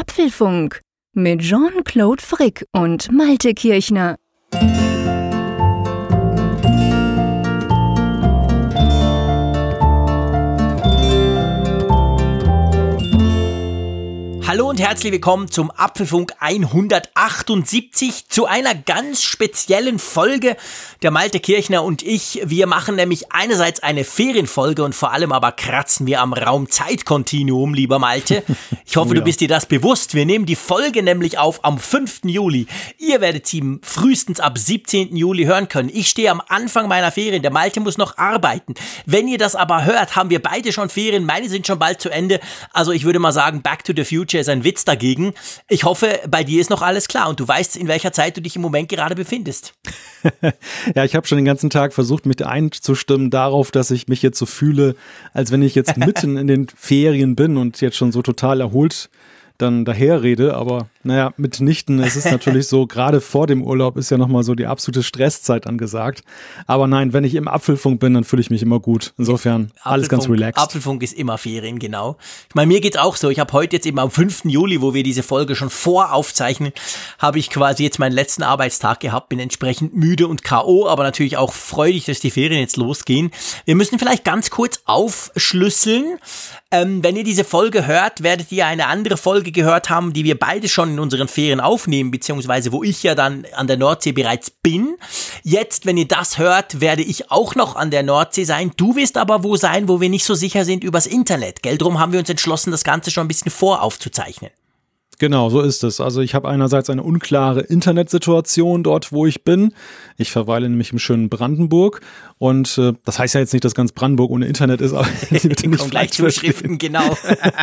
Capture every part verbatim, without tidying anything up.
Apfelfunk mit Jean-Claude Frick und Malte Kirchner. Hallo und herzlich willkommen zum Apfelfunk hundertachtundsiebzig, zu einer ganz speziellen Folge. Der Malte Kirchner und ich, wir machen nämlich einerseits eine Ferienfolge und vor allem aber kratzen wir am Raum-Zeit-Kontinuum, lieber Malte. Ich hoffe, oh ja. Du bist dir das bewusst. Wir nehmen die Folge nämlich auf am fünften Juli. Ihr werdet sie frühestens ab siebzehnten Juli hören können. Ich stehe am Anfang meiner Ferien, der Malte muss noch arbeiten. Wenn ihr das aber hört, haben wir beide schon Ferien, meine sind schon bald zu Ende. Also ich würde mal sagen, Back to the Future ist ein Witz dagegen. Ich hoffe, bei dir ist noch alles klar und du weißt, in welcher Zeit du dich im Moment gerade befindest. Ja, ich habe schon den ganzen Tag versucht, mich einzustimmen darauf, dass ich mich jetzt so fühle, als wenn ich jetzt mitten in den Ferien bin und jetzt schon so total erholt dann daherrede, aber naja, mitnichten, es ist natürlich so, gerade vor dem Urlaub ist ja nochmal so die absolute Stresszeit angesagt, aber nein, wenn ich im Apfelfunk bin, dann fühle ich mich immer gut, insofern alles ganz relaxed. Apfelfunk ist immer Ferien, genau. Ich meine, mir geht's auch so, ich habe heute jetzt eben am fünften Juli, wo wir diese Folge schon voraufzeichnen, habe ich quasi jetzt meinen letzten Arbeitstag gehabt, bin entsprechend müde und K O, aber natürlich auch freudig, dass die Ferien jetzt losgehen. Wir müssen vielleicht ganz kurz aufschlüsseln. Ähm, wenn ihr diese Folge hört, werdet ihr eine andere Folge gehört haben, die wir beide schon in unseren Ferien aufnehmen, beziehungsweise wo ich ja dann an der Nordsee bereits bin. Jetzt, wenn ihr das hört, werde ich auch noch an der Nordsee sein. Du wirst aber wo sein, wo wir nicht so sicher sind übers Internet, gell? Drum haben wir uns entschlossen, das Ganze schon ein bisschen voraufzuzeichnen. Genau, so ist es. Also ich habe einerseits eine unklare Internetsituation dort, wo ich bin. Ich verweile nämlich im schönen Brandenburg und äh, das heißt ja jetzt nicht, dass ganz Brandenburg ohne Internet ist, aber bitte nicht gleich Zuschriften, genau.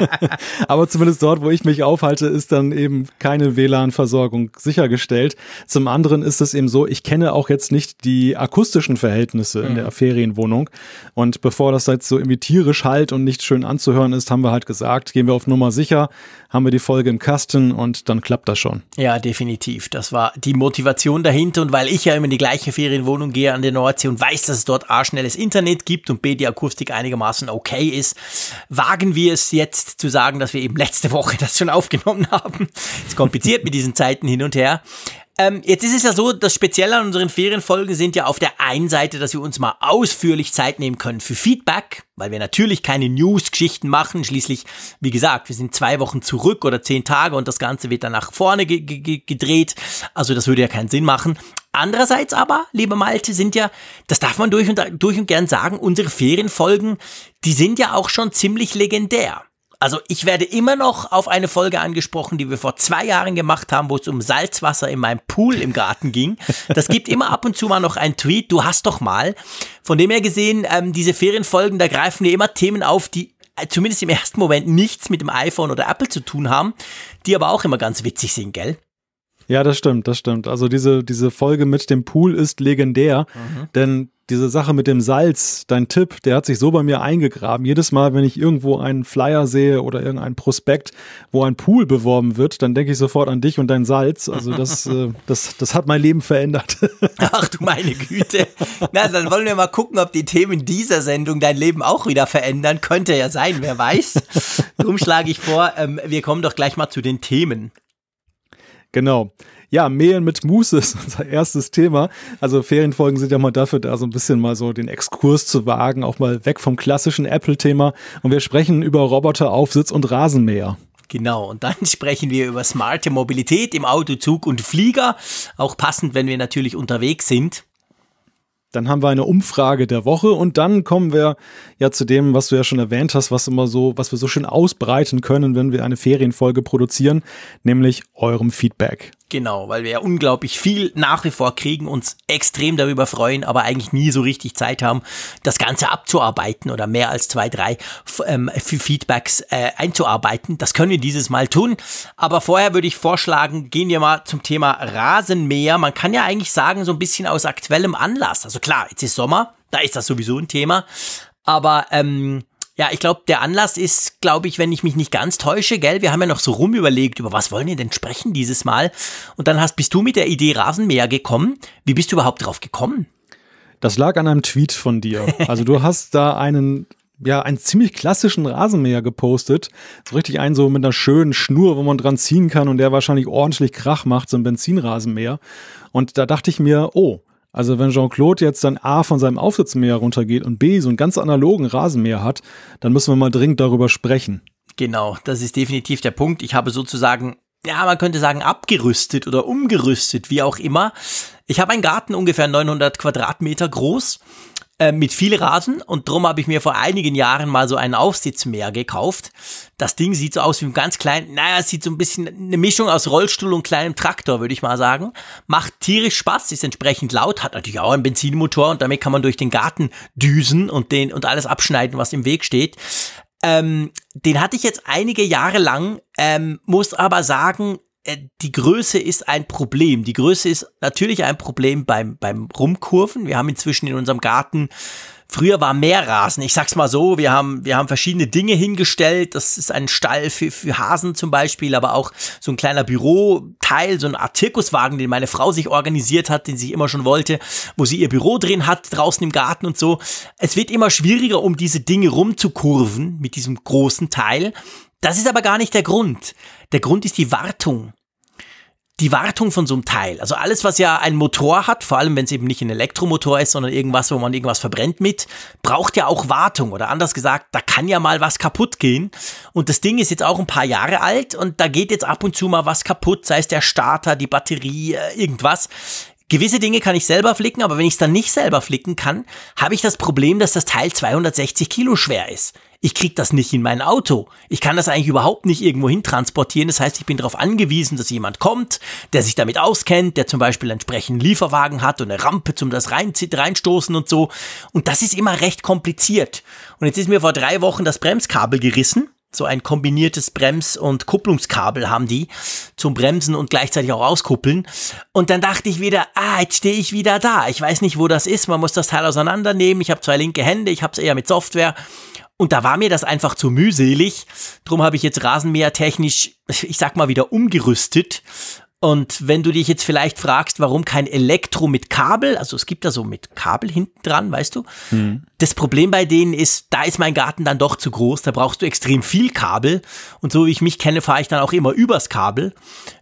Aber zumindest dort, wo ich mich aufhalte, ist dann eben keine W L A N-Versorgung sichergestellt. Zum anderen ist es eben so, ich kenne auch jetzt nicht die akustischen Verhältnisse mhm. in der Ferienwohnung und bevor das jetzt so irgendwie tierisch halt und nicht schön anzuhören ist, haben wir halt gesagt, gehen wir auf Nummer sicher, haben wir die Folge im Kasten und dann klappt das schon. Ja, definitiv. Das war die Motivation dahinter und weil ich ja immer in die gleiche Ferienwohnung gehe an der Nordsee und weiß, dass es dort A, schnelles Internet gibt und B, die Akustik einigermaßen okay ist, wagen wir es jetzt zu sagen, dass wir eben letzte Woche das schon aufgenommen haben. Ist kompliziert mit diesen Zeiten hin und her. Ähm, jetzt ist es ja so, das Spezielle an unseren Ferienfolgen sind ja auf der einen Seite, dass wir uns mal ausführlich Zeit nehmen können für Feedback, weil wir natürlich keine News-Geschichten machen. Schließlich, wie gesagt, wir sind zwei Wochen zurück oder zehn Tage und das Ganze wird dann nach vorne ge- ge- gedreht. Also das würde ja keinen Sinn machen. Andererseits aber, lieber Malte, sind ja, das darf man durch und, durch und gern sagen, unsere Ferienfolgen, die sind ja auch schon ziemlich legendär. Also ich werde immer noch auf eine Folge angesprochen, die wir vor zwei Jahren gemacht haben, wo es um Salzwasser in meinem Pool im Garten ging. Das gibt immer ab und zu mal noch einen Tweet, du hast doch mal. Von dem her gesehen, ähm, diese Ferienfolgen, da greifen wir immer Themen auf, die äh, zumindest im ersten Moment nichts mit dem iPhone oder Apple zu tun haben, die aber auch immer ganz witzig sind, gell? Ja, das stimmt, das stimmt. Also diese, diese Folge mit dem Pool ist legendär, mhm. denn diese Sache mit dem Salz, dein Tipp, der hat sich so bei mir eingegraben. Jedes Mal, wenn ich irgendwo einen Flyer sehe oder irgendeinen Prospekt, wo ein Pool beworben wird, dann denke ich sofort an dich und dein Salz. Also das, äh, das, das hat mein Leben verändert. Ach du meine Güte. Na, dann wollen wir mal gucken, ob die Themen dieser Sendung dein Leben auch wieder verändern. Könnte ja sein, wer weiß. Darum schlage ich vor, ähm, wir kommen doch gleich mal zu den Themen. Genau. Ja, Mähen mit Muße ist unser erstes Thema. Also Ferienfolgen sind ja mal dafür da, so ein bisschen mal so den Exkurs zu wagen, auch mal weg vom klassischen Apple-Thema. Und wir sprechen über Roboteraufsitz und Rasenmäher. Genau, und dann sprechen wir über smarte Mobilität im Auto, Zug und Flieger. Auch passend, wenn wir natürlich unterwegs sind. Dann haben wir eine Umfrage der Woche und dann kommen wir ja zu dem, was du ja schon erwähnt hast, was immer so, was wir so schön ausbreiten können, wenn wir eine Ferienfolge produzieren, nämlich eurem Feedback. Genau, weil wir ja unglaublich viel nach wie vor kriegen, uns extrem darüber freuen, aber eigentlich nie so richtig Zeit haben, das Ganze abzuarbeiten oder mehr als zwei, drei ähm, Feedbacks äh, einzuarbeiten. Das können wir dieses Mal tun. Aber vorher würde ich vorschlagen, gehen wir mal zum Thema Rasenmäher. Man kann ja eigentlich sagen, so ein bisschen aus aktuellem Anlass. Also klar, jetzt ist Sommer, da ist das sowieso ein Thema. Aber ähm, ja, ich glaube, der Anlass ist, glaube ich, wenn ich mich nicht ganz täusche, gell, wir haben ja noch so rumüberlegt, über was wollen wir denn sprechen dieses Mal? Und dann hast, bist du mit der Idee Rasenmäher gekommen. Wie bist du überhaupt drauf gekommen? Das lag an einem Tweet von dir. Also du hast da einen ja, einen ziemlich klassischen Rasenmäher gepostet. So richtig einen so mit einer schönen Schnur, wo man dran ziehen kann und der wahrscheinlich ordentlich Krach macht, so ein Benzinrasenmäher. Und da dachte ich mir, oh, also wenn Jean-Claude jetzt dann A von seinem Aufsitzmäher runtergeht und B so einen ganz analogen Rasenmäher hat, dann müssen wir mal dringend darüber sprechen. Genau, das ist definitiv der Punkt. Ich habe sozusagen, ja, man könnte sagen, abgerüstet oder umgerüstet, wie auch immer. Ich habe einen Garten ungefähr neunhundert Quadratmeter groß, äh, mit viel Rasen und drum habe ich mir vor einigen Jahren mal so einen Aufsitzmäher gekauft. Das Ding sieht so aus wie ein ganz klein, naja, es sieht so ein bisschen eine Mischung aus Rollstuhl und kleinem Traktor, würde ich mal sagen. Macht tierisch Spaß, ist entsprechend laut, hat natürlich auch einen Benzinmotor und damit kann man durch den Garten düsen und den und alles abschneiden, was im Weg steht. Ähm, den hatte ich jetzt einige Jahre lang, ähm, muss aber sagen, äh, die Größe ist ein Problem. Die Größe ist natürlich ein Problem beim, beim Rumkurven. Wir haben inzwischen in unserem Garten, früher war mehr Rasen. Ich sag's mal so, wir haben, wir haben verschiedene Dinge hingestellt. Das ist ein Stall für, für Hasen zum Beispiel, aber auch so ein kleiner Büroteil, so eine Art Zirkuswagen, den meine Frau sich organisiert hat, den sie immer schon wollte, wo sie ihr Büro drin hat, draußen im Garten und so. Es wird immer schwieriger, um diese Dinge rumzukurven mit diesem großen Teil. Das ist aber gar nicht der Grund. Der Grund ist die Wartung. Die Wartung von so einem Teil, also alles, was ja einen Motor hat, vor allem wenn es eben nicht ein Elektromotor ist, sondern irgendwas, wo man irgendwas verbrennt mit, braucht ja auch Wartung oder anders gesagt, da kann ja mal was kaputt gehen und das Ding ist jetzt auch ein paar Jahre alt und da geht jetzt ab und zu mal was kaputt, sei es der Starter, die Batterie, irgendwas. Gewisse Dinge kann ich selber flicken, aber wenn ich es dann nicht selber flicken kann, habe ich das Problem, dass das Teil zweihundertsechzig Kilo schwer ist. Ich kriege das nicht in mein Auto. Ich kann das eigentlich überhaupt nicht irgendwo hin transportieren. Das heißt, ich bin darauf angewiesen, dass jemand kommt, der sich damit auskennt, der zum Beispiel entsprechend einen Lieferwagen hat und eine Rampe zum das rein, reinstoßen und so. Und das ist immer recht kompliziert. Und jetzt ist mir vor drei Wochen das Bremskabel gerissen. So ein kombiniertes Brems- und Kupplungskabel haben die zum Bremsen und gleichzeitig auch auskuppeln. Und dann dachte ich wieder, ah, jetzt stehe ich wieder da. Ich weiß nicht, wo das ist. Man muss das Teil auseinandernehmen. Ich habe zwei linke Hände. Ich habe es eher mit Software. Und da war mir das einfach zu mühselig. Drum habe ich jetzt rasenmähertechnisch, ich sag mal, wieder umgerüstet. Und wenn du dich jetzt vielleicht fragst, warum kein Elektro mit Kabel, also es gibt da so mit Kabel hinten dran, weißt du? Mhm. Das Problem bei denen ist, da ist mein Garten dann doch zu groß, da brauchst du extrem viel Kabel. Und so wie ich mich kenne, fahre ich dann auch immer übers Kabel.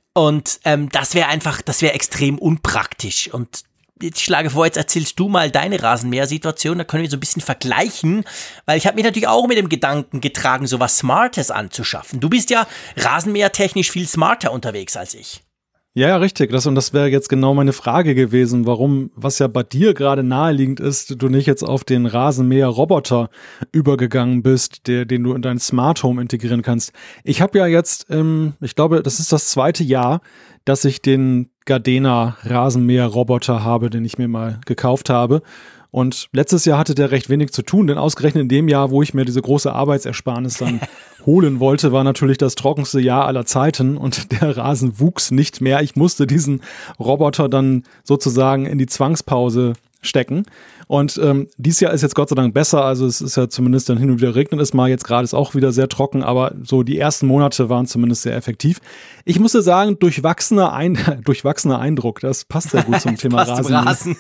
Und ähm, das wäre einfach, das wäre extrem unpraktisch. Und ich schlage vor, jetzt erzählst du mal deine Rasenmäher-Situation, da können wir so ein bisschen vergleichen, weil ich habe mich natürlich auch mit dem Gedanken getragen, so was Smartes anzuschaffen. Du bist ja rasenmähertechnisch viel smarter unterwegs als ich. Ja, ja, richtig. Das, und das wäre jetzt genau meine Frage gewesen, warum, was ja bei dir gerade naheliegend ist, du nicht jetzt auf den Rasenmäher-Roboter übergegangen bist, der, den du in dein Smart Home integrieren kannst. Ich habe ja jetzt, ähm, ich glaube, das ist das zweite Jahr, dass ich den Gardena Rasenmäher-Roboter habe, den ich mir mal gekauft habe. Und letztes Jahr hatte der recht wenig zu tun, denn ausgerechnet in dem Jahr, wo ich mir diese große Arbeitsersparnis dann holen wollte, war natürlich das trockenste Jahr aller Zeiten und der Rasen wuchs nicht mehr. Ich musste diesen Roboter dann sozusagen in die Zwangspause stecken. Und ähm, dieses Jahr ist jetzt Gott sei Dank besser, also es ist ja zumindest dann hin und wieder regnet es mal, jetzt gerade ist auch wieder sehr trocken, aber so die ersten Monate waren zumindest sehr effektiv. Ich musste sagen, durchwachsener, Ein- durchwachsener Eindruck, das passt sehr gut zum Thema Rasen. Rasen.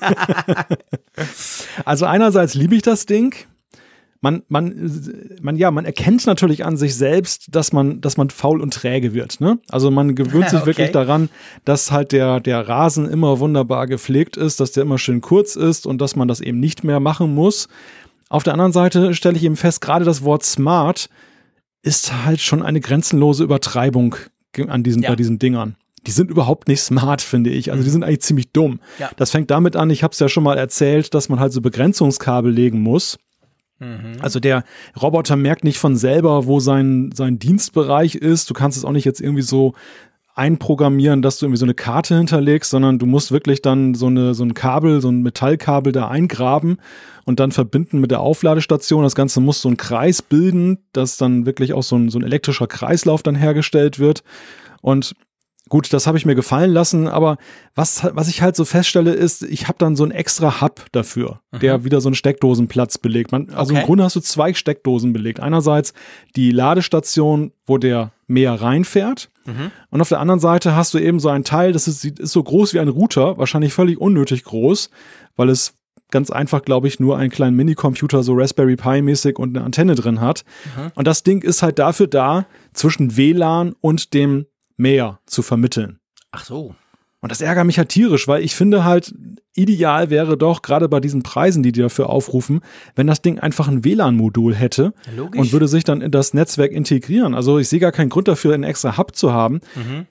Also einerseits liebe ich das Ding. Man, man, man, ja, man erkennt natürlich an sich selbst, dass man, dass man faul und träge wird, ne? Also man gewöhnt sich okay. wirklich daran, dass halt der, der Rasen immer wunderbar gepflegt ist, dass der immer schön kurz ist und dass man das eben nicht mehr machen muss. Auf der anderen Seite stelle ich eben fest, gerade das Wort smart ist halt schon eine grenzenlose Übertreibung an diesen, ja. bei diesen Dingern. Die sind überhaupt nicht smart, finde ich. Also die sind eigentlich ziemlich dumm. Ja. Das fängt damit an, ich habe es ja schon mal erzählt, dass man halt so Begrenzungskabel legen muss. Also der Roboter merkt nicht von selber, wo sein, sein Dienstbereich ist. Du kannst es auch nicht jetzt irgendwie so einprogrammieren, dass du irgendwie so eine Karte hinterlegst, sondern du musst wirklich dann so eine so ein Kabel, so ein Metallkabel da eingraben und dann verbinden mit der Aufladestation. Das Ganze muss so einen Kreis bilden, dass dann wirklich auch so ein, so ein elektrischer Kreislauf dann hergestellt wird. Und gut, das habe ich mir gefallen lassen, aber was, was ich halt so feststelle ist, ich habe dann so einen extra Hub dafür, mhm. der wieder so einen Steckdosenplatz belegt. Man, also okay. Im Grunde hast du zwei Steckdosen belegt. Einerseits die Ladestation, wo der Mäher reinfährt mhm. und auf der anderen Seite hast du eben so ein Teil, das ist, ist so groß wie ein Router, wahrscheinlich völlig unnötig groß, weil es ganz einfach, glaube ich, nur einen kleinen Minicomputer, so Raspberry Pi-mäßig und eine Antenne drin hat. Mhm. Und das Ding ist halt dafür da, zwischen W L A N und dem Meer zu vermitteln. Ach so. Und das ärgert mich halt tierisch, weil ich finde halt, ideal wäre doch, gerade bei diesen Preisen, die die dafür aufrufen, wenn das Ding einfach ein W L A N-Modul hätte ja, und würde sich dann in das Netzwerk integrieren. Also ich sehe gar keinen Grund dafür, einen extra Hub zu haben. Mhm.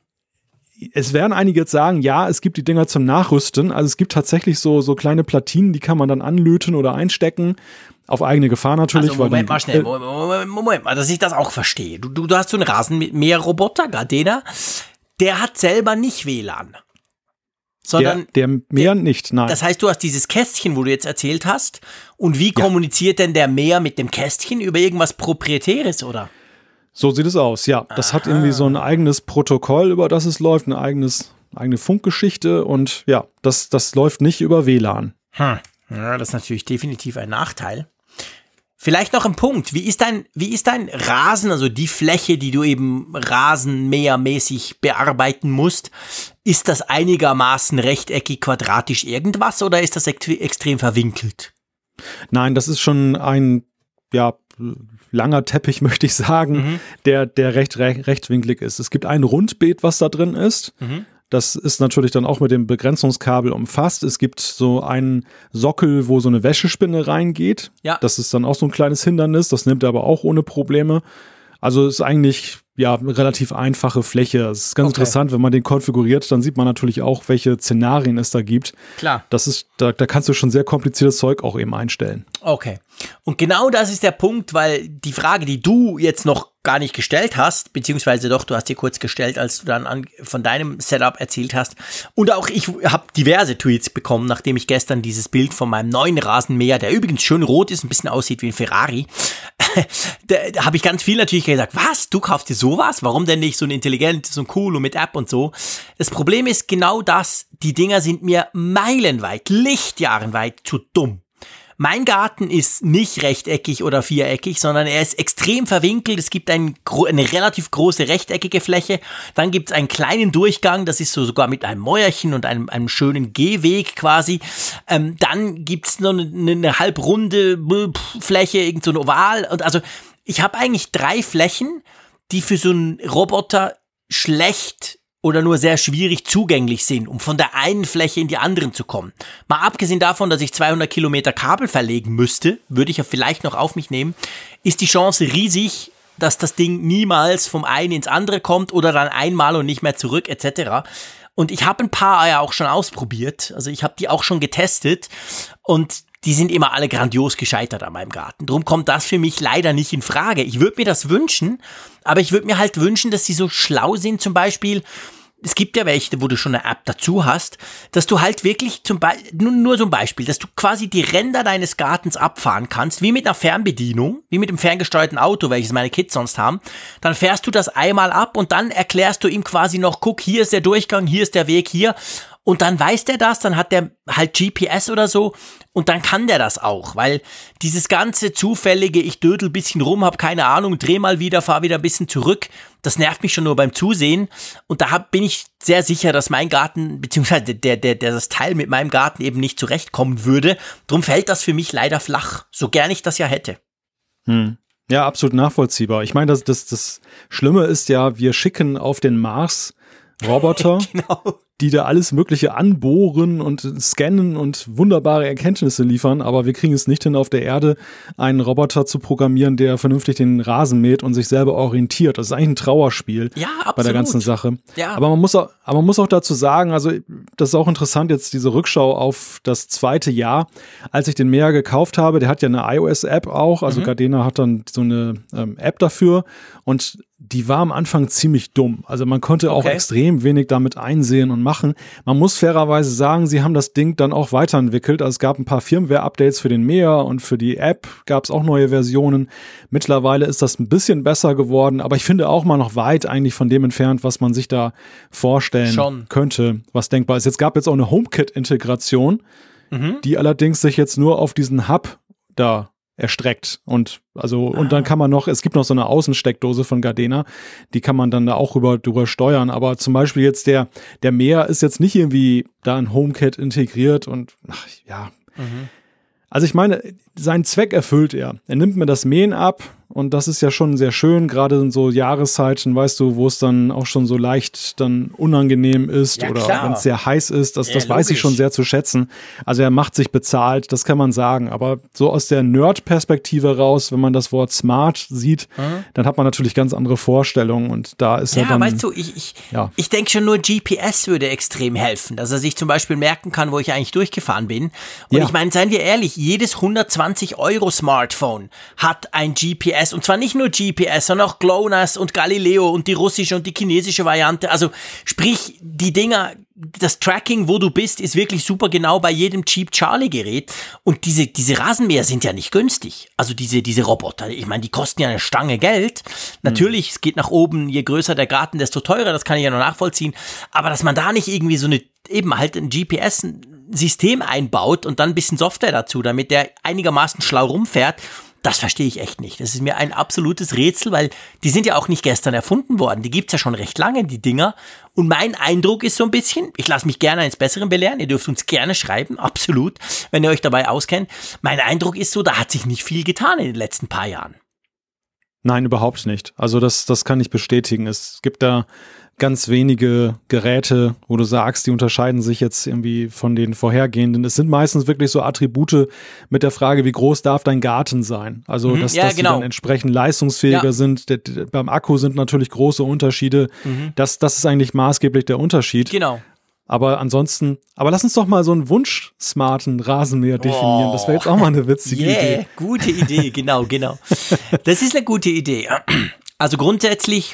Es werden einige jetzt sagen, ja, es gibt die Dinger zum Nachrüsten. Also es gibt tatsächlich so, so kleine Platinen, die kann man dann anlöten oder einstecken. Auf eigene Gefahr natürlich. Also Moment weil mal schnell, Moment, Moment, Moment mal, dass ich das auch verstehe. Du, du, du hast so einen Rasenmäherroboter, Gardena, der hat selber nicht W L A N. Sondern der, der Mäher nicht, nein. Das heißt, du hast dieses Kästchen, wo du jetzt erzählt hast. Und wie ja. kommuniziert denn der Mäher mit dem Kästchen? Über irgendwas Proprietäres, oder? So sieht es aus, ja. Das Aha. hat irgendwie so ein eigenes Protokoll, über das es läuft, eine eigenes, eigene Funkgeschichte und ja, das, das läuft nicht über W L A N. Hm. Ja, das ist natürlich definitiv ein Nachteil. Vielleicht noch ein Punkt. Wie ist dein, wie ist dein Rasen, also die Fläche, die du eben rasenmähermäßig bearbeiten musst? Ist das einigermaßen rechteckig, quadratisch irgendwas oder ist das ext- extrem verwinkelt? Nein, das ist schon ein, ja, langer Teppich, möchte ich sagen, mhm. der, der recht re- rechtwinklig ist. Es gibt ein Rundbeet, was da drin ist. Mhm. Das ist natürlich dann auch mit dem Begrenzungskabel umfasst. Es gibt so einen Sockel, wo so eine Wäschespinne reingeht. Ja. Das ist dann auch so ein kleines Hindernis. Das nimmt er aber auch ohne Probleme. Also ist eigentlich ja eine relativ einfache Fläche. Es ist ganz okay. interessant, wenn man den konfiguriert, dann sieht man natürlich auch, welche Szenarien es da gibt. Klar. Das ist, da, da kannst du schon sehr kompliziertes Zeug auch eben einstellen. Okay. Und genau das ist der Punkt, weil die Frage, die du jetzt noch gar nicht gestellt hast, beziehungsweise doch, du hast dir kurz gestellt, als du dann an, von deinem Setup erzählt hast. Und auch ich habe diverse Tweets bekommen, nachdem ich gestern dieses Bild von meinem neuen Rasenmäher, der übrigens schön rot ist, ein bisschen aussieht wie ein Ferrari, da, da habe ich ganz viel natürlich gesagt, was, du kaufst dir sowas? Warum denn nicht so ein intelligentes und cool und mit App und so? Das Problem ist genau das, die Dinger sind mir meilenweit, lichtjahrenweit zu dumm. Mein Garten ist nicht rechteckig oder viereckig, sondern er ist extrem verwinkelt. Es gibt ein, eine relativ große rechteckige Fläche. Dann gibt es einen kleinen Durchgang, das ist so sogar mit einem Mäuerchen und einem, einem schönen Gehweg quasi. Ähm, dann gibt es noch eine, eine halbrunde Fläche, irgend so ein Oval. Und also ich habe eigentlich drei Flächen, die für so einen Roboter schlecht oder nur sehr schwierig zugänglich sind, um von der einen Fläche in die anderen zu kommen. Mal abgesehen davon, dass ich zweihundert Kilometer Kabel verlegen müsste, würde ich ja vielleicht noch auf mich nehmen, ist die Chance riesig, dass das Ding niemals vom einen ins andere kommt oder dann einmal und nicht mehr zurück et cetera. Und ich habe ein paar ja auch schon ausprobiert, also ich habe die auch schon getestet und die sind immer alle grandios gescheitert an meinem Garten. Drum kommt das für mich leider nicht in Frage. Ich würde mir das wünschen, aber ich würde mir halt wünschen, dass sie so schlau sind, zum Beispiel, es gibt ja welche, wo du schon eine App dazu hast, dass du halt wirklich zum Beispiel, nur, nur so ein Beispiel, dass du quasi die Ränder deines Gartens abfahren kannst, wie mit einer Fernbedienung, wie mit dem ferngesteuerten Auto, welches meine Kids sonst haben. Dann fährst du das einmal ab und dann erklärst du ihm quasi noch, guck, hier ist der Durchgang, hier ist der Weg, hier. Und dann weiß der das, dann hat der halt G P S oder so und dann kann der das auch, weil dieses ganze zufällige, ich dödel ein bisschen rum, hab keine Ahnung, dreh mal wieder, fahr wieder ein bisschen zurück, das nervt mich schon nur beim Zusehen und da hab, bin ich sehr sicher, dass mein Garten, beziehungsweise der, der, der das Teil mit meinem Garten eben nicht zurechtkommen würde. Drum fällt das für mich leider flach, so gern ich das ja hätte. Hm. Ja, absolut nachvollziehbar. Ich meine, das, das, das Schlimme ist ja, wir schicken auf den Mars Roboter, genau. die da alles Mögliche anbohren und scannen und wunderbare Erkenntnisse liefern, aber wir kriegen es nicht hin, auf der Erde einen Roboter zu programmieren, der vernünftig den Rasen mäht und sich selber orientiert. Das ist eigentlich ein Trauerspiel ja, bei der ganzen Sache. Ja. Aber man muss auch, aber man muss auch dazu sagen, also das ist auch interessant, jetzt diese Rückschau auf das zweite Jahr, als ich den Mäher gekauft habe, der hat ja eine iOS-App auch, also mhm. Gardena hat dann so eine ähm, App dafür und die war am Anfang ziemlich dumm. Also man konnte auch okay. extrem wenig damit einsehen und machen. Man muss fairerweise sagen, sie haben das Ding dann auch weiterentwickelt. Also es gab ein paar Firmware-Updates für den Mäher und für die App gab es auch neue Versionen. Mittlerweile ist das ein bisschen besser geworden, aber ich finde auch mal noch weit eigentlich von dem entfernt, was man sich da vorstellen Schon. könnte, was denkbar ist. Jetzt gab es jetzt auch eine HomeKit-Integration, mhm. die allerdings sich jetzt nur auf diesen Hub da erstreckt und also ah. und dann kann man noch, es gibt noch so eine Außensteckdose von Gardena, die kann man dann da auch rüber, drüber steuern, aber zum Beispiel jetzt der der Mäher ist jetzt nicht irgendwie da in HomeKit integriert und ach, ja, mhm. Also ich meine, seinen Zweck erfüllt er. Er nimmt mir das Mähen ab und das ist ja schon sehr schön, gerade in so Jahreszeiten, weißt du, wo es dann auch schon so leicht dann unangenehm ist ja, oder wenn es sehr heiß ist. Das, ja, das weiß ich schon sehr zu schätzen. Also er macht sich bezahlt, das kann man sagen. Aber so aus der Nerd-Perspektive raus, wenn man das Wort smart sieht, mhm. dann hat man natürlich ganz andere Vorstellungen und da ist ja, er dann... Ja, weißt du, ich, ich, ja. ich denke schon nur G P S würde extrem helfen, dass er sich zum Beispiel merken kann, wo ich eigentlich durchgefahren bin. Und ja. ich meine, seien wir ehrlich, jedes hundertzwanzig Euro Smartphone hat ein G P S und zwar nicht nur G P S, sondern auch GLONASS und Galileo und die russische und die chinesische Variante. Also sprich, die Dinger, das Tracking, wo du bist, ist wirklich super genau bei jedem Cheap Charlie Gerät und diese diese Rasenmäher sind ja nicht günstig. Also diese diese Roboter, ich meine, die kosten ja eine Stange Geld. Natürlich, hm. es geht nach oben, je größer der Garten, desto teurer, das kann ich ja noch nachvollziehen, aber dass man da nicht irgendwie so eine eben halt ein G P S System einbaut und dann ein bisschen Software dazu, damit der einigermaßen schlau rumfährt, das verstehe ich echt nicht. Das ist mir ein absolutes Rätsel, weil die sind ja auch nicht gestern erfunden worden. Die gibt's ja schon recht lange, die Dinger. Und mein Eindruck ist so ein bisschen, ich lasse mich gerne eines Besseren belehren, ihr dürft uns gerne schreiben, absolut, wenn ihr euch dabei auskennt. Mein Eindruck ist so, da hat sich nicht viel getan in den letzten paar Jahren. Nein, überhaupt nicht. Also das, das kann ich bestätigen. Es gibt da ganz wenige Geräte, wo du sagst, die unterscheiden sich jetzt irgendwie von den vorhergehenden. Es sind meistens wirklich so Attribute mit der Frage, wie groß darf dein Garten sein? Also, mhm, dass, ja, dass genau. die dann entsprechend leistungsfähiger ja. sind. Der, der, beim Akku sind natürlich große Unterschiede. Mhm. Das, das ist eigentlich maßgeblich der Unterschied. Genau. Aber ansonsten, aber lass uns doch mal so einen wunsch-smarten Rasenmäher definieren. Oh. Das wäre jetzt auch mal eine witzige yeah, Idee. Gute Idee, genau, genau. Das ist eine gute Idee. Also grundsätzlich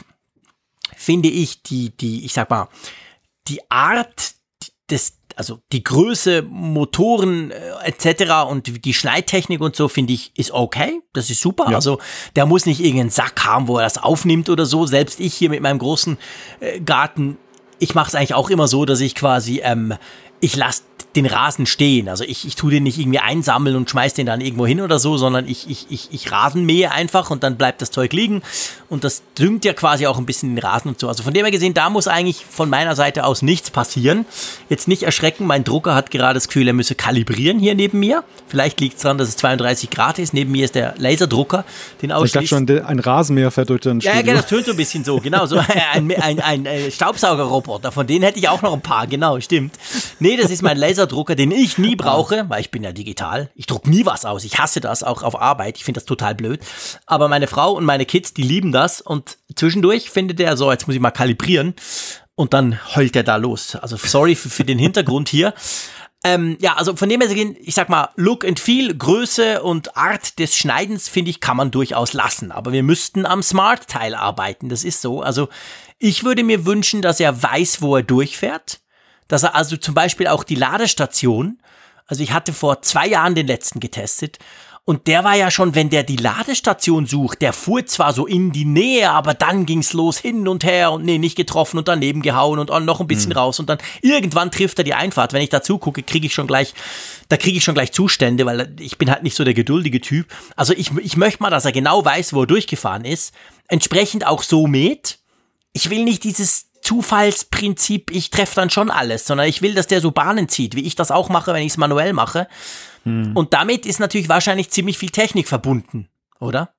finde ich die, die, ich sag mal, die Art des, also die Größe, Motoren äh, et cetera und die Schneidtechnik und so, finde ich, ist okay. Das ist super. Ja. Also der muss nicht irgendeinen Sack haben, wo er das aufnimmt oder so. Selbst ich hier mit meinem großen äh, Garten, ich mache es eigentlich auch immer so, dass ich quasi, ähm, ich lasse den Rasen stehen. Also ich, ich tue den nicht irgendwie einsammeln und schmeiß den dann irgendwo hin oder so, sondern ich, ich, ich, ich rasenmähe einfach und dann bleibt das Zeug liegen und das düngt ja quasi auch ein bisschen den Rasen und so. Also von dem her gesehen, da muss eigentlich von meiner Seite aus nichts passieren. Jetzt nicht erschrecken, mein Drucker hat gerade das Gefühl, er müsse kalibrieren hier neben mir. Vielleicht liegt es daran, dass es zweiunddreißig Grad ist. Neben mir ist der Laserdrucker, den ausschließt. Ich dachte schon, ein Rasenmäher fährt durch den Studio. Ja, ja, das tönt so ein bisschen so, genau. So ein, ein, ein, ein Staubsaugerroboter, von denen hätte ich auch noch ein paar, genau, stimmt. Nee, das ist mein Laserdrucker, den ich nie brauche, weil ich bin ja digital. Ich druck nie was aus. Ich hasse das, auch auf Arbeit. Ich finde das total blöd. Aber meine Frau und meine Kids, die lieben das. Und zwischendurch findet er so, jetzt muss ich mal kalibrieren. Und dann heult er da los. Also sorry für, für den Hintergrund hier. Ähm, ja, also von dem her, ich sag mal, Look and Feel, Größe und Art des Schneidens, finde ich, kann man durchaus lassen. Aber wir müssten am Smart-Teil arbeiten. Das ist so. Also ich würde mir wünschen, dass er weiß, wo er durchfährt. Dass er also zum Beispiel auch die Ladestation, also ich hatte vor zwei Jahren den letzten getestet und der war ja schon, wenn der die Ladestation sucht, der fuhr zwar so in die Nähe, aber dann ging's los hin und her und nee, nicht getroffen und daneben gehauen und noch ein bisschen mhm. raus und dann irgendwann trifft er die Einfahrt. Wenn ich da zugucke, kriege ich schon gleich, da kriege ich schon gleich Zustände, weil ich bin halt nicht so der geduldige Typ. Also ich, ich möchte mal, dass er genau weiß, wo er durchgefahren ist, entsprechend auch so mäht. Ich will nicht dieses Zufallsprinzip, ich treffe dann schon alles, sondern ich will, dass der so Bahnen zieht, wie ich das auch mache, wenn ich es manuell mache. Hm. Und damit ist natürlich wahrscheinlich ziemlich viel Technik verbunden, oder?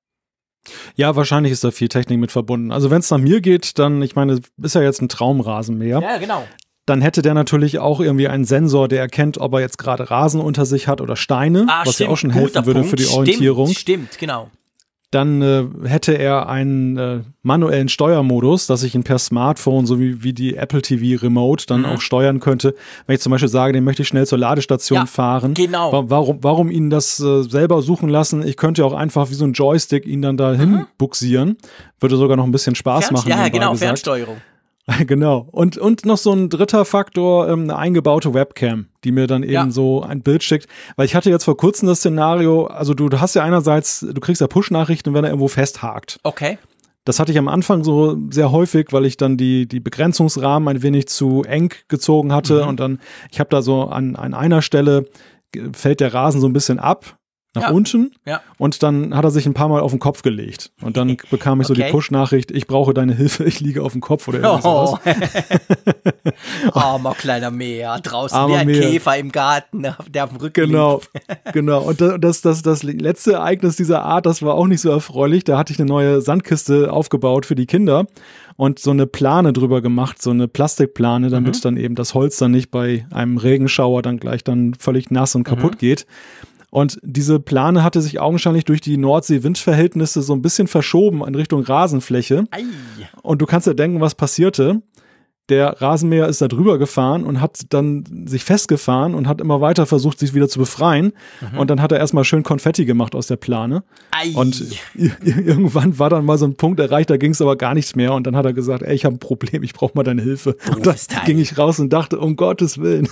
Ja, wahrscheinlich ist da viel Technik mit verbunden. Also wenn es nach mir geht, dann, ich meine, ist ja jetzt ein Traumrasenmäher. Ja, genau. Dann hätte der natürlich auch irgendwie einen Sensor, der erkennt, ob er jetzt gerade Rasen unter sich hat oder Steine, ah, was stimmt, ja auch schon helfen würde Punkt. für die Orientierung. Stimmt, stimmt, genau. Dann äh, hätte er einen äh, manuellen Steuermodus, dass ich ihn per Smartphone, so wie, wie die Apple T V Remote, dann mhm. auch steuern könnte. Wenn ich zum Beispiel sage, den möchte ich schnell zur Ladestation ja, fahren. Genau. Wa- warum, warum ihn das äh, selber suchen lassen? Ich könnte auch einfach wie so ein Joystick ihn dann dahin mhm. buxieren. Würde sogar noch ein bisschen Spaß Fern- machen. Ja, genau, gesagt. Fernsteuerung. Genau. Und, und noch so ein dritter Faktor, ähm, eine eingebaute Webcam, die mir dann eben ja. so ein Bild schickt. Weil ich hatte jetzt vor kurzem das Szenario, also du, du hast ja einerseits, du kriegst ja Push-Nachrichten, wenn er irgendwo festhakt. Okay. Das hatte ich am Anfang so sehr häufig, weil ich dann die, die Begrenzungsrahmen ein wenig zu eng gezogen hatte. Mhm. Und dann, ich habe da so an, an einer Stelle, fällt der Rasen so ein bisschen ab. nach ja. unten ja. und dann hat er sich ein paar Mal auf den Kopf gelegt. Und dann bekam ich so okay. die Push-Nachricht, ich brauche deine Hilfe, ich liege auf dem Kopf oder irgendwie oh. sowas. Armer kleiner Meer, draußen Armer wie ein Meer. Käfer im Garten, der auf dem Rücken Genau, liegt. genau. Und das, das, das letzte Ereignis dieser Art, das war auch nicht so erfreulich. Da hatte ich eine neue Sandkiste aufgebaut für die Kinder und so eine Plane drüber gemacht, so eine Plastikplane, damit mhm. dann eben das Holz dann nicht bei einem Regenschauer dann gleich dann völlig nass und kaputt mhm. geht. Und diese Plane hatte sich augenscheinlich durch die Nordsee-Windverhältnisse so ein bisschen verschoben in Richtung Rasenfläche. Ei. Und du kannst ja denken, was passierte. Der Rasenmäher ist da drüber gefahren und hat dann sich festgefahren und hat immer weiter versucht, sich wieder zu befreien. Mhm. Und dann hat er erstmal schön Konfetti gemacht aus der Plane. Ei. Und irgendwann war dann mal so ein Punkt erreicht, da ging es aber gar nichts mehr. Und dann hat er gesagt, ey, ich habe ein Problem, ich brauche mal deine Hilfe. Oh, und dann ging ich raus und dachte, um Gottes Willen.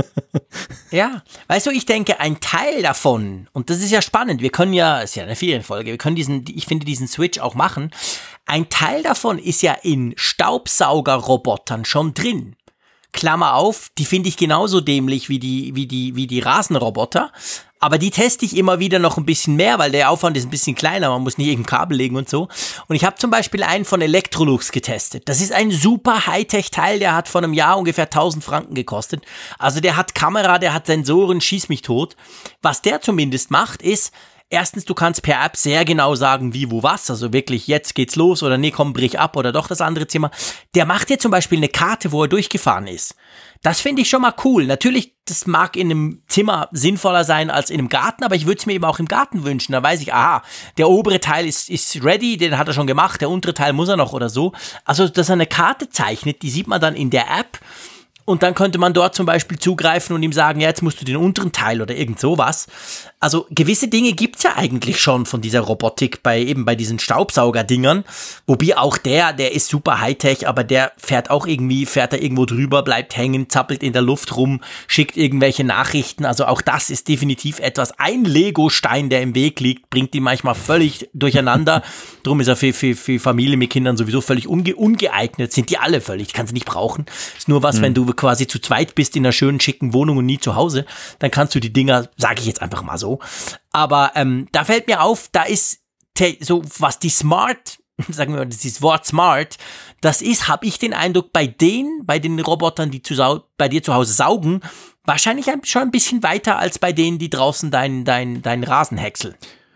Ja, weißt du, ich denke, ein Teil davon, und das ist ja spannend, wir können ja, ist ja eine Ferienfolge, wir können diesen, ich finde diesen Switch auch machen. Ein Teil davon ist ja in Staubsaugerrobotern schon drin. Klammer auf, die finde ich genauso dämlich wie die, wie die, wie die Rasenroboter. Aber die teste ich immer wieder noch ein bisschen mehr, weil der Aufwand ist ein bisschen kleiner, man muss nicht irgendein Kabel legen und so. Und ich habe zum Beispiel einen von Electrolux getestet. Das ist ein super Hightech-Teil, der hat vor einem Jahr ungefähr tausend Franken gekostet. Also der hat Kamera, der hat Sensoren, schieß mich tot. Was der zumindest macht, ist, erstens, du kannst per App sehr genau sagen, wie, wo, was. Also wirklich, jetzt geht's los oder nee, komm, brich ab oder doch das andere Zimmer. Der macht dir zum Beispiel eine Karte, wo er durchgefahren ist. Das finde ich schon mal cool. Natürlich, das mag in einem Zimmer sinnvoller sein als in einem Garten, aber ich würde es mir eben auch im Garten wünschen. Da weiß ich, aha, der obere Teil ist, ist ready, den hat er schon gemacht, der untere Teil muss er noch oder so. Also, dass er eine Karte zeichnet, die sieht man dann in der App. Und dann könnte man dort zum Beispiel zugreifen und ihm sagen, ja, jetzt musst du den unteren Teil oder irgend sowas. Also gewisse Dinge gibt's ja eigentlich schon von dieser Robotik bei eben bei diesen Staubsaugerdingern. Wobei auch der, der ist super Hightech, aber der fährt auch irgendwie, fährt da irgendwo drüber, bleibt hängen, zappelt in der Luft rum, schickt irgendwelche Nachrichten. Also auch das ist definitiv etwas. Ein Legostein, der im Weg liegt, bringt ihn manchmal völlig durcheinander. Drum ist er für, für, für Familie mit Kindern sowieso völlig unge- ungeeignet. Sind die alle völlig, kannst du nicht brauchen. Ist nur was, mhm. wenn du quasi zu zweit bist in einer schönen, schicken Wohnung und nie zu Hause, dann kannst du die Dinger, sage ich jetzt einfach mal so. Aber ähm, da fällt mir auf, da ist te- so, was die Smart, sagen wir mal, dieses Wort Smart, das ist, habe ich den Eindruck, bei denen, bei den Robotern, die zu sau- bei dir zu Hause saugen, wahrscheinlich ein, schon ein bisschen weiter als bei denen, die draußen deinen dein, dein Rasen häckseln.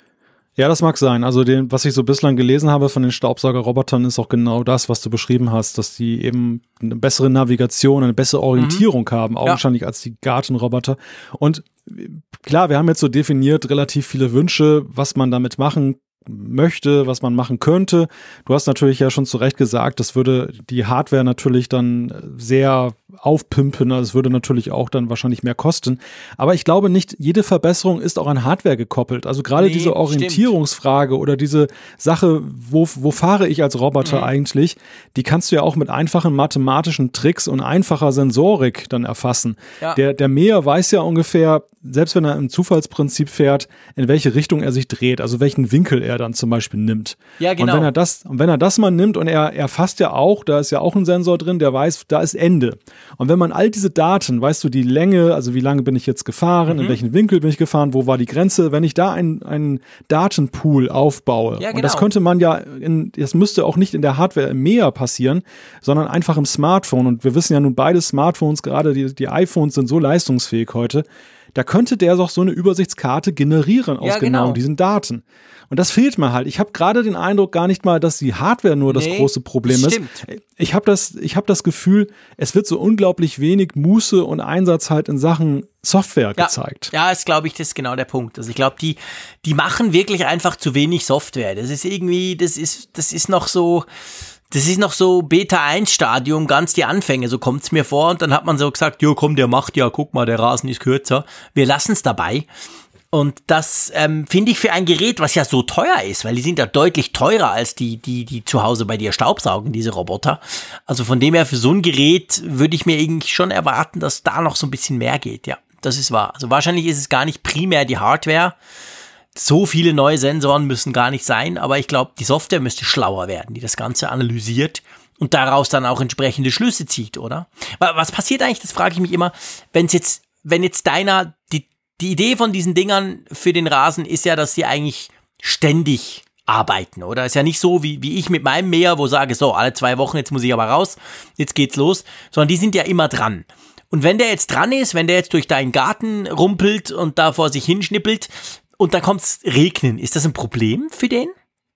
Ja, das mag sein. Also den, was ich so bislang gelesen habe von den Staubsaugerrobotern, ist auch genau das, was du beschrieben hast, dass die eben eine bessere Navigation, eine bessere Orientierung mhm. haben, augenscheinlich ja. als die Gartenroboter. Und klar, wir haben jetzt so definiert relativ viele Wünsche, was man damit machen möchte, was man machen könnte. Du hast natürlich ja schon zu Recht gesagt, das würde die Hardware natürlich dann sehr aufpimpen, also es würde natürlich auch dann wahrscheinlich mehr kosten. Aber ich glaube nicht, jede Verbesserung ist auch an Hardware gekoppelt. Also gerade nee, diese Orientierungsfrage stimmt. Oder diese Sache, wo, wo fahre ich als Roboter mhm. eigentlich, die kannst du ja auch mit einfachen mathematischen Tricks und einfacher Sensorik dann erfassen. Ja. Der, der Mäher weiß ja ungefähr, selbst wenn er im Zufallsprinzip fährt, in welche Richtung er sich dreht, also welchen Winkel er dann zum Beispiel nimmt. Ja, genau. Und wenn er das, und wenn er das mal nimmt und er erfasst ja auch, da ist ja auch ein Sensor drin, der weiß, da ist Ende. Und wenn man all diese Daten, weißt du, die Länge, also wie lange bin ich jetzt gefahren, mhm. in welchen Winkel bin ich gefahren, wo war die Grenze, wenn ich da einen, einen Datenpool aufbaue, ja, genau. und das könnte man ja, in, das müsste auch nicht in der Hardware im Mäher passieren, sondern einfach im Smartphone. Und wir wissen ja nun, beide Smartphones, gerade die, die iPhones sind so leistungsfähig heute, da könnte der doch so eine Übersichtskarte generieren aus ja, genau. genau diesen Daten. Und das fehlt mir halt. Ich habe gerade den Eindruck gar nicht mal, dass die Hardware nur das nee, große Problem ist. Ich habe das, ich habe das Gefühl, es wird so unglaublich wenig Muße und Einsatz halt in Sachen Software ja, gezeigt. Ja, das glaube ich, das ist genau der Punkt. Also ich glaube, die, die machen wirklich einfach zu wenig Software. Das ist irgendwie, das ist, das ist noch so, das ist noch so Beta eins Stadium, ganz die Anfänge, so kommt's mir vor. Und dann hat man so gesagt, jo komm, der macht ja, guck mal, der Rasen ist kürzer. Wir lassen's dabei. Und das ähm, finde ich für ein Gerät, was ja so teuer ist, weil die sind ja deutlich teurer als die, die, die zu Hause bei dir staubsaugen, diese Roboter. Also von dem her, für so ein Gerät würde ich mir irgendwie schon erwarten, dass da noch so ein bisschen mehr geht. Ja, das ist wahr. Also wahrscheinlich ist es gar nicht primär die Hardware. So viele neue Sensoren müssen gar nicht sein, aber ich glaube, die Software müsste schlauer werden, die das Ganze analysiert und daraus dann auch entsprechende Schlüsse zieht, oder? Was passiert eigentlich, das frage ich mich immer, wenn jetzt, wenn jetzt deiner die die Idee von diesen Dingern für den Rasen ist ja, dass sie eigentlich ständig arbeiten, oder? Ist ja nicht so wie, wie ich mit meinem Mäher, wo sage, so, alle zwei Wochen, jetzt muss ich aber raus, jetzt geht's los, sondern die sind ja immer dran. Und wenn der jetzt dran ist, wenn der jetzt durch deinen Garten rumpelt und da vor sich hinschnippelt und dann kommt's regnen, ist das ein Problem für den?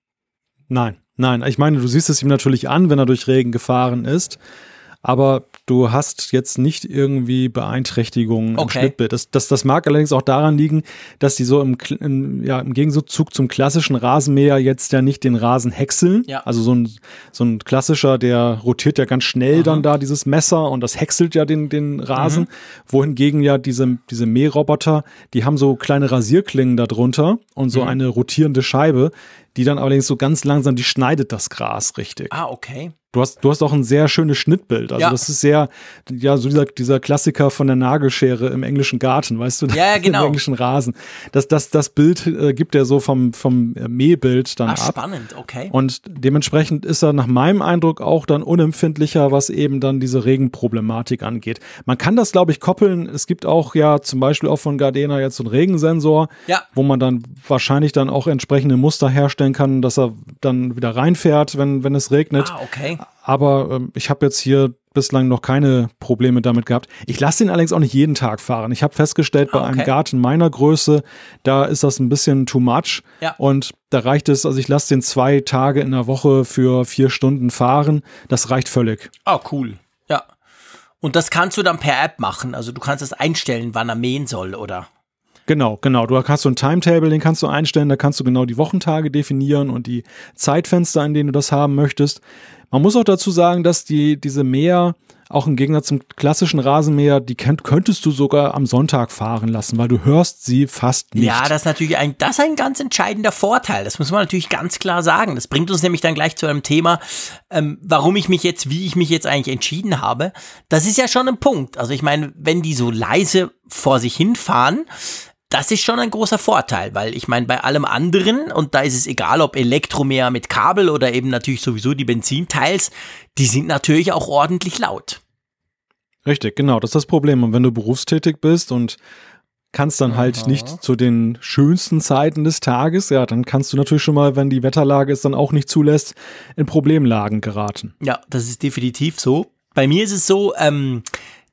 Nein, nein. Ich meine, du siehst es ihm natürlich an, wenn er durch Regen gefahren ist. Aber du hast jetzt nicht irgendwie Beeinträchtigungen okay. im Schnittbild. Das, das, das mag allerdings auch daran liegen, dass die so im, im, ja, im Gegenzug zum klassischen Rasenmäher jetzt ja nicht den Rasen häckseln. Ja. Also so ein, so ein klassischer, der rotiert ja ganz schnell mhm. dann da dieses Messer und das häckselt ja den, den Rasen. Mhm. Wohingegen ja diese, diese Mähroboter, die haben so kleine Rasierklingen da drunter und so mhm. eine rotierende Scheibe, die dann allerdings so ganz langsam, die schneidet das Gras richtig. Ah, okay. Du hast, du hast auch ein sehr schönes Schnittbild. Also ja. das ist sehr, ja, so dieser, dieser Klassiker von der Nagelschere im englischen Garten, weißt du? Ja, ja, genau. Im englischen Rasen. Das, das, das Bild äh, gibt er so vom, vom Mähbild dann ah, ab. Spannend, okay. Und dementsprechend ist er nach meinem Eindruck auch dann unempfindlicher, was eben dann diese Regenproblematik angeht. Man kann das, glaube ich, koppeln. Es gibt auch ja zum Beispiel auch von Gardena jetzt so einen Regensensor, ja. wo man dann wahrscheinlich dann auch entsprechende Muster herstellen kann, dass er dann wieder reinfährt, wenn, wenn es regnet. Ah, okay. Aber ähm, ich habe jetzt hier bislang noch keine Probleme damit gehabt. Ich lasse ihn allerdings auch nicht jeden Tag fahren. Ich habe festgestellt, bei ah, okay. einem Garten meiner Größe, da ist das ein bisschen too much. Ja. Und da reicht es, also ich lasse den zwei Tage in der Woche für vier Stunden fahren. Das reicht völlig. Oh, cool. Ja. Und das kannst du dann per App machen. Also du kannst es einstellen, wann er mähen soll, oder? Genau, genau. Du hast so ein Timetable, den kannst du einstellen. Da kannst du genau die Wochentage definieren und die Zeitfenster, in denen du das haben möchtest. Man muss auch dazu sagen, dass die diese Mäher, auch im Gegensatz zum klassischen Rasenmäher, die könnt, könntest du sogar am Sonntag fahren lassen, weil du hörst sie fast nicht. Ja, das ist natürlich ein, das ist ein ganz entscheidender Vorteil. Das muss man natürlich ganz klar sagen. Das bringt uns nämlich dann gleich zu einem Thema, ähm, warum ich mich jetzt, wie ich mich jetzt eigentlich entschieden habe. Das ist ja schon ein Punkt. Also ich meine, wenn die so leise vor sich hinfahren, das ist schon ein großer Vorteil, weil ich meine, bei allem anderen, und da ist es egal, ob Elektromäher mit Kabel oder eben natürlich sowieso die Benzinteils, die sind natürlich auch ordentlich laut. Richtig, genau, das ist das Problem. Und wenn du berufstätig bist und kannst dann halt Aha. nicht zu den schönsten Zeiten des Tages, ja, dann kannst du natürlich schon mal, wenn die Wetterlage es dann auch nicht zulässt, in Problemlagen geraten. Ja, das ist definitiv so. Bei mir ist es so, ähm,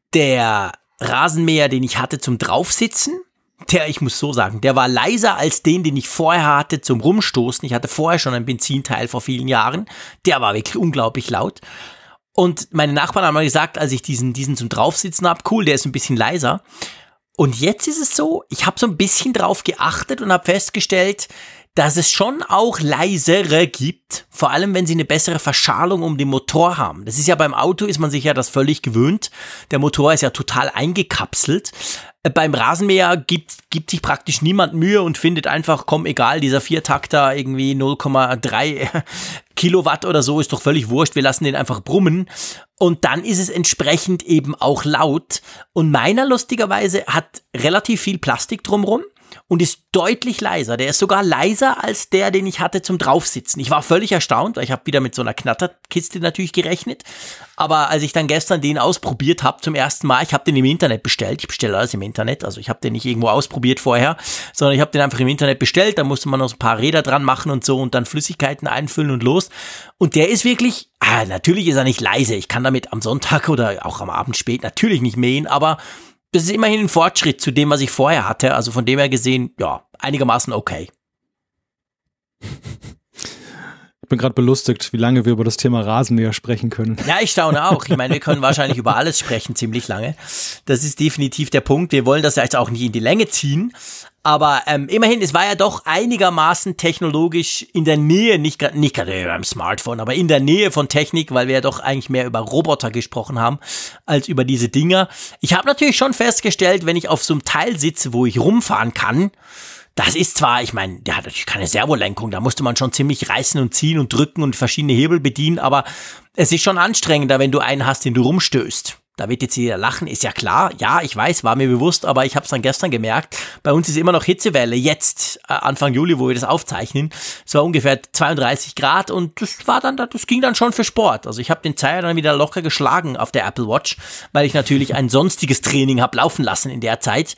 der Rasenmäher, den ich hatte zum Draufsitzen, der, ich muss so sagen, der war leiser als den, den ich vorher hatte zum Rumstoßen. Ich hatte vorher schon ein Benzinteil vor vielen Jahren. Der war wirklich unglaublich laut. Und meine Nachbarn haben mal gesagt, als ich diesen, diesen zum Draufsitzen habe, cool, der ist ein bisschen leiser. Und jetzt ist es so, ich habe so ein bisschen drauf geachtet und habe festgestellt, dass es schon auch leisere gibt, vor allem wenn sie eine bessere Verschalung um den Motor haben. Das ist ja beim Auto, ist man sich ja das völlig gewöhnt. Der Motor ist ja total eingekapselt. Beim Rasenmäher gibt, gibt sich praktisch niemand Mühe und findet einfach, komm, egal, dieser Viertakter irgendwie null Komma drei Kilowatt oder so, ist doch völlig wurscht, wir lassen den einfach brummen. Und dann ist es entsprechend eben auch laut. Und meiner lustigerweise hat relativ viel Plastik drumrum und ist deutlich leiser. Der ist sogar leiser als der, den ich hatte zum Draufsitzen. Ich war völlig erstaunt, weil ich habe wieder mit so einer Knatterkiste natürlich gerechnet. Aber als ich dann gestern den ausprobiert habe zum ersten Mal, ich habe den im Internet bestellt. Ich bestelle alles im Internet, also ich habe den nicht irgendwo ausprobiert vorher, sondern ich habe den einfach im Internet bestellt. Da musste man noch ein paar Räder dran machen und so und dann Flüssigkeiten einfüllen und los. Und der ist wirklich, ah, natürlich ist er nicht leise. Ich kann damit am Sonntag oder auch am Abend spät natürlich nicht mähen, aber das ist immerhin ein Fortschritt zu dem, was ich vorher hatte. Also von dem her gesehen, ja, einigermaßen okay. Ich bin gerade belustigt, wie lange wir über das Thema Rasenmäher sprechen können. Ja, ich staune auch. Ich meine, wir können wahrscheinlich über alles sprechen, ziemlich lange. Das ist definitiv der Punkt. Wir wollen das ja jetzt auch nicht in die Länge ziehen. Aber ähm, immerhin, es war ja doch einigermaßen technologisch in der Nähe, nicht, nicht gerade beim Smartphone, aber in der Nähe von Technik, weil wir ja doch eigentlich mehr über Roboter gesprochen haben, als über diese Dinger. Ich habe natürlich schon festgestellt, wenn ich auf so einem Teil sitze, wo ich rumfahren kann, das ist zwar, ich meine, der hat natürlich keine Servolenkung, da musste man schon ziemlich reißen und ziehen und drücken und verschiedene Hebel bedienen, aber es ist schon anstrengender, wenn du einen hast, den du rumstößt. Da wird jetzt jeder lachen, ist ja klar. Ja, ich weiß, war mir bewusst, aber ich habe es dann gestern gemerkt. Bei uns ist immer noch Hitzewelle, jetzt äh, Anfang Juli, wo wir das aufzeichnen. Es war ungefähr zweiunddreißig Grad und das war dann, das ging dann schon für Sport. Also ich habe den Zeiger dann wieder locker geschlagen auf der Apple Watch, weil ich natürlich ein sonstiges Training habe laufen lassen in der Zeit.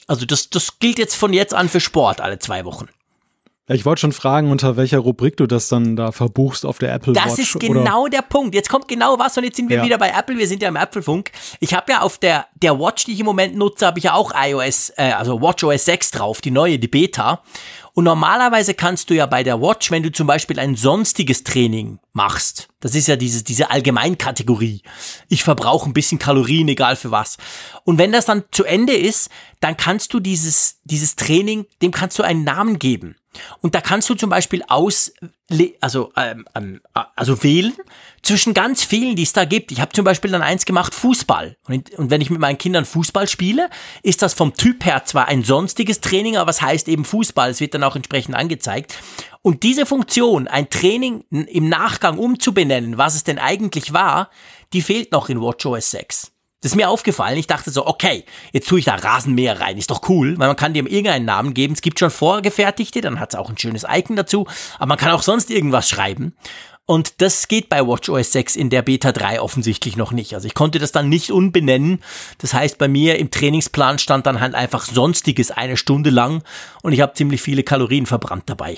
Also das, das gilt jetzt von jetzt an für Sport alle zwei Wochen. Ja, ich wollte schon fragen, unter welcher Rubrik du das dann da verbuchst auf der Apple das Watch. Das ist genau oder? der Punkt. Jetzt kommt genau was und jetzt sind wir ja. wieder bei Apple. Wir sind ja im Apfelfunk. Ich habe ja auf der, der Watch, die ich im Moment nutze, habe ich ja auch iOS, äh, also WatchOS sechs drauf, die neue, die Beta. Und normalerweise kannst du ja bei der Watch, wenn du zum Beispiel ein sonstiges Training machst, das ist ja diese, diese Allgemeinkategorie, ich verbrauche ein bisschen Kalorien, egal für was. Und wenn das dann zu Ende ist, dann kannst du dieses, dieses Training, dem kannst du einen Namen geben. Und da kannst du zum Beispiel aus, also, ähm, also wählen zwischen ganz vielen, die es da gibt. Ich habe zum Beispiel dann eins gemacht, Fußball. Und, und wenn ich mit meinen Kindern Fußball spiele, ist das vom Typ her zwar ein sonstiges Training, aber es heißt eben Fußball. Es wird dann auch entsprechend angezeigt. Und diese Funktion, ein Training im Nachgang umzubenennen, was es denn eigentlich war, die fehlt noch in WatchOS sechs. Das ist mir aufgefallen. Ich dachte so, okay, jetzt tue ich da Rasenmäher rein. Ist doch cool, weil man kann dem irgendeinen Namen geben. Es gibt schon vorgefertigte, dann hat es auch ein schönes Icon dazu. Aber man kann auch sonst irgendwas schreiben. Und das geht bei WatchOS sechs in der Beta drei offensichtlich noch nicht. Also ich konnte das dann nicht umbenennen. Das heißt, bei mir im Trainingsplan stand dann halt einfach Sonstiges eine Stunde lang. Und ich habe ziemlich viele Kalorien verbrannt dabei.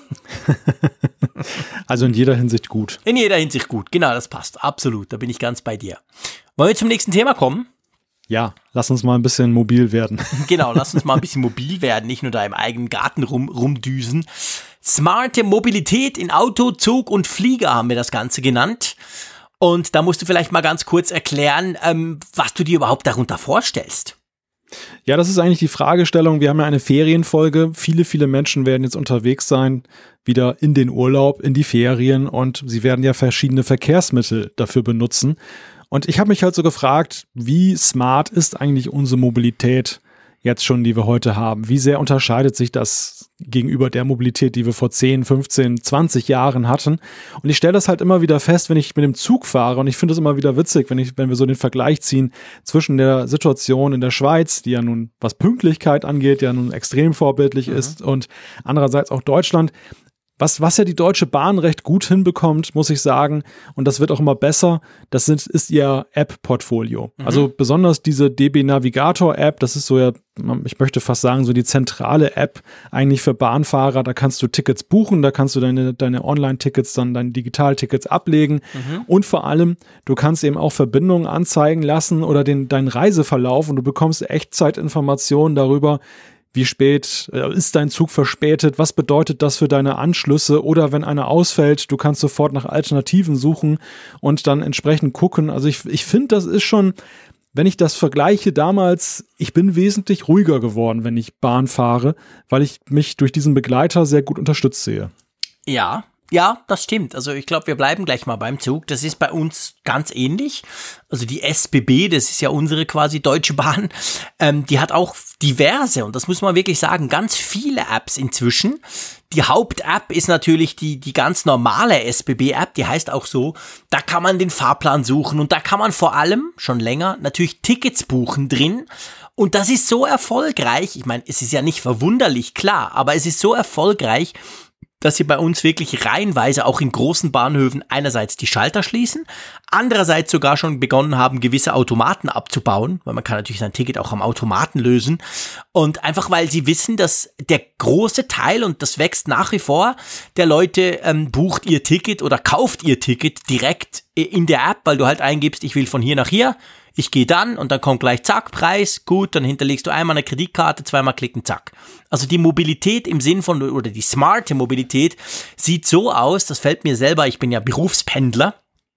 Also in jeder Hinsicht gut. In jeder Hinsicht gut, genau, das passt. Absolut, da bin ich ganz bei dir. Wollen wir zum nächsten Thema kommen? Ja, lass uns mal ein bisschen mobil werden. Genau, lass uns mal ein bisschen mobil werden, nicht nur da im eigenen Garten rum, rumdüsen. Smarte Mobilität in Auto, Zug und Flieger haben wir das Ganze genannt. Und da musst du vielleicht mal ganz kurz erklären, ähm, was du dir überhaupt darunter vorstellst. Ja, das ist eigentlich die Fragestellung. Wir haben ja eine Ferienfolge. Viele, viele Menschen werden jetzt unterwegs sein, wieder in den Urlaub, in die Ferien und sie werden ja verschiedene Verkehrsmittel dafür benutzen. Und ich habe mich halt so gefragt, wie smart ist eigentlich unsere Mobilität jetzt schon, die wir heute haben? Wie sehr unterscheidet sich das gegenüber der Mobilität, die wir vor zehn, fünfzehn, zwanzig Jahren hatten? Und ich stelle das halt immer wieder fest, wenn ich mit dem Zug fahre und ich finde es immer wieder witzig, wenn ich, wenn wir so den Vergleich ziehen zwischen der Situation in der Schweiz, die ja nun, was Pünktlichkeit angeht, ja nun extrem vorbildlich mhm. ist und andererseits auch Deutschland. Was, was ja die Deutsche Bahn recht gut hinbekommt, muss ich sagen, und das wird auch immer besser, das sind, ist ihr App-Portfolio. Mhm. Also besonders diese D B Navigator-App, das ist so ja, ich möchte fast sagen, so die zentrale App eigentlich für Bahnfahrer. Da kannst du Tickets buchen, da kannst du deine, deine Online-Tickets, dann deine Digital-Tickets ablegen mhm. und vor allem, du kannst eben auch Verbindungen anzeigen lassen oder den, deinen Reiseverlauf und du bekommst Echtzeitinformationen darüber, wie spät äh, ist dein Zug verspätet, was bedeutet das für deine Anschlüsse oder wenn einer ausfällt, du kannst sofort nach Alternativen suchen und dann entsprechend gucken. Also ich, ich finde, das ist schon, wenn ich das vergleiche damals, ich bin wesentlich ruhiger geworden, wenn ich Bahn fahre, weil ich mich durch diesen Begleiter sehr gut unterstützt sehe. Ja. Ja, das stimmt. Also ich glaube, wir bleiben gleich mal beim Zug. Das ist bei uns ganz ähnlich. Also die S B B, das ist ja unsere quasi Deutsche Bahn, ähm, die hat auch diverse, und das muss man wirklich sagen, ganz viele Apps inzwischen. Die Haupt-App ist natürlich die, die ganz normale S B B-App, die heißt auch so. Da kann man den Fahrplan suchen und da kann man vor allem, schon länger, natürlich Tickets buchen drin. Und das ist so erfolgreich, ich meine, es ist ja nicht verwunderlich, klar, aber es ist so erfolgreich, dass sie bei uns wirklich reihenweise auch in großen Bahnhöfen einerseits die Schalter schließen, andererseits sogar schon begonnen haben, gewisse Automaten abzubauen, weil man kann natürlich sein Ticket auch am Automaten lösen. Und einfach, weil sie wissen, dass der große Teil, und das wächst nach wie vor, der Leute ähm, bucht ihr Ticket oder kauft ihr Ticket direkt in der App, weil du halt eingibst, ich will von hier nach hier, ich gehe dann und dann kommt gleich zack, Preis, gut, dann hinterlegst du einmal eine Kreditkarte, zweimal klicken, zack. Also die Mobilität im Sinn von, oder die smarte Mobilität sieht so aus, das fällt mir selber, ich bin ja Berufspendler,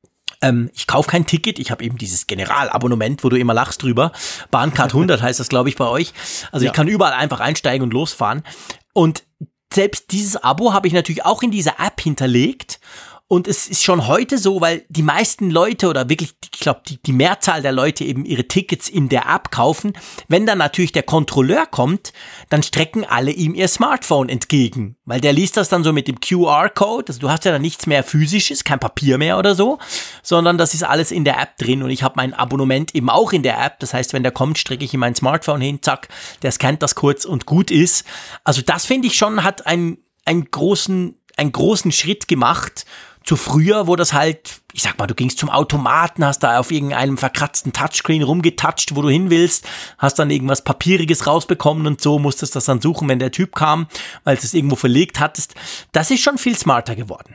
ähm, ich kaufe kein Ticket, ich habe eben dieses Generalabonnement, wo du immer lachst drüber, Bahncard hundert heißt das, glaube ich, bei euch. Also ja. Ich kann überall einfach einsteigen und losfahren und selbst dieses Abo habe ich natürlich auch in dieser App hinterlegt. Und es ist schon heute so, weil die meisten Leute oder wirklich, ich glaube, die, die Mehrzahl der Leute eben ihre Tickets in der App kaufen. Wenn dann natürlich der Kontrolleur kommt, dann strecken alle ihm ihr Smartphone entgegen. Weil der liest das dann so mit dem Q R-Code. Also du hast ja dann nichts mehr Physisches, kein Papier mehr oder so, sondern das ist alles in der App drin. Und ich habe mein Abonnement eben auch in der App. Das heißt, wenn der kommt, strecke ich ihm mein Smartphone hin, zack, der scannt das kurz und gut ist. Also das finde ich schon, hat einen, einen großen, einen großen Schritt gemacht zu früher, wo das halt, ich sag mal, du gingst zum Automaten, hast da auf irgendeinem verkratzten Touchscreen rumgetatscht, wo du hin willst, hast dann irgendwas Papieriges rausbekommen und so, musstest das dann suchen, wenn der Typ kam, weil du es irgendwo verlegt hattest. Das ist schon viel smarter geworden.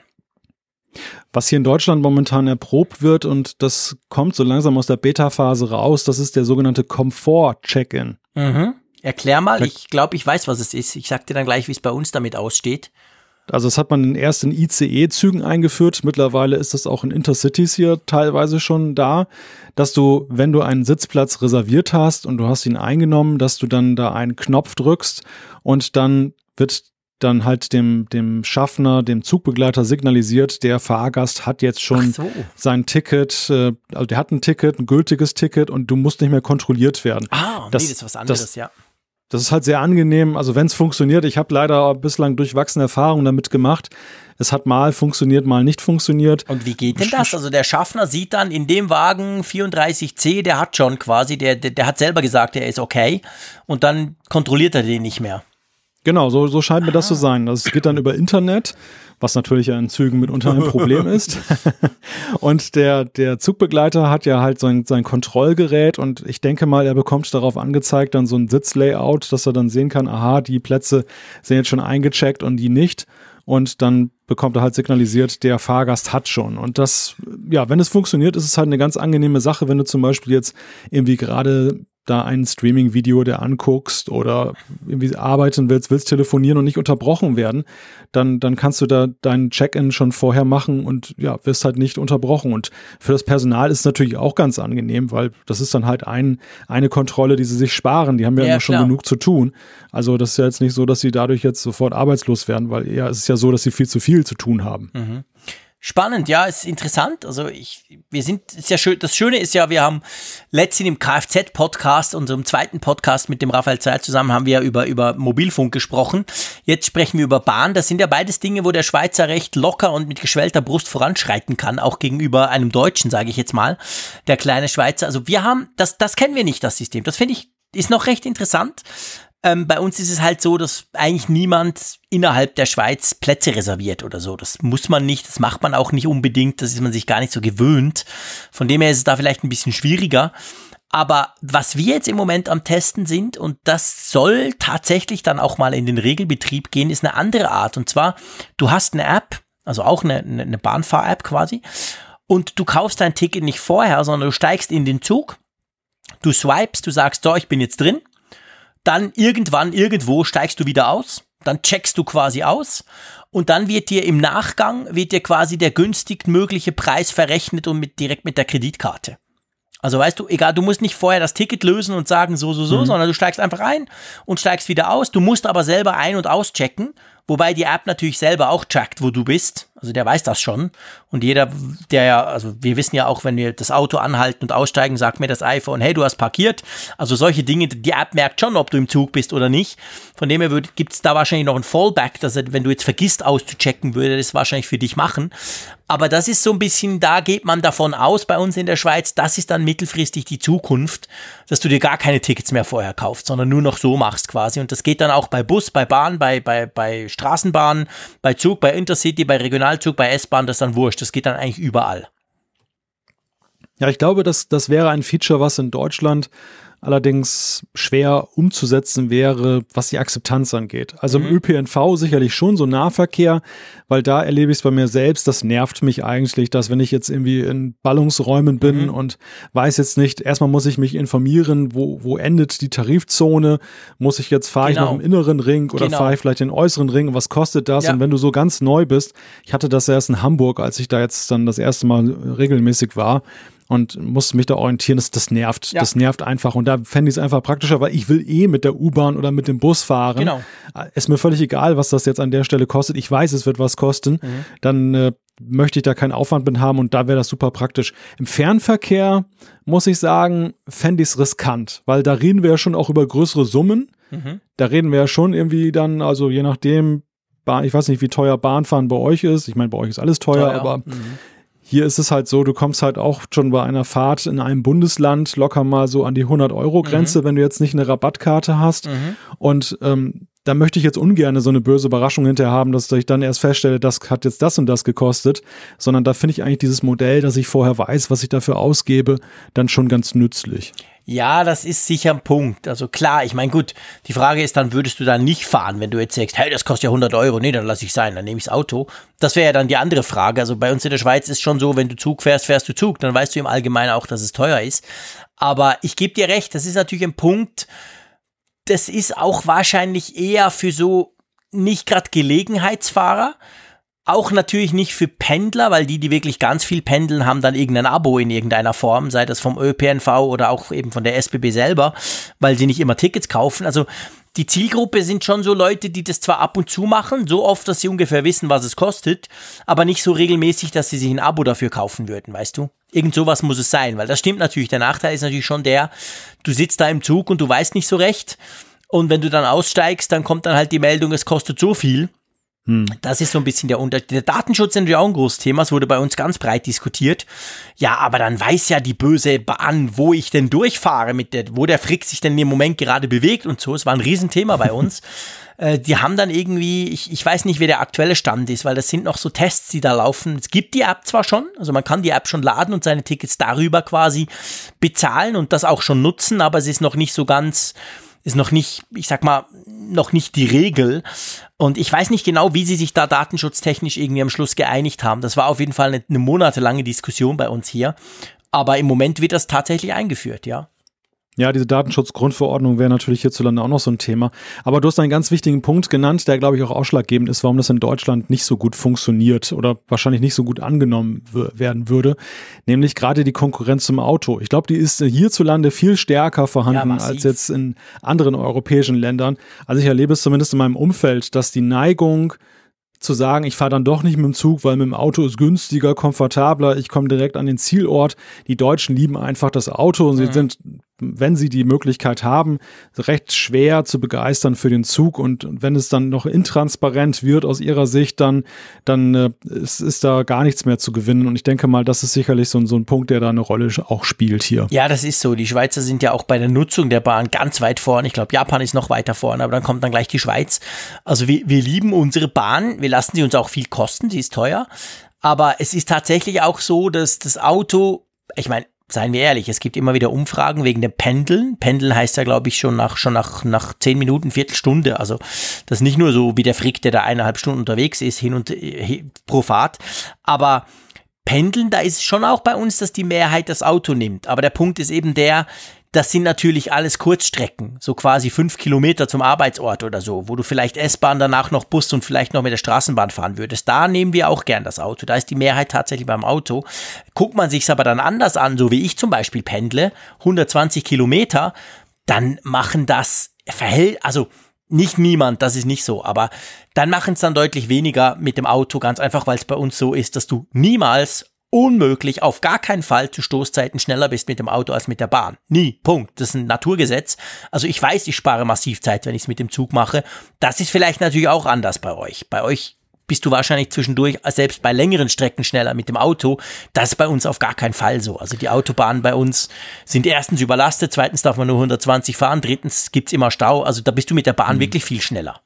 Was hier in Deutschland momentan erprobt wird, und das kommt so langsam aus der Beta-Phase raus, das ist der sogenannte Komfort-Check-In. Mhm. Erklär mal, ich glaube, ich weiß, was es ist. Ich sag dir dann gleich, wie es bei uns damit aussteht. Also das hat man erst in I C E-Zügen eingeführt. Mittlerweile ist das auch in Intercities hier teilweise schon da, dass du, wenn du einen Sitzplatz reserviert hast und du hast ihn eingenommen, dass du dann da einen Knopf drückst und dann wird dann halt dem, dem Schaffner, dem Zugbegleiter signalisiert, der Fahrgast hat jetzt schon so. sein Ticket, äh, also der hat ein Ticket, ein gültiges Ticket, und du musst nicht mehr kontrolliert werden. Ah, das, nee, das ist was anderes, das, ja. Das ist halt sehr angenehm, also wenn es funktioniert. Ich habe leider bislang durchwachsene Erfahrungen damit gemacht. Es hat mal funktioniert, mal nicht funktioniert. Und wie geht denn das? Also der Schaffner sieht dann, in dem Wagen vierunddreißig C, der hat schon quasi, der, der, der hat selber gesagt, er ist okay, und dann kontrolliert er den nicht mehr. Genau, so, so scheint mir das zu sein. Das geht dann über Internet, was natürlich ja in Zügen mitunter ein Problem ist. Und der, der Zugbegleiter hat ja halt sein, sein Kontrollgerät, und ich denke mal, er bekommt darauf angezeigt dann so ein Sitzlayout, dass er dann sehen kann, aha, die Plätze sind jetzt schon eingecheckt und die nicht. Und dann bekommt er halt signalisiert, der Fahrgast hat schon. Und das, ja, wenn es funktioniert, ist es halt eine ganz angenehme Sache, wenn du zum Beispiel jetzt irgendwie gerade da ein Streaming-Video dir anguckst oder irgendwie arbeiten willst, willst telefonieren und nicht unterbrochen werden, dann, dann kannst du da deinen Check-in schon vorher machen und ja, wirst halt nicht unterbrochen. Und für das Personal ist es natürlich auch ganz angenehm, weil das ist dann halt ein, eine Kontrolle, die sie sich sparen. Die haben ja, ja immer schon genug zu tun. Also das ist ja jetzt nicht so, dass sie dadurch jetzt sofort arbeitslos werden, weil eher ist es ja so, dass sie viel zu viel zu tun haben. Mhm. Spannend, ja, ist interessant. Also ich, wir sind, ist ja schön, das Schöne ist ja, wir haben letztens im Kfz-Podcast, unserem zweiten Podcast mit dem Raphael Zeil zusammen, haben wir ja über, über Mobilfunk gesprochen. Jetzt sprechen wir über Bahn. Das sind ja beides Dinge, wo der Schweizer recht locker und mit geschwellter Brust voranschreiten kann, auch gegenüber einem Deutschen, sage ich jetzt mal, der kleine Schweizer. Also wir haben, das, das kennen wir nicht, das System. Das finde ich, ist noch recht interessant. Ähm, bei uns ist es halt so, dass eigentlich niemand innerhalb der Schweiz Plätze reserviert oder so. Das muss man nicht, das macht man auch nicht unbedingt, das ist man sich gar nicht so gewöhnt. Von dem her ist es da vielleicht ein bisschen schwieriger. Aber was wir jetzt im Moment am Testen sind, und das soll tatsächlich dann auch mal in den Regelbetrieb gehen, ist eine andere Art. Und zwar, du hast eine App, also auch eine, eine Bahnfahr-App quasi, und du kaufst dein Ticket nicht vorher, sondern du steigst in den Zug, du swipest, du sagst, so, ich bin jetzt drin. Dann irgendwann, irgendwo steigst du wieder aus, dann checkst du quasi aus, und dann wird dir im Nachgang, wird dir quasi der günstig mögliche Preis verrechnet und mit, direkt mit der Kreditkarte. Also weißt du, egal, du musst nicht vorher das Ticket lösen und sagen so, so, so, mhm. sondern du steigst einfach ein und steigst wieder aus. Du musst aber selber ein- und auschecken, wobei die App natürlich selber auch checkt, wo du bist. Also der weiß das schon. Und jeder, der ja, also wir wissen ja auch, wenn wir das Auto anhalten und aussteigen, sagt mir das iPhone, hey, du hast parkiert. Also solche Dinge, die App merkt schon, ob du im Zug bist oder nicht. Von dem her gibt es da wahrscheinlich noch ein Fallback, dass er, wenn du jetzt vergisst auszuchecken, würde das wahrscheinlich für dich machen. Aber das ist so ein bisschen, da geht man davon aus bei uns in der Schweiz, das ist dann mittelfristig die Zukunft, dass du dir gar keine Tickets mehr vorher kaufst, sondern nur noch so machst quasi. Und das geht dann auch bei Bus, bei Bahn, bei, bei, bei Straßenbahn, bei Zug, bei Intercity, bei Regionalzug, bei S-Bahn, das ist dann wurscht. Das geht dann eigentlich überall. Ja, ich glaube, das, das wäre ein Feature, was in Deutschland allerdings schwer umzusetzen wäre, was die Akzeptanz angeht. Also mhm. im Ö P N V sicherlich schon so Nahverkehr, weil da erlebe ich es bei mir selbst, das nervt mich eigentlich, dass wenn ich jetzt irgendwie in Ballungsräumen bin mhm. und weiß jetzt nicht, erstmal muss ich mich informieren, wo, wo endet die Tarifzone, muss ich jetzt, fahre genau. ich noch im inneren Ring oder genau. fahre ich vielleicht den äußeren Ring und was kostet das? Ja. Und wenn du so ganz neu bist, ich hatte das erst in Hamburg, als ich da jetzt dann das erste Mal regelmäßig war, und musste mich da orientieren, das, das nervt, ja. das nervt einfach, und da fände ich es einfach praktischer, weil ich will eh mit der U-Bahn oder mit dem Bus fahren. Genau. Ist mir völlig egal, was das jetzt an der Stelle kostet. Ich weiß, es wird was kosten. Mhm. Dann äh, möchte ich da keinen Aufwand mit haben, und da wäre das super praktisch. Im Fernverkehr, muss ich sagen, fände ich es riskant, weil da reden wir ja schon auch über größere Summen. Mhm. Da reden wir ja schon irgendwie dann, also je nachdem, ich weiß nicht, wie teuer Bahnfahren bei euch ist. Ich meine, bei euch ist alles teuer, teuer. aber mhm. hier ist es halt so, du kommst halt auch schon bei einer Fahrt in einem Bundesland locker mal so an die hundert Euro Grenze, mhm. wenn du jetzt nicht eine Rabattkarte hast. Mhm. Und ähm, da möchte ich jetzt ungern so eine böse Überraschung hinterher haben, dass ich dann erst feststelle, das hat jetzt das und das gekostet, sondern da finde ich eigentlich dieses Modell, dass ich vorher weiß, was ich dafür ausgebe, dann schon ganz nützlich. Ja, das ist sicher ein Punkt. Also klar, ich meine, gut, die Frage ist dann, würdest du dann nicht fahren, wenn du jetzt sagst, hey, das kostet ja hundert Euro, nee, dann lass ich sein, dann nehme ich das Auto. Das wäre ja dann die andere Frage. Also bei uns in der Schweiz ist schon so, wenn du Zug fährst, fährst du Zug, dann weißt du im Allgemeinen auch, dass es teuer ist. Aber ich gebe dir recht, das ist natürlich ein Punkt, das ist auch wahrscheinlich eher für so nicht gerade Gelegenheitsfahrer, auch natürlich nicht für Pendler, weil die, die wirklich ganz viel pendeln, haben dann irgendein Abo in irgendeiner Form, sei das vom Ö P N V oder auch eben von der S B B selber, weil sie nicht immer Tickets kaufen. Also die Zielgruppe sind schon so Leute, die das zwar ab und zu machen, so oft, dass sie ungefähr wissen, was es kostet, aber nicht so regelmäßig, dass sie sich ein Abo dafür kaufen würden, weißt du? Irgend sowas muss es sein, weil das stimmt natürlich. Der Nachteil ist natürlich schon der, du sitzt da im Zug und du weißt nicht so recht und wenn du dann aussteigst, dann kommt dann halt die Meldung, es kostet so viel. Hm. Das ist so ein bisschen der Unterschied. Der Datenschutz ist natürlich auch ein großes Thema, es wurde bei uns ganz breit diskutiert. Ja, aber dann weiß ja die böse Bahn, wo ich denn durchfahre, mit der, wo der Frick sich denn im Moment gerade bewegt und so. Es war ein Riesenthema bei uns. äh, die haben dann irgendwie, ich, ich weiß nicht, wer der aktuelle Stand ist, weil das sind noch so Tests, die da laufen. Es gibt die App zwar schon, also man kann die App schon laden und seine Tickets darüber quasi bezahlen und das auch schon nutzen, aber es ist noch nicht so ganz... ist noch nicht, ich sag mal, noch nicht die Regel. Und ich weiß nicht genau, wie sie sich da datenschutztechnisch irgendwie am Schluss geeinigt haben. Das war auf jeden Fall eine, eine monatelange Diskussion bei uns hier. Aber im Moment wird das tatsächlich eingeführt, ja. Ja, diese Datenschutzgrundverordnung wäre natürlich hierzulande auch noch so ein Thema. Aber du hast einen ganz wichtigen Punkt genannt, der, glaube ich, auch ausschlaggebend ist, warum das in Deutschland nicht so gut funktioniert oder wahrscheinlich nicht so gut angenommen w- werden würde. Nämlich gerade die Konkurrenz zum Auto. Ich glaube, die ist hierzulande viel stärker vorhanden ja, als jetzt in anderen europäischen Ländern. Also ich erlebe es zumindest in meinem Umfeld, dass die Neigung zu sagen, ich fahre dann doch nicht mit dem Zug, weil mit dem Auto ist günstiger, komfortabler, ich komme direkt an den Zielort. Die Deutschen lieben einfach das Auto und sie mhm. sind, wenn sie die Möglichkeit haben, recht schwer zu begeistern für den Zug und wenn es dann noch intransparent wird aus ihrer Sicht, dann, dann äh, ist, ist da gar nichts mehr zu gewinnen und ich denke mal, das ist sicherlich so, so ein Punkt, der da eine Rolle auch spielt hier. Ja, das ist so. Die Schweizer sind ja auch bei der Nutzung der Bahn ganz weit vorne. Ich glaube, Japan ist noch weiter vorne, aber dann kommt dann gleich die Schweiz. Also wir, wir lieben unsere Bahn, wir lassen sie uns auch viel kosten, sie ist teuer, aber es ist tatsächlich auch so, dass das Auto, ich meine, seien wir ehrlich, es gibt immer wieder Umfragen wegen dem Pendeln. Pendeln heißt ja, glaube ich, schon nach schon nach nach zehn Minuten, Viertelstunde. Also das ist nicht nur so wie der Frick, der da eineinhalb Stunden unterwegs ist, hin und äh, pro Fahrt. Aber Pendeln, da ist es schon auch bei uns, dass die Mehrheit das Auto nimmt. Aber der Punkt ist eben der, das sind natürlich alles Kurzstrecken, so quasi fünf Kilometer zum Arbeitsort oder so, wo du vielleicht S-Bahn, danach noch Bus und vielleicht noch mit der Straßenbahn fahren würdest. Da nehmen wir auch gern das Auto. Da ist die Mehrheit tatsächlich beim Auto. Guckt man sich's aber dann anders an, so wie ich zum Beispiel pendle, hundertzwanzig Kilometer, dann machen das Verhält, also nicht niemand, das ist nicht so, aber dann machen es dann deutlich weniger mit dem Auto, ganz einfach, weil es bei uns so ist, dass du niemals unmöglich, auf gar keinen Fall zu Stoßzeiten schneller bist mit dem Auto als mit der Bahn. Nie, Punkt. Das ist ein Naturgesetz. Also ich weiß, ich spare massiv Zeit, wenn ich es mit dem Zug mache. Das ist vielleicht natürlich auch anders bei euch. Bei euch bist du wahrscheinlich zwischendurch, selbst bei längeren Strecken schneller mit dem Auto. Das ist bei uns auf gar keinen Fall so. Also die Autobahnen bei uns sind erstens überlastet, zweitens darf man nur hundertzwanzig fahren, drittens gibt's immer Stau. Also da bist du mit der Bahn mhm. wirklich viel schneller.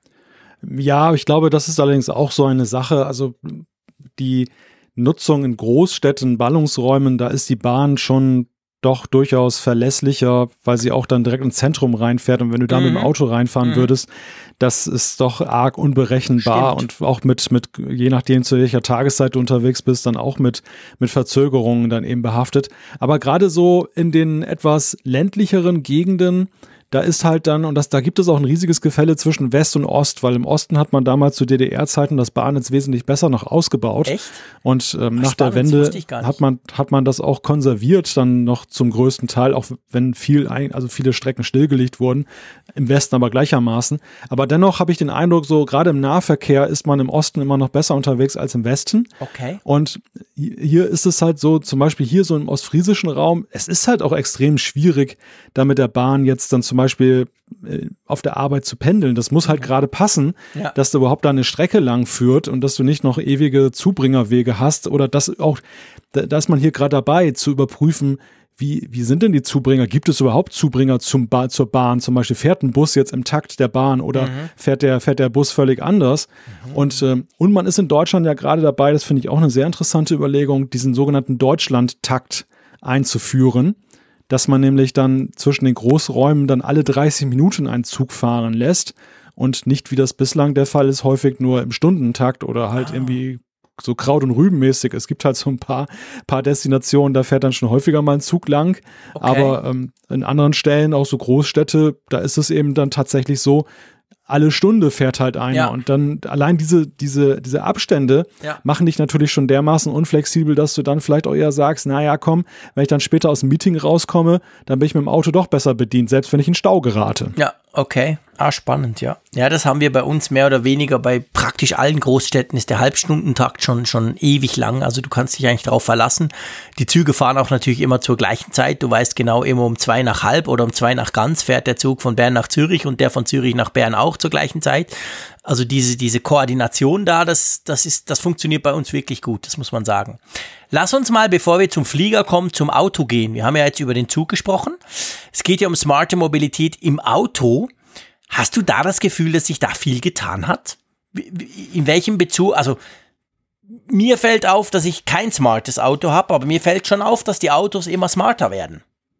Ja, ich glaube, das ist allerdings auch so eine Sache. Also die Nutzung in Großstädten, Ballungsräumen, da ist die Bahn schon doch durchaus verlässlicher, weil sie auch dann direkt ins Zentrum reinfährt und wenn du da mhm. mit dem Auto reinfahren mhm. würdest, das ist doch arg unberechenbar Stimmt. und auch mit, mit, je nachdem zu welcher Tageszeit du unterwegs bist, dann auch mit, mit Verzögerungen dann eben behaftet. Aber gerade so in den etwas ländlicheren Gegenden, da ist halt dann, und das, da gibt es auch ein riesiges Gefälle zwischen West und Ost, weil im Osten hat man damals zu D D R-Zeiten das Bahnnetz wesentlich besser noch ausgebaut. Echt? Und ähm, nach der Wende hat man, hat man das auch konserviert, dann noch zum größten Teil, auch wenn viel, ein, also viele Strecken stillgelegt wurden, im Westen aber gleichermaßen. Aber dennoch habe ich den Eindruck, so gerade im Nahverkehr ist man im Osten immer noch besser unterwegs als im Westen. Okay. Und hier ist es halt so, zum Beispiel hier so im ostfriesischen Raum, es ist halt auch extrem schwierig, da mit der Bahn jetzt dann zum Beispiel äh, auf der Arbeit zu pendeln. Das muss halt okay. gerade passen, ja. dass du überhaupt da eine Strecke lang führt und dass du nicht noch ewige Zubringerwege hast oder dass auch, da, da ist man hier gerade dabei zu überprüfen, wie, wie sind denn die Zubringer? Gibt es überhaupt Zubringer zum ba- zur Bahn? Zum Beispiel fährt ein Bus jetzt im Takt der Bahn oder mhm. fährt der, fährt der Bus völlig anders? Mhm. Und, ähm, und man ist in Deutschland ja gerade dabei, das finde ich auch eine sehr interessante Überlegung, diesen sogenannten Deutschland-Takt einzuführen, dass man nämlich dann zwischen den Großräumen dann alle dreißig Minuten einen Zug fahren lässt und nicht, wie das bislang der Fall ist, häufig nur im Stundentakt oder halt ah. irgendwie so Kraut- und Rübenmäßig. Es gibt halt so ein paar, paar Destinationen, da fährt dann schon häufiger mal ein Zug lang. Okay. Aber ähm, in anderen Stellen, auch so Großstädte, da ist es eben dann tatsächlich so, alle Stunde fährt halt einer. Ja. Und dann allein diese, diese, diese Abstände ja. machen dich natürlich schon dermaßen unflexibel, dass du dann vielleicht auch eher sagst, naja, komm, wenn ich dann später aus dem Meeting rauskomme, dann bin ich mit dem Auto doch besser bedient, selbst wenn ich in Stau gerate. Ja, okay. Ah, spannend, ja. Ja, das haben wir bei uns mehr oder weniger bei praktisch allen Großstädten ist der Halbstundentakt schon, schon ewig lang. Also du kannst dich eigentlich darauf verlassen. Die Züge fahren auch natürlich immer zur gleichen Zeit. Du weißt genau, immer um zwei nach halb oder um zwei nach ganz fährt der Zug von Bern nach Zürich und der von Zürich nach Bern auch zur gleichen Zeit. Also diese, diese Koordination da, das, das ist, das funktioniert bei uns wirklich gut, das muss man sagen. Lass uns mal, bevor wir zum Flieger kommen, zum Auto gehen. Wir haben ja jetzt über den Zug gesprochen. Es geht ja um smarte Mobilität im Auto. Hast du da das Gefühl, dass sich da viel getan hat? In welchem Bezug? Also mir fällt auf, dass ich kein smartes Auto habe, aber mir fällt schon auf, dass die Autos immer smarter werden.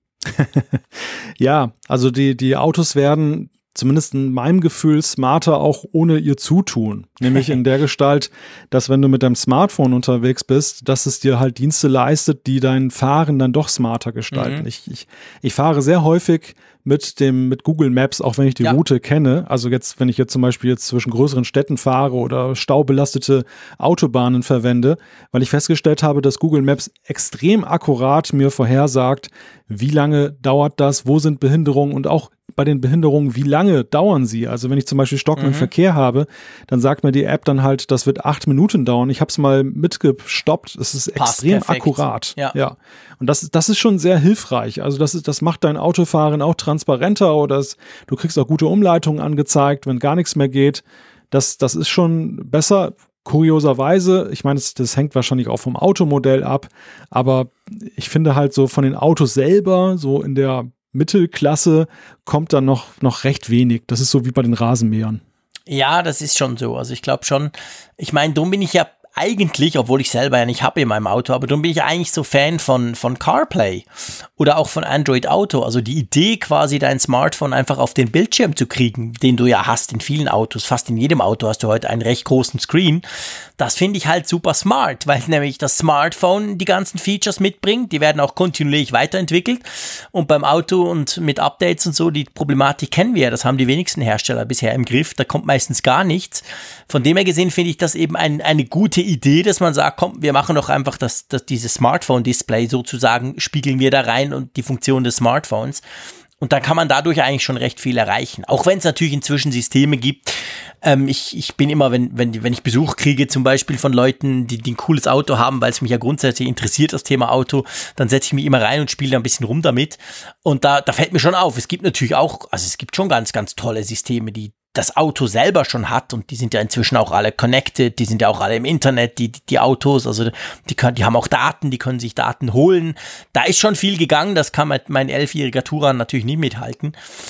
Ja, also die, die Autos werden zumindest in meinem Gefühl smarter auch ohne ihr Zutun. Nämlich in der Gestalt, dass wenn du mit deinem Smartphone unterwegs bist, dass es dir halt Dienste leistet, die dein Fahren dann doch smarter gestalten. Mhm. Ich, ich, ich fahre sehr häufig mit dem, mit Google Maps, auch wenn ich die ja. Route kenne. Also jetzt, wenn ich jetzt zum Beispiel jetzt zwischen größeren Städten fahre oder staubelastete Autobahnen verwende, weil ich festgestellt habe, dass Google Maps extrem akkurat mir vorhersagt, wie lange dauert das, wo sind Behinderungen und auch bei den Behinderungen, wie lange dauern sie? Also wenn ich zum Beispiel stockenden mhm. Verkehr habe, dann sagt mir die App dann halt, das wird acht Minuten dauern. Ich habe es mal mitgestoppt. Es ist Passt extrem perfekt. akkurat. Ja. ja. Und das, das ist schon sehr hilfreich. Also das, ist, das macht dein Autofahren auch transparenter oder es, du kriegst auch gute Umleitungen angezeigt, wenn gar nichts mehr geht. Das, das ist schon besser. Kurioserweise, ich meine, das, das hängt wahrscheinlich auch vom Automodell ab, aber ich finde halt so von den Autos selber, so in der Mittelklasse kommt dann noch, noch recht wenig. Das ist so wie bei den Rasenmähern. Ja, das ist schon so. Also ich glaube schon, ich meine, darum bin ich ja eigentlich, obwohl ich selber ja nicht habe in meinem Auto, aber darum bin ich eigentlich so Fan von, von CarPlay oder auch von Android Auto. Also die Idee quasi, dein Smartphone einfach auf den Bildschirm zu kriegen, den du ja hast in vielen Autos, fast in jedem Auto hast du heute einen recht großen Screen. Das finde ich halt super smart, weil nämlich das Smartphone die ganzen Features mitbringt. Die werden auch kontinuierlich weiterentwickelt und beim Auto und mit Updates und so, die Problematik kennen wir ja, das haben die wenigsten Hersteller bisher im Griff, da kommt meistens gar nichts. Von dem her gesehen finde ich das eben ein, eine gute Idee, dass man sagt, komm, wir machen doch einfach das, das, dieses Smartphone-Display sozusagen, spiegeln wir da rein und die Funktion des Smartphones. Und dann kann man dadurch eigentlich schon recht viel erreichen. Auch wenn es natürlich inzwischen Systeme gibt. Ähm, ich, ich bin immer, wenn, wenn, wenn ich Besuch kriege, zum Beispiel von Leuten, die, die ein cooles Auto haben, weil es mich ja grundsätzlich interessiert, das Thema Auto, dann setze ich mich immer rein und spiele da ein bisschen rum damit. Und da, da fällt mir schon auf, es gibt natürlich auch, also es gibt schon ganz, ganz tolle Systeme, die das Auto selber schon hat und die sind ja inzwischen auch alle connected, die sind ja auch alle im Internet, die, die Autos, also die können, die haben auch Daten, die können sich Daten holen. Da ist schon viel gegangen, das kann mein elfjähriger Touran natürlich nicht mithalten.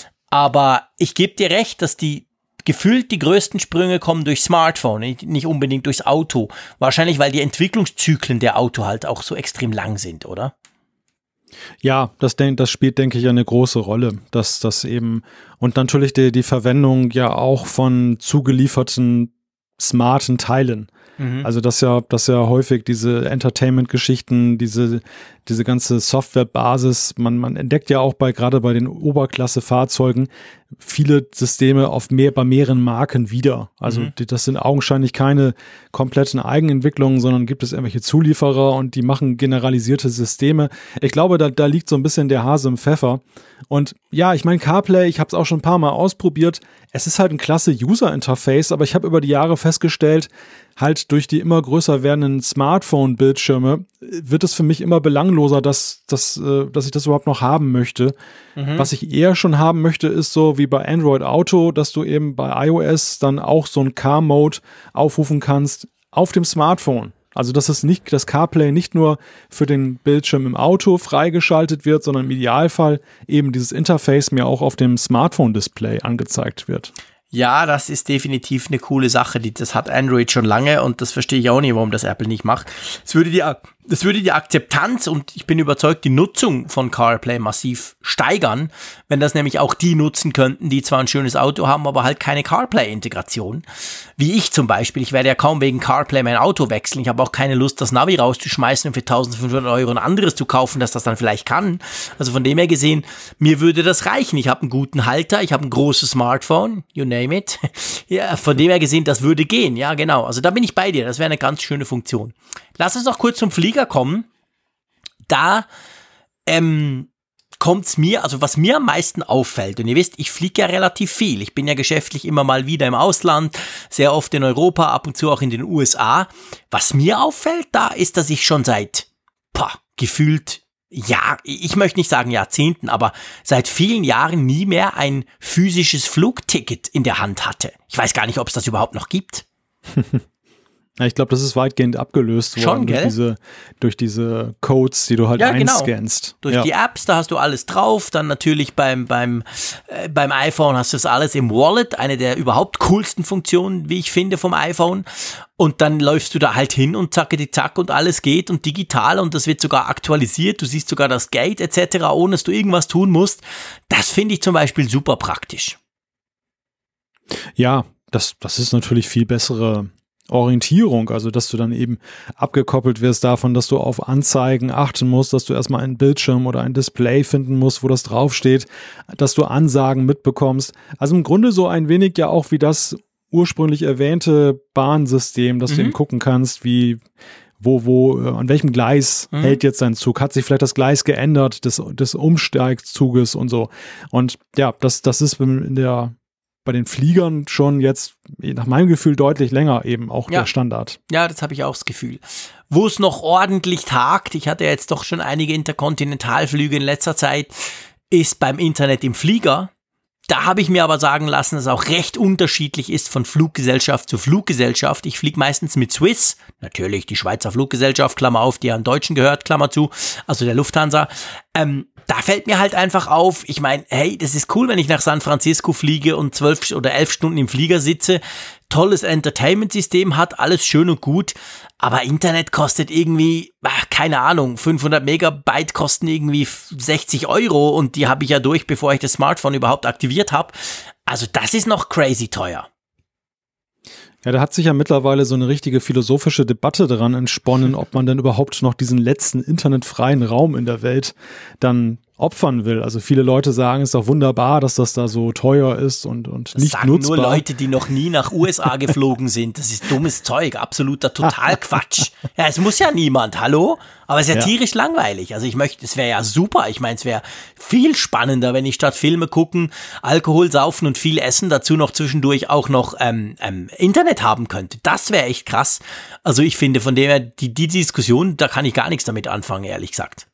Aber ich gebe dir recht, dass die gefühlt die größten Sprünge kommen durch Smartphone, nicht unbedingt durchs Auto. Wahrscheinlich, weil die Entwicklungszyklen der Auto halt auch so extrem lang sind, oder? Ja, das, das spielt, denke ich, eine große Rolle, dass das eben und natürlich die, die Verwendung ja auch von zugelieferten smarten Teilen. Mhm. Also das ja, das ja häufig diese Entertainment-Geschichten, diese, diese ganze Softwarebasis, man, man entdeckt ja auch bei, gerade bei den Oberklasse-Fahrzeugen viele Systeme auf mehr, bei mehreren Marken wieder. Also mhm. die, das sind augenscheinlich keine kompletten Eigenentwicklungen, sondern gibt es irgendwelche Zulieferer und die machen generalisierte Systeme. Ich glaube, da, da liegt so ein bisschen der Hase im Pfeffer. Und ja, ich meine, CarPlay, ich habe es auch schon ein paar Mal ausprobiert. Es ist halt ein klasse User-Interface, aber ich habe über die Jahre festgestellt, halt durch die immer größer werdenden Smartphone-Bildschirme wird es für mich immer belangloser, dass, dass, dass ich das überhaupt noch haben möchte. Mhm. Was ich eher schon haben möchte, ist so wie bei Android Auto, dass du eben bei iOS dann auch so einen Car-Mode aufrufen kannst auf dem Smartphone. Also dass es nicht, das CarPlay nicht nur für den Bildschirm im Auto freigeschaltet wird, sondern im Idealfall eben dieses Interface mir auch auf dem Smartphone-Display angezeigt wird. Ja, das ist definitiv eine coole Sache. Die, das hat Android schon lange und das verstehe ich auch nicht, warum das Apple nicht macht. Es würde die, das würde die Akzeptanz und ich bin überzeugt, die Nutzung von CarPlay massiv steigern, wenn das nämlich auch die nutzen könnten, die zwar ein schönes Auto haben, aber halt keine CarPlay-Integration. Wie ich zum Beispiel. Ich werde ja kaum wegen CarPlay mein Auto wechseln. Ich habe auch keine Lust, das Navi rauszuschmeißen und für eintausendfünfhundert Euro ein anderes zu kaufen, das das dann vielleicht kann. Also von dem her gesehen, mir würde das reichen. Ich habe einen guten Halter, ich habe ein großes Smartphone, you name it. Ja, von dem her gesehen, das würde gehen. Ja, genau. Also da bin ich bei dir. Das wäre eine ganz schöne Funktion. Lass uns noch kurz zum Flieger kommen. Da ähm, kommt es mir, also was mir am meisten auffällt, und ihr wisst, ich fliege ja relativ viel. Ich bin ja geschäftlich immer mal wieder im Ausland, sehr oft in Europa, ab und zu auch in den U S A. Was mir auffällt da, ist, dass ich schon seit, pah, gefühlt, ja, ich möchte nicht sagen Jahrzehnten, aber seit vielen Jahren nie mehr ein physisches Flugticket in der Hand hatte. Ich weiß gar nicht, ob es das überhaupt noch gibt. Ja, ich glaube, das ist weitgehend abgelöst worden. Schon, durch gell? diese durch diese Codes, die du halt Ja, genau. einscannst. Durch ja. die Apps, da hast du alles drauf. Dann natürlich beim beim äh, beim iPhone hast du das alles im Wallet, eine der überhaupt coolsten Funktionen, wie ich finde, vom iPhone. Und dann läufst du da halt hin und zacke die zack und alles geht und digital und das wird sogar aktualisiert. Du siehst sogar das Gate et cetera, ohne dass du irgendwas tun musst. Das finde ich zum Beispiel super praktisch. Ja, das das ist natürlich viel bessere Orientierung, also dass du dann eben abgekoppelt wirst davon, dass du auf Anzeigen achten musst, dass du erstmal einen Bildschirm oder ein Display finden musst, wo das draufsteht, dass du Ansagen mitbekommst. Also im Grunde so ein wenig ja auch wie das ursprünglich erwähnte Bahnsystem, dass mhm. du eben gucken kannst, wie wo, wo, an welchem Gleis mhm. hält jetzt dein Zug? Hat sich vielleicht das Gleis geändert des, des Umsteigzuges und so. Und ja, das, das ist in der bei den Fliegern schon jetzt nach meinem Gefühl deutlich länger eben auch ja. der Standard. Ja, das habe ich auch das Gefühl. Wo es noch ordentlich tagt, ich hatte jetzt doch schon einige Interkontinentalflüge in letzter Zeit, ist beim Internet im Flieger. Da habe ich mir aber sagen lassen, dass es auch recht unterschiedlich ist von Fluggesellschaft zu Fluggesellschaft. Ich fliege meistens mit Swiss, natürlich die Schweizer Fluggesellschaft, Klammer auf, die an Deutschen gehört, Klammer zu, also der Lufthansa. Ähm, da fällt mir halt einfach auf, ich meine, hey, das ist cool, wenn ich nach San Francisco fliege und zwölf oder elf Stunden im Flieger sitze, tolles Entertainment-System hat, alles schön und gut, aber Internet kostet irgendwie, ach, keine Ahnung, fünfhundert Megabyte kosten irgendwie sechzig Euro und die habe ich ja durch, bevor ich das Smartphone überhaupt aktiviert habe. Also das ist noch crazy teuer. Ja, da hat sich ja mittlerweile so eine richtige philosophische Debatte daran entsponnen, ob man denn überhaupt noch diesen letzten internetfreien Raum in der Welt dann opfern will. Also viele Leute sagen, es ist doch wunderbar, dass das da so teuer ist und, und das nicht sagen nutzbar. Nur Leute, die noch nie nach U S A geflogen sind. Das ist dummes Zeug, absoluter Totalquatsch. Ja, es muss ja niemand, hallo? Aber es ist ja, ja. tierisch langweilig. Also ich möchte, es wäre ja super. Ich meine, es wäre viel spannender, wenn ich statt Filme gucken, Alkohol saufen und viel essen, dazu noch zwischendurch auch noch ähm, ähm, Internet haben könnte. Das wäre echt krass. Also ich finde, von dem her, die, die Diskussion, da kann ich gar nichts damit anfangen, ehrlich gesagt.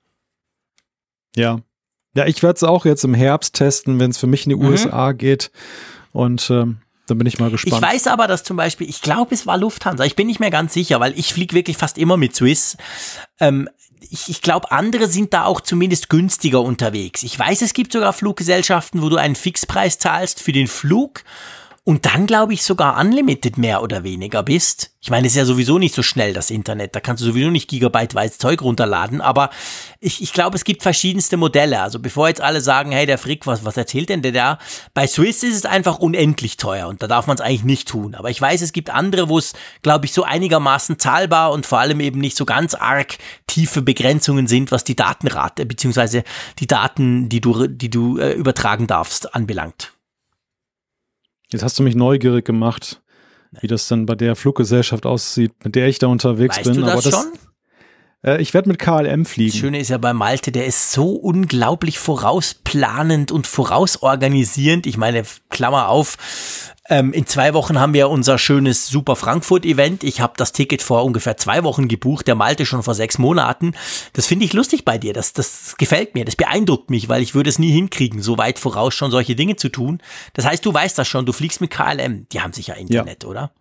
Ja. Ja, ich werde es auch jetzt im Herbst testen, wenn es für mich in die mhm. U S A geht. Und ähm, dann bin ich mal gespannt. Ich weiß aber, dass zum Beispiel, ich glaube, es war Lufthansa. Ich bin nicht mehr ganz sicher, weil ich fliege wirklich fast immer mit Swiss. Ähm, ich ich glaube, andere sind da auch zumindest günstiger unterwegs. Ich weiß, es gibt sogar Fluggesellschaften, wo du einen Fixpreis zahlst für den Flug und dann, glaube ich, sogar unlimited mehr oder weniger bist. Ich meine, es ist ja sowieso nicht so schnell, das Internet. Da kannst du sowieso nicht gigabyteweise Zeug runterladen. Aber ich, ich glaube, es gibt verschiedenste Modelle. Also bevor jetzt alle sagen, hey, der Frick, was, was erzählt denn der da? Bei Swiss ist es einfach unendlich teuer und da darf man es eigentlich nicht tun. Aber ich weiß, es gibt andere, wo es, glaube ich, so einigermaßen zahlbar und vor allem eben nicht so ganz arg tiefe Begrenzungen sind, was die Datenrate beziehungsweise die Daten, die du, die du äh, übertragen darfst, anbelangt. Jetzt hast du mich neugierig gemacht, wie das dann bei der Fluggesellschaft aussieht, mit der ich da unterwegs weißt bin. Du das Aber das schon? Äh, ich werde mit K L M fliegen. Das Schöne ist ja bei Malte, der ist so unglaublich vorausplanend und vorausorganisierend. Ich meine, Klammer auf, ähm, in zwei Wochen haben wir unser schönes Super Frankfurt-Event. Ich habe das Ticket vor ungefähr zwei Wochen gebucht, der Malte schon vor sechs Monaten. Das finde ich lustig bei dir, das, das gefällt mir, das beeindruckt mich, weil ich würde es nie hinkriegen, so weit voraus schon solche Dinge zu tun. Das heißt, du weißt das schon, du fliegst mit K L M, die haben sicher Internet, ja. oder?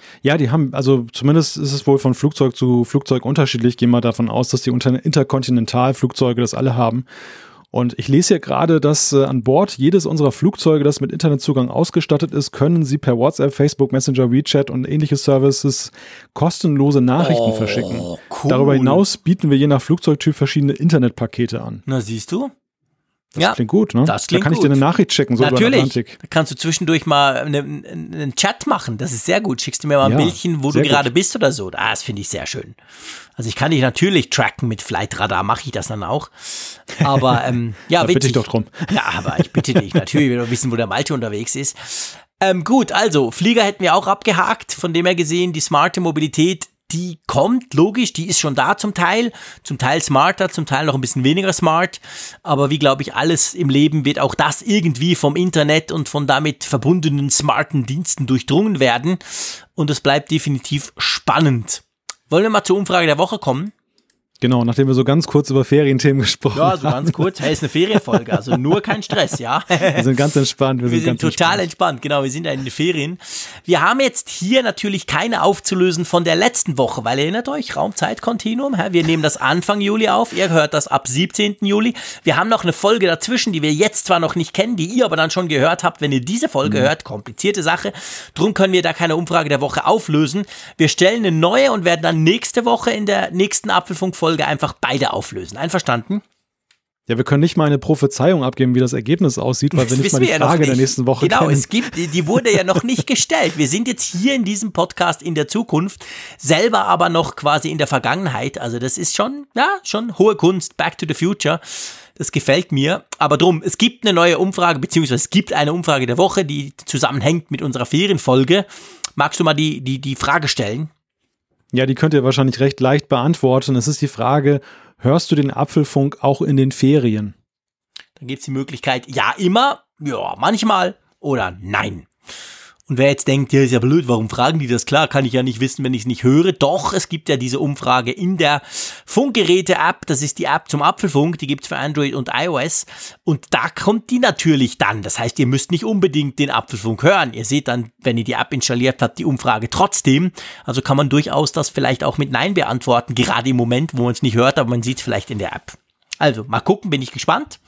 Ja, die haben, also zumindest ist es wohl von Flugzeug zu Flugzeug unterschiedlich. Gehen wir davon aus, dass die Interkontinentalflugzeuge das alle haben. Und ich lese hier gerade, dass äh, an Bord jedes unserer Flugzeuge, das mit Internetzugang ausgestattet ist, können sie per WhatsApp, Facebook, Messenger, WeChat und ähnliche Services kostenlose Nachrichten oh, verschicken. Cool. Darüber hinaus bieten wir je nach Flugzeugtyp verschiedene Internetpakete an. Na, siehst du? Das ja, klingt gut, ne? Das klingt da kann gut. ich dir eine Nachricht schicken, so Natürlich. über den Atlantik. Da kannst du zwischendurch mal einen, einen Chat machen. Das ist sehr gut. Schickst du mir mal ein ja, Bildchen, wo du gerade bist oder so. Ah, das finde ich sehr schön. Also ich kann dich natürlich tracken mit Flightradar, mache ich das dann auch. Aber ähm, ja, da witzig. bitte ich doch drum. Ja, aber ich bitte dich natürlich, wenn wir wissen, wo der Malte unterwegs ist. Ähm, gut, also Flieger hätten wir auch abgehakt. Von dem her gesehen, die smarte Mobilität, die kommt, logisch, die ist schon da zum Teil, zum Teil smarter, zum Teil noch ein bisschen weniger smart, aber wie glaube ich alles im Leben wird auch das irgendwie vom Internet und von damit verbundenen smarten Diensten durchdrungen werden und es bleibt definitiv spannend. Wollen wir mal zur Umfrage der Woche kommen? Genau, nachdem wir so ganz kurz über Ferienthemen gesprochen haben. Ja, so ganz kurz. Hey, ist eine Ferienfolge, also nur kein Stress, ja. Wir sind ganz entspannt. Wir, wir sind, sind ganz total entspannt. entspannt, genau, wir sind ja in den Ferien. Wir haben jetzt hier natürlich keine aufzulösen von der letzten Woche, weil erinnert euch, Raum-Zeit-Kontinuum, wir nehmen das Anfang Juli auf, ihr hört das ab siebzehnten Juli. Wir haben noch eine Folge dazwischen, die wir jetzt zwar noch nicht kennen, die ihr aber dann schon gehört habt, wenn ihr diese Folge mhm. hört, komplizierte Sache. Drum können wir da keine Umfrage der Woche auflösen. Wir stellen eine neue und werden dann nächste Woche in der nächsten Apfelfunk-Folge einfach beide auflösen. Einverstanden? Ja, wir können nicht mal eine Prophezeiung abgeben, wie das Ergebnis aussieht, weil das wir nicht mal die ja Frage der nächsten Woche genau, kennen. Genau, es gibt, die wurde ja noch nicht gestellt. Wir sind jetzt hier in diesem Podcast in der Zukunft, selber aber noch quasi in der Vergangenheit. Also das ist schon, ja, schon hohe Kunst, Back to the Future. Das gefällt mir. Aber drum, es gibt eine neue Umfrage, beziehungsweise es gibt eine Umfrage der Woche, die zusammenhängt mit unserer Ferienfolge. Magst du mal die, die, die Frage stellen? Ja, die könnt ihr wahrscheinlich recht leicht beantworten. Es ist die Frage, hörst du den Apfelfunk auch in den Ferien? Dann gibt es die Möglichkeit, ja, immer, ja, manchmal oder nein. Und wer jetzt denkt, ja, ist ja blöd, warum fragen die das? Klar, kann ich ja nicht wissen, wenn ich es nicht höre. Doch, es gibt ja diese Umfrage in der Funkgeräte-App. Das ist die App zum Apfelfunk. Die gibt's für Android und iOS. Und da kommt die natürlich dann. Das heißt, ihr müsst nicht unbedingt den Apfelfunk hören. Ihr seht dann, wenn ihr die App installiert habt, die Umfrage trotzdem. Also kann man durchaus das vielleicht auch mit Nein beantworten. Gerade im Moment, wo man es nicht hört, aber man sieht es vielleicht in der App. Also, mal gucken, bin ich gespannt.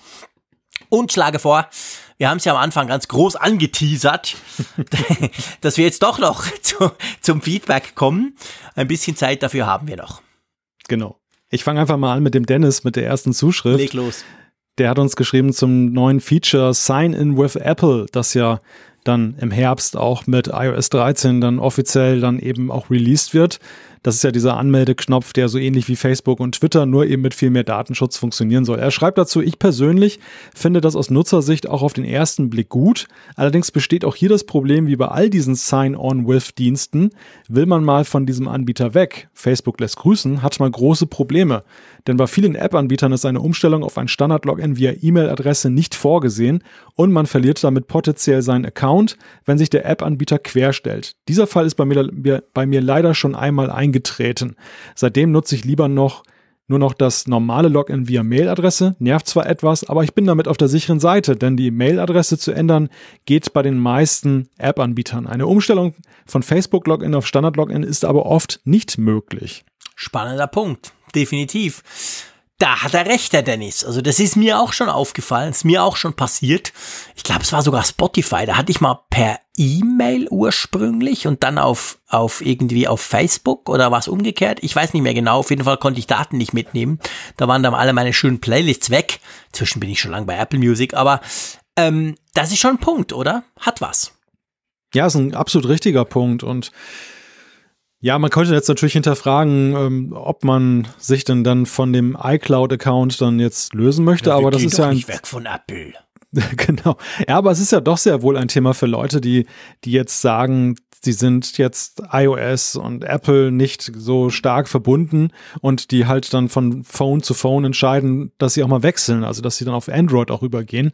Und schlage vor, wir haben es ja am Anfang ganz groß angeteasert, dass wir jetzt doch noch zu, zum Feedback kommen. Ein bisschen Zeit dafür haben wir noch. Genau. Ich fange einfach mal an mit dem Dennis, mit der ersten Zuschrift. Leg los. Der hat uns geschrieben zum neuen Feature Sign in with Apple, das ja dann im Herbst auch mit i O S dreizehn dann offiziell dann eben auch released wird. Das ist ja dieser Anmeldeknopf, der so ähnlich wie Facebook und Twitter nur eben mit viel mehr Datenschutz funktionieren soll. Er schreibt dazu, ich persönlich finde das aus Nutzersicht auch auf den ersten Blick gut. Allerdings besteht auch hier das Problem, wie bei all diesen Sign-on-with-Diensten, will man mal von diesem Anbieter weg, Facebook lässt grüßen, hat man große Probleme. Denn bei vielen App-Anbietern ist eine Umstellung auf ein Standard-Login via E-Mail-Adresse nicht vorgesehen und man verliert damit potenziell seinen Account, wenn sich der App-Anbieter querstellt. Dieser Fall ist bei mir, bei mir leider schon einmal eingetreten. Seitdem nutze ich lieber noch nur noch das normale Login via Mailadresse. Nervt zwar etwas, aber ich bin damit auf der sicheren Seite, denn die Mailadresse zu ändern geht bei den meisten App-Anbietern. Eine Umstellung von Facebook-Login auf Standard-Login ist aber oft nicht möglich. Spannender Punkt, definitiv. Da hat er recht, der Dennis. Also das ist mir auch schon aufgefallen, ist mir auch schon passiert. Ich glaube, es war sogar Spotify. Da hatte ich mal per E-Mail ursprünglich und dann auf auf irgendwie auf Facebook oder was umgekehrt. Ich weiß nicht mehr genau. Auf jeden Fall konnte ich Daten nicht mitnehmen. Da waren dann alle meine schönen Playlists weg. Inzwischen bin ich schon lange bei Apple Music. Aber ähm, das ist schon ein Punkt, oder? Hat was. Ja, ist ein absolut richtiger Punkt und ja, man könnte jetzt natürlich hinterfragen, ähm, ob man sich denn dann von dem iCloud-Account dann jetzt lösen möchte, ja, aber das ist ja ein, nicht weg von Apple. Genau. Ja, aber es ist ja doch sehr wohl ein Thema für Leute, die die jetzt sagen, sie sind jetzt iOS und Apple nicht so stark verbunden und die halt dann von Phone zu Phone entscheiden, dass sie auch mal wechseln, also dass sie dann auf Android auch übergehen.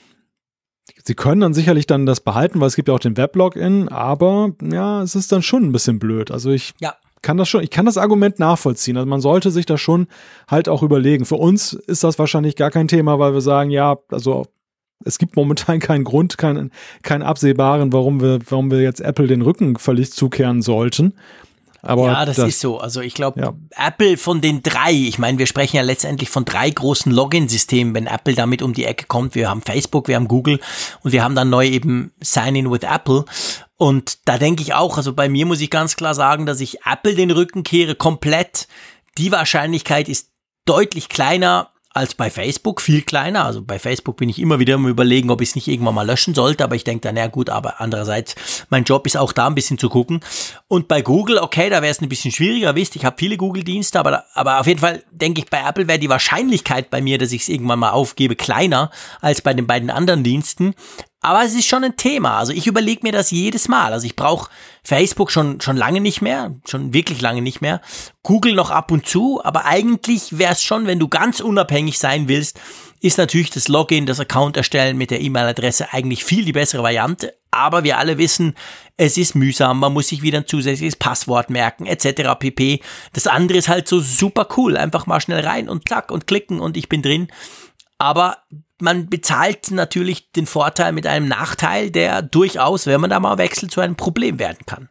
Sie können dann sicherlich dann das behalten, weil es gibt ja auch den Weblogin, aber ja, es ist dann schon ein bisschen blöd. Also ich ja. kann das schon, ich kann das Argument nachvollziehen. Also man sollte sich das schon halt auch überlegen. Für uns ist das wahrscheinlich gar kein Thema, weil wir sagen, ja, also es gibt momentan keinen Grund, keinen, keinen absehbaren, warum wir, warum wir jetzt Apple den Rücken völlig zukehren sollten. Aber ja, das, das ist so. Also ich glaube, ja. Apple von den drei, ich meine, wir sprechen ja letztendlich von drei großen Login-Systemen, wenn Apple damit um die Ecke kommt. Wir haben Facebook, wir haben Google und wir haben dann neu eben Sign-in with Apple. Und da denke ich auch, also bei mir muss ich ganz klar sagen, dass ich Apple den Rücken kehre komplett. Die Wahrscheinlichkeit ist deutlich kleiner als bei Facebook, viel kleiner. Also bei Facebook bin ich immer wieder am Überlegen, ob ich es nicht irgendwann mal löschen sollte, aber ich denke dann, ja gut, aber andererseits, mein Job ist auch da ein bisschen zu gucken. Und bei Google, okay, da wäre es ein bisschen schwieriger, wisst, ich habe viele Google-Dienste, aber, aber auf jeden Fall denke ich, bei Apple wäre die Wahrscheinlichkeit bei mir, dass ich es irgendwann mal aufgebe, kleiner als bei den beiden anderen Diensten. Aber es ist schon ein Thema. Also ich überlege mir das jedes Mal. Also ich brauche Facebook schon schon lange nicht mehr, schon wirklich lange nicht mehr. Google noch ab und zu, aber eigentlich wäre es schon, wenn du ganz unabhängig sein willst, ist natürlich das Login, das Account erstellen mit der E-Mail-Adresse eigentlich viel die bessere Variante. Aber wir alle wissen, es ist mühsam, man muss sich wieder ein zusätzliches Passwort merken, et cetera pp. Das andere ist halt so super cool. Einfach mal schnell rein und zack und klicken und ich bin drin. Aber man bezahlt natürlich den Vorteil mit einem Nachteil, der durchaus, wenn man da mal wechselt, zu einem Problem werden kann.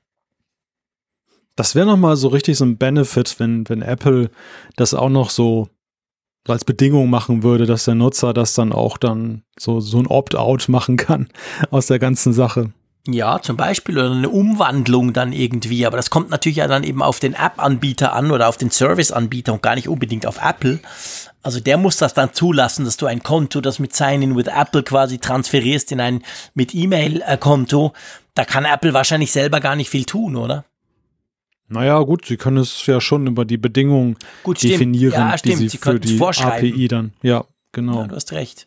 Das wäre nochmal so richtig so ein Benefit, wenn, wenn Apple das auch noch so als Bedingung machen würde, dass der Nutzer das dann auch dann so, so ein Opt-out machen kann aus der ganzen Sache. Ja, zum Beispiel, oder eine Umwandlung dann irgendwie, aber das kommt natürlich ja dann eben auf den App-Anbieter an oder auf den Service-Anbieter und gar nicht unbedingt auf Apple. Also der muss das dann zulassen, dass du ein Konto, das mit Sign-in with Apple quasi transferierst in ein mit E-Mail-Konto. Da kann Apple wahrscheinlich selber gar nicht viel tun, oder? Naja, gut, sie können es ja schon über die Bedingungen gut, definieren, ja, stimmt. die sie, sie für die A P I dann. Ja, genau. Ja, du hast recht.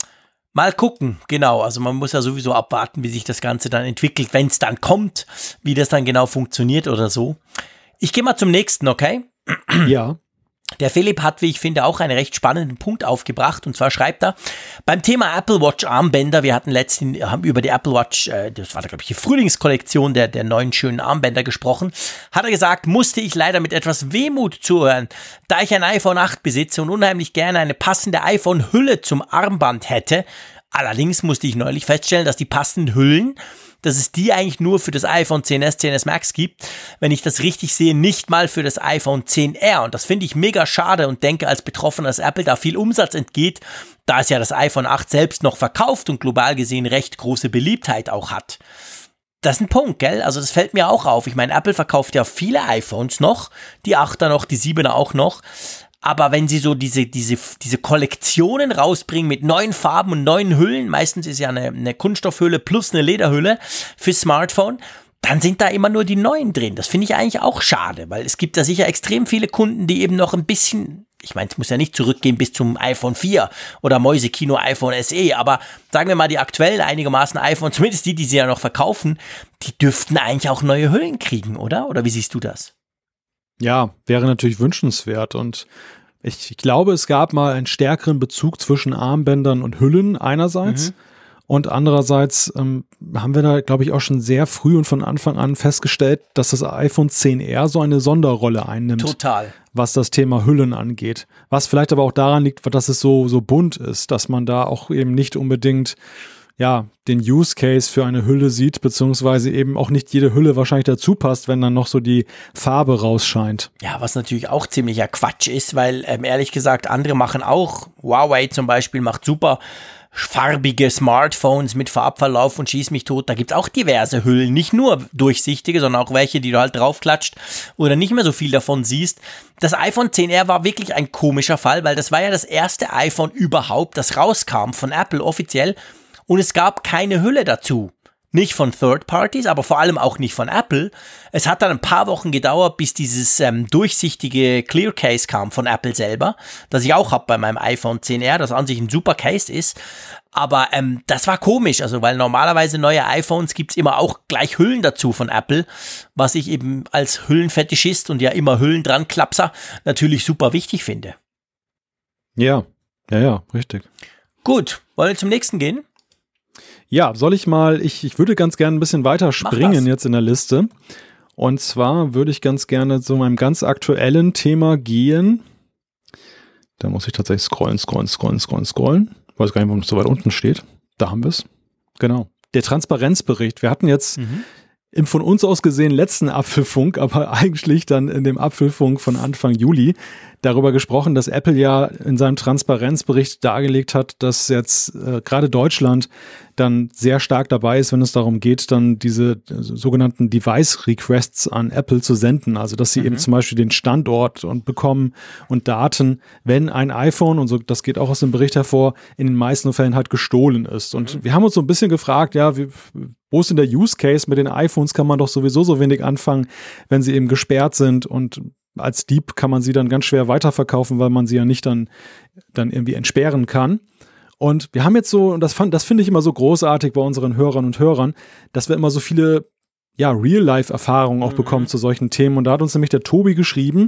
Mal gucken, genau. Also man muss ja sowieso abwarten, wie sich das Ganze dann entwickelt, wenn es dann kommt, wie das dann genau funktioniert oder so. Ich gehe mal zum nächsten, okay? Ja. Der Philipp hat, wie ich finde, auch einen recht spannenden Punkt aufgebracht. Und zwar schreibt er, beim Thema Apple Watch Armbänder, wir hatten letztens, haben über die Apple Watch, äh, das war da glaube ich die Frühlingskollektion der, der neuen schönen Armbänder gesprochen, hat er gesagt, musste ich leider mit etwas Wehmut zuhören, da ich ein iPhone acht besitze und unheimlich gerne eine passende iPhone-Hülle zum Armband hätte. Allerdings musste ich neulich feststellen, dass die passenden Hüllen, dass es die eigentlich nur für das iPhone X S, X S Max gibt, wenn ich das richtig sehe, nicht mal für das iPhone X R. Und das finde ich mega schade und denke als Betroffener, dass Apple da viel Umsatz entgeht, da es ja das iPhone acht selbst noch verkauft und global gesehen recht große Beliebtheit auch hat. Das ist ein Punkt, gell? Also das fällt mir auch auf. Ich meine, Apple verkauft ja viele iPhones noch, die achter noch, die siebener auch noch. Aber wenn sie so diese, diese, diese Kollektionen rausbringen mit neuen Farben und neuen Hüllen, meistens ist ja eine, eine Kunststoffhülle plus eine Lederhülle fürs Smartphone, dann sind da immer nur die neuen drin. Das finde ich eigentlich auch schade, weil es gibt da sicher extrem viele Kunden, die eben noch ein bisschen, ich meine, es muss ja nicht zurückgehen bis zum iPhone vier oder Mäusekino iPhone S E, aber sagen wir mal, die aktuellen einigermaßen iPhones, zumindest die, die sie ja noch verkaufen, die dürften eigentlich auch neue Hüllen kriegen, oder? Oder wie siehst du das? Ja, wäre natürlich wünschenswert und ich, ich glaube, es gab mal einen stärkeren Bezug zwischen Armbändern und Hüllen einerseits mhm. und andererseits ähm, haben wir da, glaube ich, auch schon sehr früh und von Anfang an festgestellt, dass das iPhone X R so eine Sonderrolle einnimmt. Total. Was das Thema Hüllen angeht. Was vielleicht aber auch daran liegt, dass es so, so bunt ist, dass man da auch eben nicht unbedingt ja, den Use Case für eine Hülle sieht, beziehungsweise eben auch nicht jede Hülle wahrscheinlich dazu passt, wenn dann noch so die Farbe rausscheint. Ja, was natürlich auch ziemlicher Quatsch ist, weil ähm, ehrlich gesagt, andere machen auch, Huawei zum Beispiel macht super farbige Smartphones mit Farbverlauf und schieß mich tot. Da gibt's auch diverse Hüllen, nicht nur durchsichtige, sondern auch welche, die du halt draufklatscht oder nicht mehr so viel davon siehst. Das iPhone X R war wirklich ein komischer Fall, weil das war ja das erste iPhone überhaupt, das rauskam von Apple offiziell. Und es gab keine Hülle dazu. Nicht von Third Parties, aber vor allem auch nicht von Apple. Es hat dann ein paar Wochen gedauert, bis dieses ähm, durchsichtige Clear Case kam von Apple selber, das ich auch habe bei meinem iPhone X R, das an sich ein super Case ist. Aber ähm, das war komisch, also weil normalerweise neue iPhones gibt's immer auch gleich Hüllen dazu von Apple, was ich eben als Hüllenfetischist und ja immer Hüllen dran Klapser natürlich super wichtig finde. Ja, ja, ja, richtig. Gut, wollen wir zum nächsten gehen? Ja, soll ich mal, ich, ich würde ganz gerne ein bisschen weiter springen jetzt in der Liste. Und zwar würde ich ganz gerne zu meinem ganz aktuellen Thema gehen. Da muss ich tatsächlich scrollen, scrollen, scrollen, scrollen, scrollen. Ich weiß gar nicht, warum es so weit unten steht. Da haben wir es. Genau. Der Transparenzbericht. Wir hatten jetzt Mhm. im von uns aus gesehen letzten Apfelfunk, aber eigentlich dann in dem Apfelfunk von Anfang Juli darüber gesprochen, dass Apple ja in seinem Transparenzbericht dargelegt hat, dass jetzt äh, gerade Deutschland dann sehr stark dabei ist, wenn es darum geht, dann diese äh, sogenannten Device-Requests an Apple zu senden. Also dass sie Mhm. eben zum Beispiel den Standort und bekommen und Daten, wenn ein iPhone, und so, das geht auch aus dem Bericht hervor, in den meisten Fällen halt gestohlen ist. Und Mhm. wir haben uns so ein bisschen gefragt, ja, wie, wo ist denn der Use Case? Mit den iPhones kann man doch sowieso so wenig anfangen, wenn sie eben gesperrt sind, und als Dieb kann man sie dann ganz schwer weiterverkaufen, weil man sie ja nicht dann, dann irgendwie entsperren kann. Und wir haben jetzt so, und das fand, das finde ich immer so großartig bei unseren Hörern und Hörern, dass wir immer so viele, ja, Real-Life-Erfahrungen auch Mhm. bekommen zu solchen Themen. Und da hat uns nämlich der Tobi geschrieben,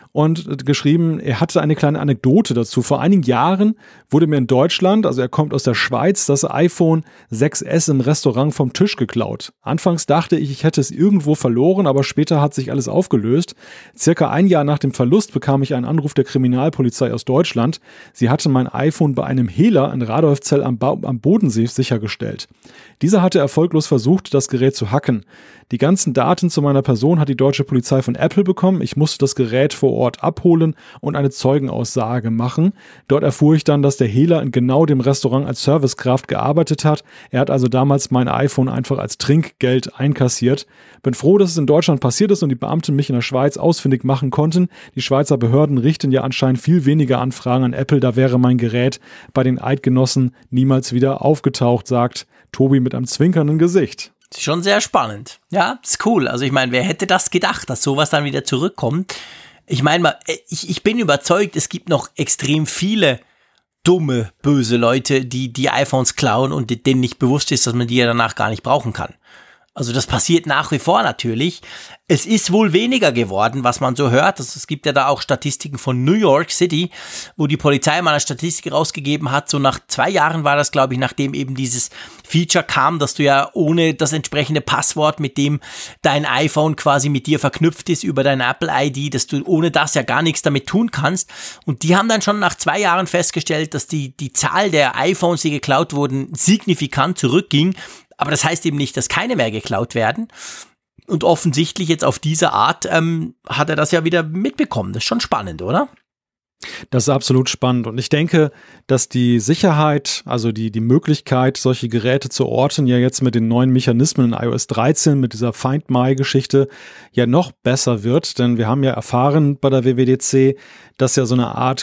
und geschrieben, er hatte eine kleine Anekdote dazu. Vor einigen Jahren wurde mir in Deutschland, also er kommt aus der Schweiz, das iPhone sechs S im Restaurant vom Tisch geklaut. Anfangs dachte ich, ich hätte es irgendwo verloren, aber später hat sich alles aufgelöst. Circa ein Jahr nach dem Verlust bekam ich einen Anruf der Kriminalpolizei aus Deutschland. Sie hatte mein iPhone bei einem Hehler in Radolfzell am, ba- am Bodensee sichergestellt. Dieser hatte erfolglos versucht, das Gerät zu hacken. Die ganzen Daten zu meiner Person hat die deutsche Polizei von Apple bekommen. Ich musste das Gerät vor Ort abholen und eine Zeugenaussage machen. Dort erfuhr ich dann, dass der Hehler in genau dem Restaurant als Servicekraft gearbeitet hat. Er hat also damals mein iPhone einfach als Trinkgeld einkassiert. Bin froh, dass es in Deutschland passiert ist und die Beamten mich in der Schweiz ausfindig machen konnten. Die Schweizer Behörden richten ja anscheinend viel weniger Anfragen an Apple. Da wäre mein Gerät bei den Eidgenossen niemals wieder aufgetaucht, sagt Tobi mit einem zwinkernden Gesicht. Ist schon sehr spannend. Ja, ist cool. Also ich meine, wer hätte das gedacht, dass sowas dann wieder zurückkommt? Ich meine mal, ich, ich bin überzeugt, es gibt noch extrem viele dumme, böse Leute, die die iPhones klauen und denen nicht bewusst ist, dass man die ja danach gar nicht brauchen kann. Also das passiert nach wie vor natürlich. Es ist wohl weniger geworden, was man so hört. Also es gibt ja da auch Statistiken von New York City, wo die Polizei mal eine Statistik rausgegeben hat. So nach zwei Jahren war das, glaube ich, nachdem eben dieses Feature kam, dass du ja ohne das entsprechende Passwort, mit dem dein iPhone quasi mit dir verknüpft ist über deine Apple I D, dass du ohne das ja gar nichts damit tun kannst. Und die haben dann schon nach zwei Jahren festgestellt, dass die, die Zahl der iPhones, die geklaut wurden, signifikant zurückging. Aber das heißt eben nicht, dass keine mehr geklaut werden. Und offensichtlich jetzt auf diese Art ähm, hat er das ja wieder mitbekommen. Das ist schon spannend, oder? Das ist absolut spannend. Und ich denke, dass die Sicherheit, also die, die Möglichkeit, solche Geräte zu orten, ja jetzt mit den neuen Mechanismen in i O S dreizehn, mit dieser Find My-Geschichte, ja noch besser wird. Denn wir haben ja erfahren bei der W W D C, dass ja so eine Art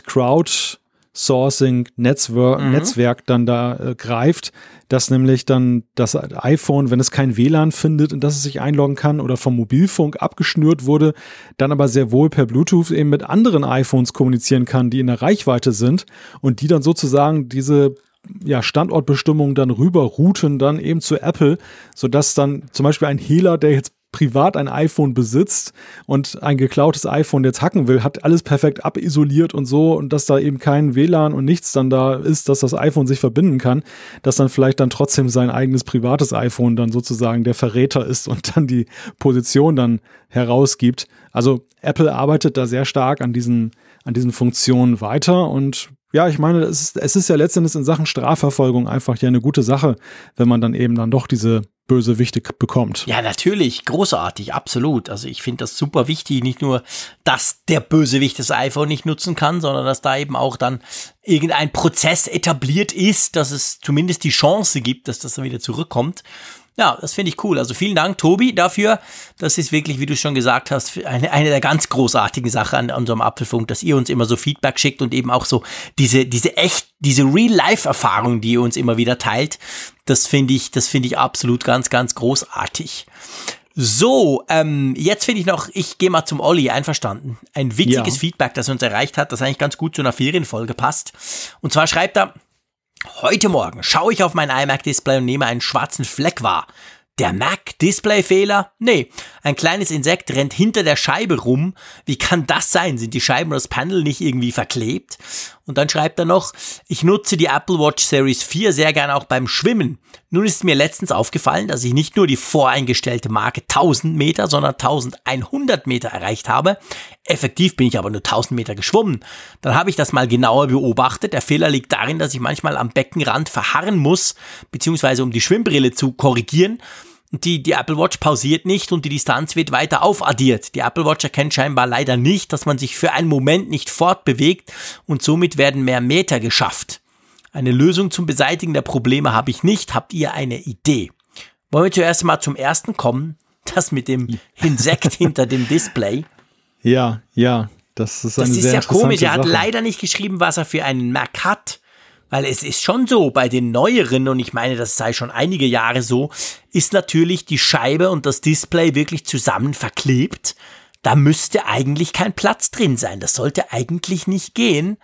Crowdsourcing-Netzwerk Mhm. Netzwerk dann da äh, greift, dass nämlich dann das iPhone, wenn es kein W L A N findet, in das es sich einloggen kann oder vom Mobilfunk abgeschnürt wurde, dann aber sehr wohl per Bluetooth eben mit anderen iPhones kommunizieren kann, die in der Reichweite sind und die dann sozusagen diese ja, Standortbestimmung dann rüber routen dann eben zu Apple, sodass dann zum Beispiel ein Hehler, der jetzt privat ein iPhone besitzt und ein geklautes iPhone jetzt hacken will, hat alles perfekt abisoliert und so, und dass da eben kein W L A N und nichts dann da ist, dass das iPhone sich verbinden kann, dass dann vielleicht dann trotzdem sein eigenes privates iPhone dann sozusagen der Verräter ist und dann die Position dann herausgibt. Also Apple arbeitet da sehr stark an diesen, an diesen Funktionen weiter, und ja, ich meine, es ist, es ist ja letztendlich in Sachen Strafverfolgung einfach ja eine gute Sache, wenn man dann eben dann doch diese Bösewichte bekommt. Ja, natürlich, großartig, absolut. Also ich finde das super wichtig, nicht nur, dass der Bösewicht das iPhone nicht nutzen kann, sondern dass da eben auch dann irgendein Prozess etabliert ist, dass es zumindest die Chance gibt, dass das dann wieder zurückkommt. Ja, das finde ich cool. Also vielen Dank, Tobi, dafür. Das ist wirklich, wie du schon gesagt hast, eine, eine der ganz großartigen Sachen an unserem Apfelfunk, dass ihr uns immer so Feedback schickt und eben auch so diese, diese echt, diese Real-Life-Erfahrung, die ihr uns immer wieder teilt. Das finde ich, das finde ich absolut ganz, ganz großartig. So, ähm, jetzt finde ich noch, ich gehe mal zum Olli, einverstanden. Ein witziges Ja. Feedback, das uns erreicht hat, das eigentlich ganz gut zu einer Ferienfolge passt. Und zwar schreibt er: Heute Morgen schaue ich auf mein iMac-Display und nehme einen schwarzen Fleck wahr. Der Mac-Display-Fehler? Nee, ein kleines Insekt rennt hinter der Scheibe rum. Wie kann das sein? Sind die Scheiben oder das Panel nicht irgendwie verklebt? Und dann schreibt er noch: Ich nutze die Apple Watch Series vier sehr gerne auch beim Schwimmen. Nun ist mir letztens aufgefallen, dass ich nicht nur die voreingestellte Marke tausend Meter, sondern eintausendeinhundert Meter erreicht habe. Effektiv bin ich aber nur tausend Meter geschwommen. Dann habe ich das mal genauer beobachtet. Der Fehler liegt darin, dass ich manchmal am Beckenrand verharren muss, beziehungsweise um die Schwimmbrille zu korrigieren. Die, die Apple Watch pausiert nicht und die Distanz wird weiter aufaddiert. Die Apple Watch erkennt scheinbar leider nicht, dass man sich für einen Moment nicht fortbewegt und somit werden mehr Meter geschafft. Eine Lösung zum Beseitigen der Probleme habe ich nicht. Habt ihr eine Idee? Wollen wir zuerst mal zum ersten kommen? Das mit dem Insekt hinter dem Display. Ja, ja, das ist eine Das ist sehr ja interessante komisch. Er hat Sache. leider nicht geschrieben, was er für einen Mac hat. Weil es ist schon so, bei den neueren, und ich meine, das sei schon einige Jahre so, ist natürlich die Scheibe und das Display wirklich zusammen verklebt. Da müsste eigentlich kein Platz drin sein. Das sollte eigentlich nicht gehen.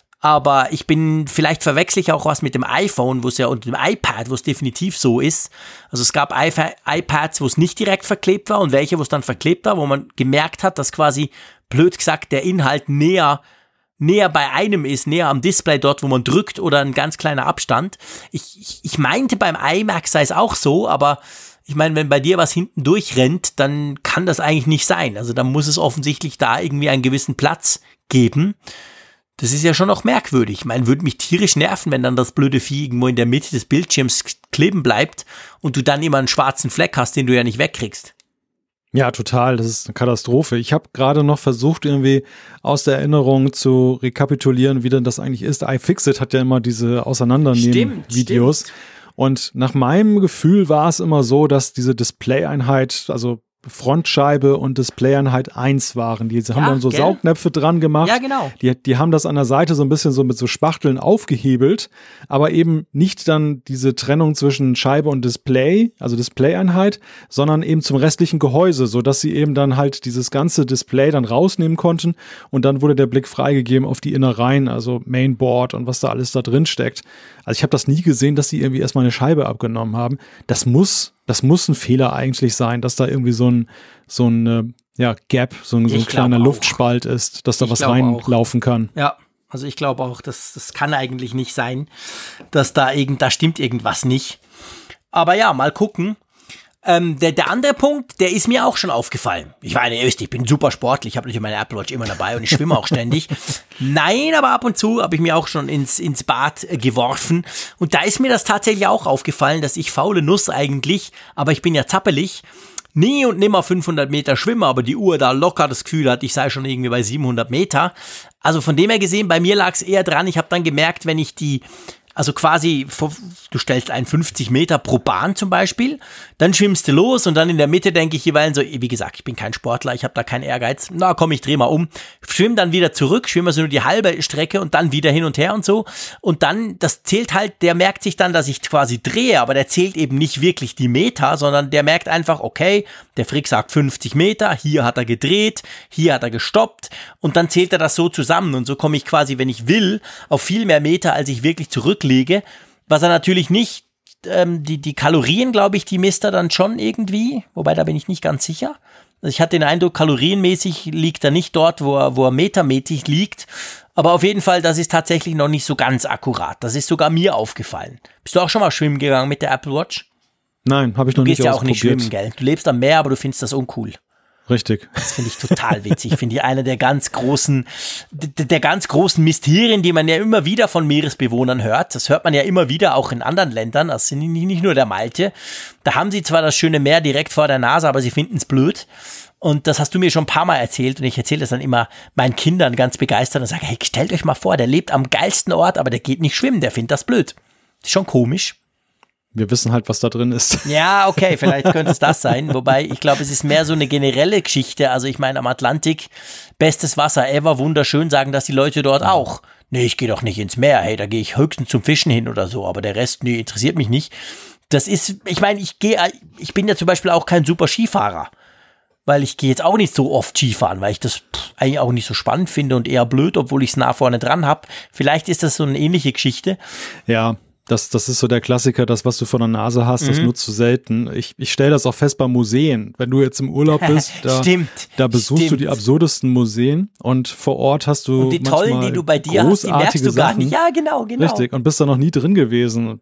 Aber ich bin, vielleicht verwechsel ich auch was mit dem iPhone, wo es ja, und dem iPad, wo es definitiv so ist. Also es gab iPad, iPads, wo es nicht direkt verklebt war und welche, wo es dann verklebt war, wo man gemerkt hat, dass quasi, blöd gesagt, der Inhalt näher, näher bei einem ist, näher am Display dort, wo man drückt oder ein ganz kleiner Abstand. Ich, ich, ich meinte, beim iMac sei es auch so, aber ich meine, wenn bei dir was hinten durchrennt, dann kann das eigentlich nicht sein. Also dann muss es offensichtlich da irgendwie einen gewissen Platz geben. Das ist ja schon noch merkwürdig. Ich meine, würde mich tierisch nerven, wenn dann das blöde Vieh irgendwo in der Mitte des Bildschirms kleben bleibt und du dann immer einen schwarzen Fleck hast, den du ja nicht wegkriegst. Ja, total. Das ist eine Katastrophe. Ich habe gerade noch versucht, irgendwie aus der Erinnerung zu rekapitulieren, wie denn das eigentlich ist. iFixit hat ja immer diese Auseinandernehmen-Videos. Und nach meinem Gefühl war es immer so, dass diese Display-Einheit, also Frontscheibe und Displayeinheit eins waren. Die haben Ja, dann so gell? Saugnäpfe dran gemacht. Ja, genau. Die, die haben das an der Seite so ein bisschen so mit so Spachteln aufgehebelt, aber eben nicht dann diese Trennung zwischen Scheibe und Display, also Displayeinheit, sondern eben zum restlichen Gehäuse, sodass sie eben dann halt dieses ganze Display dann rausnehmen konnten und dann wurde der Blick freigegeben auf die Innereien, also Mainboard und was da alles da drin steckt. Also ich habe das nie gesehen, dass sie irgendwie erstmal eine Scheibe abgenommen haben. Das muss Das muss ein Fehler eigentlich sein, dass da irgendwie so ein, so ein äh, ja, Gap, so ein, so ein kleiner auch. Luftspalt ist, dass da Ich was glaube reinlaufen kann. Ja, also ich glaube auch, das, das kann eigentlich nicht sein, dass da irgend, da stimmt irgendwas nicht. Aber ja, mal gucken. Ähm, der, der andere Punkt, der ist mir auch schon aufgefallen. Ich meine, ihr wisst, ich bin super sportlich, ich habe natürlich meine Apple Watch immer dabei und ich schwimme auch ständig. Nein, aber ab und zu habe ich mir auch schon ins, ins Bad äh, geworfen. Und da ist mir das tatsächlich auch aufgefallen, dass ich faule Nuss eigentlich, aber ich bin ja zappelig, nie und nimmer fünfhundert Meter schwimme, aber die Uhr da locker das Gefühl hat, ich sei schon irgendwie bei siebenhundert Meter. Also von dem her gesehen, bei mir lag es eher dran, ich habe dann gemerkt, wenn ich die Also quasi, du stellst einen fünfzig Meter pro Bahn zum Beispiel, dann schwimmst du los und dann in der Mitte denke ich jeweils so, wie gesagt, ich bin kein Sportler, ich habe da keinen Ehrgeiz, na komm, ich drehe mal um, schwimm dann wieder zurück, schwimme also nur die halbe Strecke und dann wieder hin und her und so und dann, das zählt halt, der merkt sich dann, dass ich quasi drehe, aber der zählt eben nicht wirklich die Meter, sondern der merkt einfach, okay, der Frick sagt fünfzig Meter, hier hat er gedreht, hier hat er gestoppt und dann zählt er das so zusammen und so komme ich quasi, wenn ich will, auf viel mehr Meter, als ich wirklich zurücklege. Lege, was er natürlich nicht, ähm, die, die Kalorien, glaube ich, die misst er dann schon irgendwie, wobei da bin ich nicht ganz sicher. Also ich hatte den Eindruck, kalorienmäßig liegt er nicht dort, wo er, wo er metermäßig liegt, aber auf jeden Fall, das ist tatsächlich noch nicht so ganz akkurat. Das ist sogar mir aufgefallen. Bist du auch schon mal schwimmen gegangen mit der Apple Watch? Nein, habe ich noch du nicht ausprobiert. Du gehst ja auch ausprobiert. nicht schwimmen, gell? Du lebst am Meer, aber du findest das uncool. Richtig. Das finde ich total witzig. Finde ich einer der ganz großen, der, der ganz großen Mysterien, die man ja immer wieder von Meeresbewohnern hört. Das hört man ja immer wieder auch in anderen Ländern. Das sind nicht, nicht nur der Malte. Da haben sie zwar das schöne Meer direkt vor der Nase, aber sie finden es blöd. Und das hast du mir schon ein paar Mal erzählt. Und ich erzähle das dann immer meinen Kindern ganz begeistert und sage, hey, stellt euch mal vor, der lebt am geilsten Ort, aber der geht nicht schwimmen. Der findet das blöd. Ist schon komisch. Wir wissen halt, was da drin ist. Ja, okay, vielleicht könnte es das sein. Wobei, ich glaube, es ist mehr so eine generelle Geschichte. Also ich meine, am Atlantik, bestes Wasser ever, wunderschön, sagen das die Leute dort auch. Nee, ich gehe doch nicht ins Meer. Hey, da gehe ich höchstens zum Fischen hin oder so. Aber der Rest, nee, interessiert mich nicht. Das ist, ich meine, ich gehe, ich bin ja zum Beispiel auch kein super Skifahrer. Weil ich gehe jetzt auch nicht so oft Skifahren, weil ich das pff, eigentlich auch nicht so spannend finde und eher blöd, obwohl ich es nah vorne dran habe. Vielleicht ist das so eine ähnliche Geschichte. Ja. Das, das ist so der Klassiker, das, was du vor der Nase hast, mhm. das nutzt du selten. Ich, ich stelle das auch fest bei Museen. Wenn du jetzt im Urlaub bist, da, stimmt, da besuchst stimmt. du die absurdesten Museen und vor Ort hast du und die tollen, die du bei dir hast, die merkst du gar Sachen. nicht. Ja, genau, genau. Richtig, und bist da noch nie drin gewesen.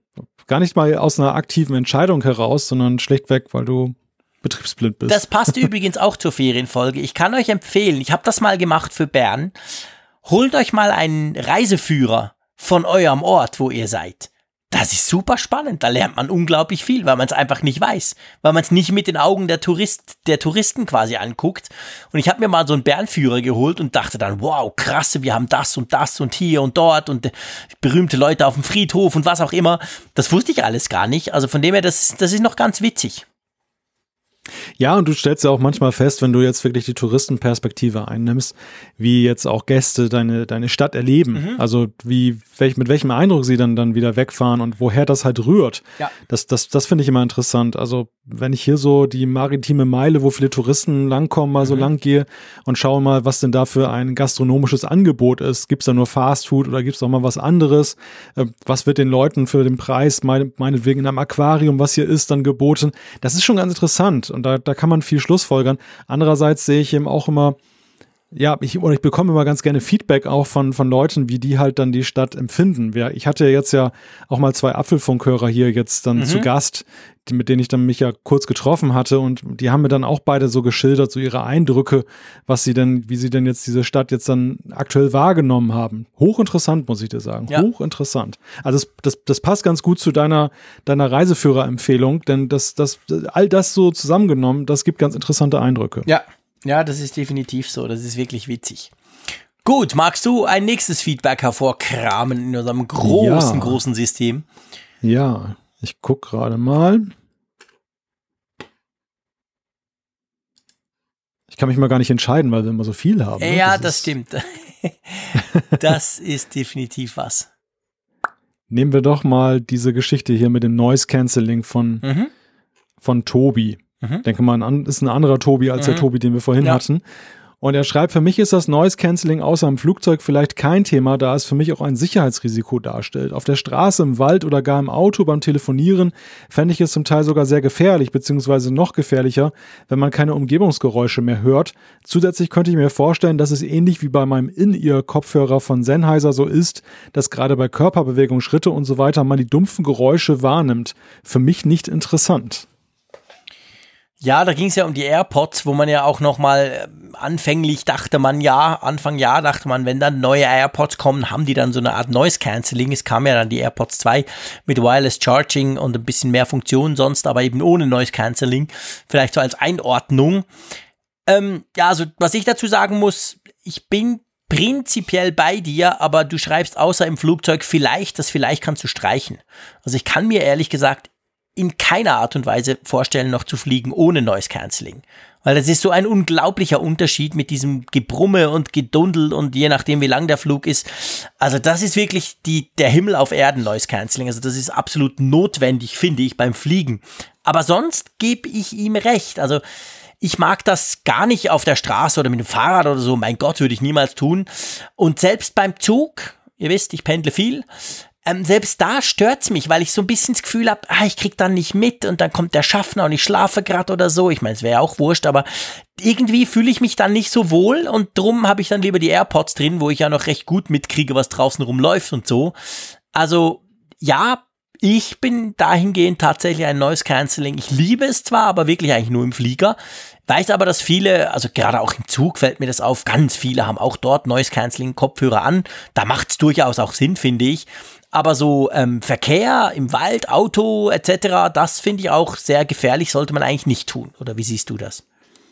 gar nicht mal aus einer aktiven Entscheidung heraus, sondern schlichtweg, weil du betriebsblind bist. Das passt übrigens auch zur Ferienfolge. Ich kann euch empfehlen, ich habe das mal gemacht für Bern, holt euch mal einen Reiseführer von eurem Ort, wo ihr seid. Das ist super spannend, da lernt man unglaublich viel, weil man es einfach nicht weiß, weil man es nicht mit den Augen der, Tourist, der Touristen quasi anguckt. Und ich habe mir mal so einen Bernführer geholt und dachte dann, wow, krass, wir haben das und das und hier und dort und berühmte Leute auf dem Friedhof und was auch immer. Das wusste ich alles gar nicht, also von dem her, das, das ist noch ganz witzig. Ja, und du stellst ja auch manchmal fest, wenn du jetzt wirklich die Touristenperspektive einnimmst, wie jetzt auch Gäste deine, deine Stadt erleben. Mhm. Also wie, welch, mit welchem Eindruck sie dann, dann wieder wegfahren und woher das halt rührt. Ja. Das, das, das finde ich immer interessant. Also wenn ich hier so die maritime Meile, wo viele Touristen langkommen, mal mhm. so lang gehe und schaue mal, was denn da für ein gastronomisches Angebot ist. Gibt es da nur Fastfood oder gibt es auch mal was anderes? Was wird den Leuten für den Preis, meine, meinetwegen in einem Aquarium, was hier ist, dann geboten? Das ist schon ganz interessant. Und da, da kann man viel schlussfolgern. Andererseits sehe ich eben auch immer, ja, ich, oder ich bekomme immer ganz gerne Feedback auch von, von Leuten, wie die halt dann die Stadt empfinden. Ich hatte ja jetzt ja auch mal zwei Apfelfunkhörer hier jetzt dann mhm. zu Gast, die, mit denen ich dann mich ja kurz getroffen hatte und die haben mir dann auch beide so geschildert, so ihre Eindrücke, was sie denn, wie sie denn jetzt diese Stadt jetzt dann aktuell wahrgenommen haben. Hochinteressant, muss ich dir sagen. Ja. Hochinteressant. Also das, das, das passt ganz gut zu deiner, deiner Reiseführerempfehlung, denn das, das, all das so zusammengenommen, das gibt ganz interessante Eindrücke. Ja. Ja, das ist definitiv so. Das ist wirklich witzig. Gut, magst du ein nächstes Feedback hervorkramen in unserem großen, ja. großen System? Ja, ich gucke gerade mal. Ich kann mich mal gar nicht entscheiden, weil wir immer so viel haben. Ne? Ja, das, das stimmt. Das ist definitiv was. Nehmen wir doch mal diese Geschichte hier mit dem Noise Cancelling von, mhm. von Tobi. Ich denke mal, ein, ist ein anderer Tobi als mhm. der Tobi, den wir vorhin ja. hatten. Und er schreibt, für mich ist das Noise Cancelling außer im Flugzeug vielleicht kein Thema, da es für mich auch ein Sicherheitsrisiko darstellt. Auf der Straße, im Wald oder gar im Auto beim Telefonieren fände ich es zum Teil sogar sehr gefährlich, beziehungsweise noch gefährlicher, wenn man keine Umgebungsgeräusche mehr hört. Zusätzlich könnte ich mir vorstellen, dass es ähnlich wie bei meinem In-Ear-Kopfhörer von Sennheiser so ist, dass gerade bei Körperbewegung, Schritte und so weiter man die dumpfen Geräusche wahrnimmt. Für mich nicht interessant. Ja, da ging es ja um die AirPods, wo man ja auch nochmal anfänglich dachte man, ja, Anfang Jahr dachte man, wenn dann neue AirPods kommen, haben die dann so eine Art Noise Cancelling. Es kam ja dann die AirPods zwei mit Wireless Charging und ein bisschen mehr Funktionen sonst, aber eben ohne Noise Cancelling. Vielleicht so als Einordnung. Ähm, ja, also was ich dazu sagen muss, ich bin prinzipiell bei dir, aber du schreibst außer im Flugzeug vielleicht, das vielleicht kannst du streichen. Also ich kann mir ehrlich gesagt in keiner Art und Weise vorstellen, noch zu fliegen ohne Noise Cancelling. Weil das ist so ein unglaublicher Unterschied mit diesem Gebrumme und Gedundel und je nachdem, wie lang der Flug ist. Also das ist wirklich die, der Himmel auf Erden Noise Cancelling. Also das ist absolut notwendig, finde ich, beim Fliegen. Aber sonst gebe ich ihm recht. Also ich mag das gar nicht auf der Straße oder mit dem Fahrrad oder so. Mein Gott, würde ich niemals tun. Und selbst beim Zug, ihr wisst, ich pendle viel, Ähm, selbst da stört's mich, weil ich so ein bisschen das Gefühl habe, ah, ich krieg dann nicht mit und dann kommt der Schaffner und ich schlafe gerade oder so. Ich meine, es wäre ja auch wurscht, aber irgendwie fühle ich mich dann nicht so wohl und drum habe ich dann lieber die AirPods drin, wo ich ja noch recht gut mitkriege, was draußen rumläuft und so. Also ja, ich bin dahingehend tatsächlich ein Noise Cancelling. Ich liebe es zwar, aber wirklich eigentlich nur im Flieger. Weiß aber, dass viele, also gerade auch im Zug fällt mir das auf, ganz viele haben auch dort Noise Cancelling Kopfhörer an. Da macht's durchaus auch Sinn, finde ich. Aber so ähm, Verkehr im Wald, Auto et cetera, das finde ich auch sehr gefährlich, sollte man eigentlich nicht tun. Oder wie siehst du das?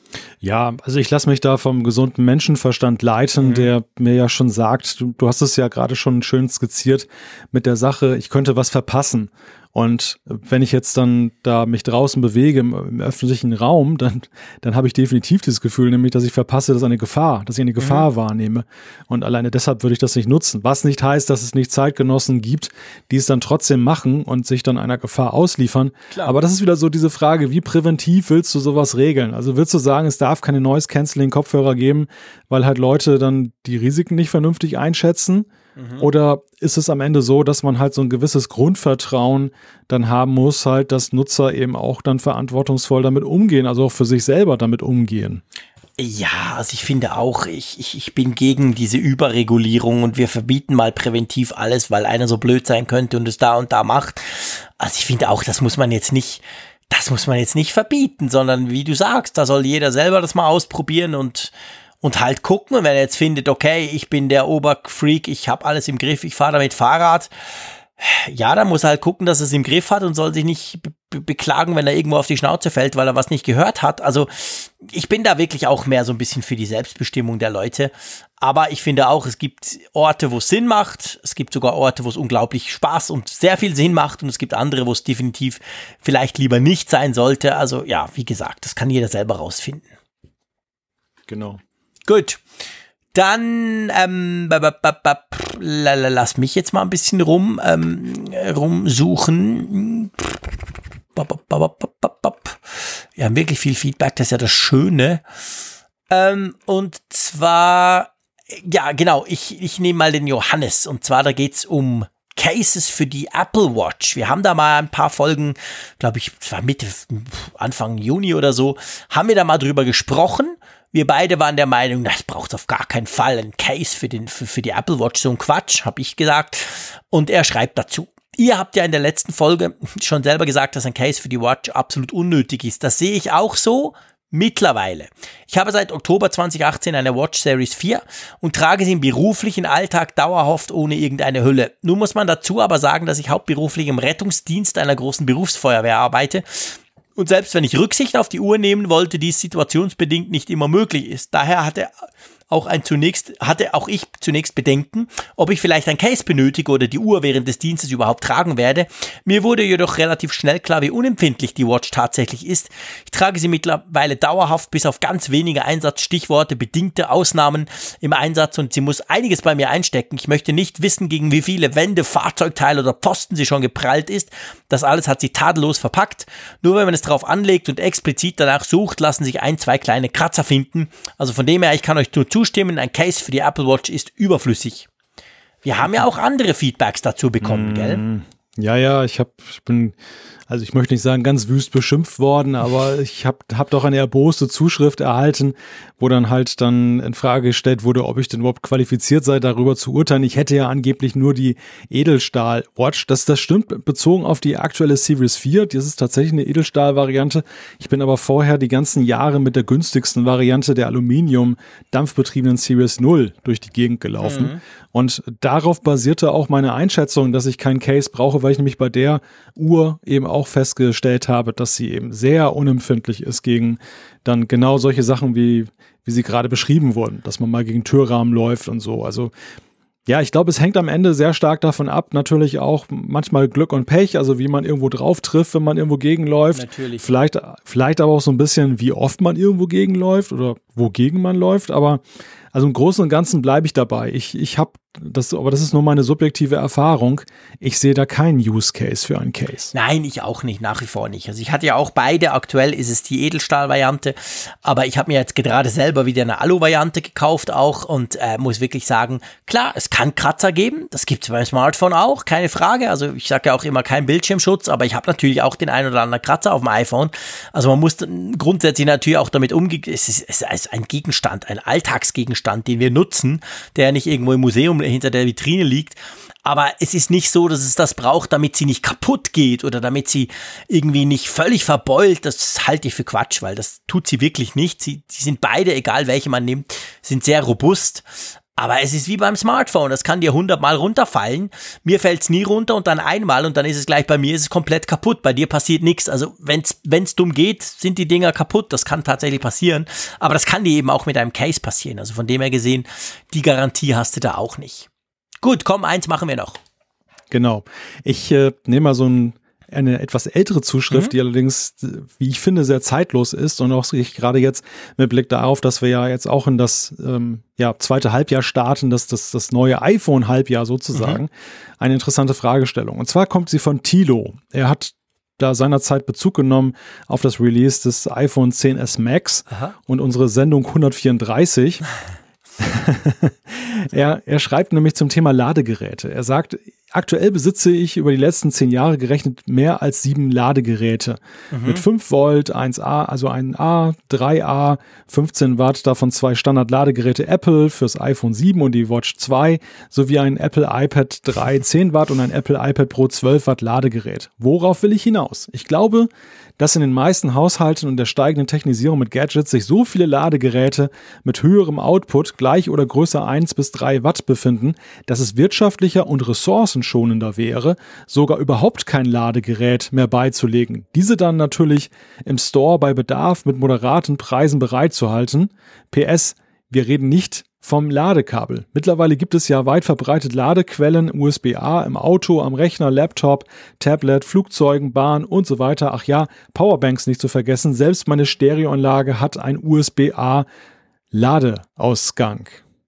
Ja, also ich lasse mich da vom gesunden Menschenverstand leiten, mhm. der mir ja schon sagt, du, du hast es ja gerade schon schön skizziert mit der Sache, ich könnte was verpassen. Und wenn ich jetzt dann da mich draußen bewege im, im öffentlichen Raum, dann, dann habe ich definitiv dieses Gefühl, nämlich, dass ich verpasse, dass eine Gefahr, dass ich eine Gefahr mhm. wahrnehme. Und alleine deshalb würde ich das nicht nutzen. Was nicht heißt, dass es nicht Zeitgenossen gibt, die es dann trotzdem machen und sich dann einer Gefahr ausliefern. Klar. Aber das ist wieder so diese Frage, wie präventiv willst du sowas regeln? Also willst du sagen, es darf keine Noise-Canceling-Kopfhörer geben, weil halt Leute dann die Risiken nicht vernünftig einschätzen? Mhm. Oder ist es am Ende so, dass man halt so ein gewisses Grundvertrauen dann haben muss, halt, dass Nutzer eben auch dann verantwortungsvoll damit umgehen, also auch für sich selber damit umgehen? Ja, also ich finde auch, ich, ich, ich bin gegen diese Überregulierung und wir verbieten mal präventiv alles, weil einer so blöd sein könnte und es da und da macht. Also ich finde auch, das muss man jetzt nicht, das muss man jetzt nicht verbieten, sondern wie du sagst, da soll jeder selber das mal ausprobieren und und halt gucken. Und wenn er jetzt findet, okay, ich bin der Oberfreak, ich habe alles im Griff, ich fahre damit Fahrrad, ja, dann muss er halt gucken, dass er es im Griff hat und soll sich nicht be- beklagen, wenn er irgendwo auf die Schnauze fällt, weil er was nicht gehört hat. Also ich bin da wirklich auch mehr so ein bisschen für die Selbstbestimmung der Leute. Aber ich finde auch, es gibt Orte, wo es Sinn macht. Es gibt sogar Orte, wo es unglaublich Spaß und sehr viel Sinn macht. Und es gibt andere, wo es definitiv vielleicht lieber nicht sein sollte. Also ja, wie gesagt, das kann jeder selber rausfinden. Genau. Gut. Dann ähm, b- b- b- lass mich jetzt mal ein bisschen rum ähm, rumsuchen. Wir haben wirklich viel Feedback, das ist ja das Schöne. Ähm, und zwar, ja genau, ich, ich nehme mal den Johannes. Und zwar, da geht's um Cases für die Apple Watch. Wir haben da mal ein paar Folgen, glaube ich, es war Mitte, Anfang Juni oder so, haben wir da mal drüber gesprochen. Wir beide waren der Meinung, das braucht auf gar keinen Fall ein Case für, den, für, für die Apple Watch. So ein Quatsch, habe ich gesagt. Und er schreibt dazu. Ihr habt ja in der letzten Folge schon selber gesagt, dass ein Case für die Watch absolut unnötig ist. Das sehe ich auch so mittlerweile. Ich habe seit Oktober zwanzig achtzehn eine Watch Series vier und trage sie im beruflichen Alltag dauerhaft ohne irgendeine Hülle. Nun muss man dazu aber sagen, dass ich hauptberuflich im Rettungsdienst einer großen Berufsfeuerwehr arbeite. Und selbst wenn ich Rücksicht auf die Uhr nehmen wollte, dies situationsbedingt nicht immer möglich ist. Daher hatte auch ein zunächst, hatte auch ich zunächst Bedenken, ob ich vielleicht ein Case benötige oder die Uhr während des Dienstes überhaupt tragen werde. Mir wurde jedoch relativ schnell klar, wie unempfindlich die Watch tatsächlich ist. Ich trage sie mittlerweile dauerhaft, bis auf ganz wenige Einsatzstichworte, bedingte Ausnahmen im Einsatz und sie muss einiges bei mir einstecken. Ich möchte nicht wissen, gegen wie viele Wände, Fahrzeugteile oder Posten sie schon geprallt ist. Das alles hat sie tadellos verpackt. Nur wenn man es drauf anlegt und explizit danach sucht, lassen sich ein, zwei kleine Kratzer finden. Also von dem her, ich kann euch nur zustimmen, ein Case für die Apple Watch ist überflüssig. Wir haben ja auch andere Feedbacks dazu bekommen, mm, gell? Ja, ja, ich, hab, ich bin, also ich möchte nicht sagen, ganz wüst beschimpft worden, aber ich habe hab doch eine erboste Zuschrift erhalten, wo dann halt dann in Frage gestellt wurde, ob ich denn überhaupt qualifiziert sei, darüber zu urteilen. Ich hätte ja angeblich nur die Edelstahl-Watch. Das, das stimmt bezogen auf die aktuelle Series vier. Das ist tatsächlich eine Edelstahl-Variante. Ich bin aber vorher die ganzen Jahre mit der günstigsten Variante der Aluminium-dampfbetriebenen Series null durch die Gegend gelaufen. Mhm. Und darauf basierte auch meine Einschätzung, dass ich keinen Case brauche, weil ich nämlich bei der Uhr eben auch festgestellt habe, dass sie eben sehr unempfindlich ist gegen dann genau solche Sachen, wie, wie sie gerade beschrieben wurden, dass man mal gegen Türrahmen läuft und so. Also ja, ich glaube, es hängt am Ende sehr stark davon ab, natürlich auch manchmal Glück und Pech, also wie man irgendwo drauf trifft, wenn man irgendwo gegenläuft. Natürlich. Vielleicht, vielleicht aber auch so ein bisschen, wie oft man irgendwo gegenläuft oder wogegen man läuft, aber also im Großen und Ganzen bleibe ich dabei. Ich, ich habe das, aber das ist nur meine subjektive Erfahrung. Ich sehe da keinen Use Case für einen Case. Nein, ich auch nicht, nach wie vor nicht. Also ich hatte ja auch beide. Aktuell ist es die Edelstahl-Variante, aber ich habe mir jetzt gerade selber wieder eine Alu-Variante gekauft auch und äh, muss wirklich sagen, klar, es kann Kratzer geben. Das gibt es beim Smartphone auch, keine Frage. Also ich sage ja auch immer kein Bildschirmschutz, aber ich habe natürlich auch den ein oder anderen Kratzer auf dem iPhone. Also man muss grundsätzlich natürlich auch damit umgehen. Es ist, es ist ein Gegenstand, ein Alltagsgegenstand, den wir nutzen, der nicht irgendwo im Museum hinter der Vitrine liegt. Aber es ist nicht so, dass es das braucht, damit sie nicht kaputt geht oder damit sie irgendwie nicht völlig verbeult. Das halte ich für Quatsch, weil das tut sie wirklich nicht. Sie, sie sind beide, egal welche man nimmt, sind sehr robust. Aber es ist wie beim Smartphone, das kann dir hundertmal runterfallen. Mir fällt's nie runter und dann einmal und dann ist es gleich, bei mir ist es komplett kaputt. Bei dir passiert nichts. Also wenn's wenn's dumm geht, sind die Dinger kaputt. Das kann tatsächlich passieren. Aber das kann dir eben auch mit einem Case passieren. Also von dem her gesehen, die Garantie hast du da auch nicht. Gut, komm, eins machen wir noch. Genau. Ich äh, nehme mal so ein eine etwas ältere Zuschrift, mhm. die allerdings, wie ich finde, sehr zeitlos ist und auch ich gerade jetzt mit Blick darauf, dass wir ja jetzt auch in das ähm, ja, zweite Halbjahr starten, das, das, das neue iPhone-Halbjahr sozusagen, mhm. eine interessante Fragestellung. Und zwar kommt sie von Thilo. Er hat da seinerzeit Bezug genommen auf das Release des iPhone X S Max Aha. und unsere Sendung hundertvierunddreißig. er, er schreibt nämlich zum Thema Ladegeräte. Er sagt, aktuell besitze ich über die letzten zehn Jahre gerechnet mehr als sieben Ladegeräte. Mhm. Mit fünf Volt, eins A, also ein A, drei A, fünfzehn Watt, davon zwei Standard-Ladegeräte Apple fürs iPhone sieben und die Watch zwei, sowie ein Apple iPad drei zehn Watt und ein Apple iPad Pro zwölf Watt Ladegerät. Worauf will ich hinaus? Ich glaube, dass in den meisten Haushalten und der steigenden Technisierung mit Gadgets sich so viele Ladegeräte mit höherem Output gleich oder größer eins bis drei Watt befinden, dass es wirtschaftlicher und ressourcenschonender wäre, sogar überhaupt kein Ladegerät mehr beizulegen. Diese dann natürlich im Store bei Bedarf mit moderaten Preisen bereitzuhalten. P S, wir reden nicht vom Ladekabel. Mittlerweile gibt es ja weit verbreitet Ladequellen U S B A im Auto, am Rechner, Laptop, Tablet, Flugzeugen, Bahn und so weiter. Ach ja, Powerbanks nicht zu vergessen. Selbst meine Stereoanlage hat ein U S B A Ladeausgang.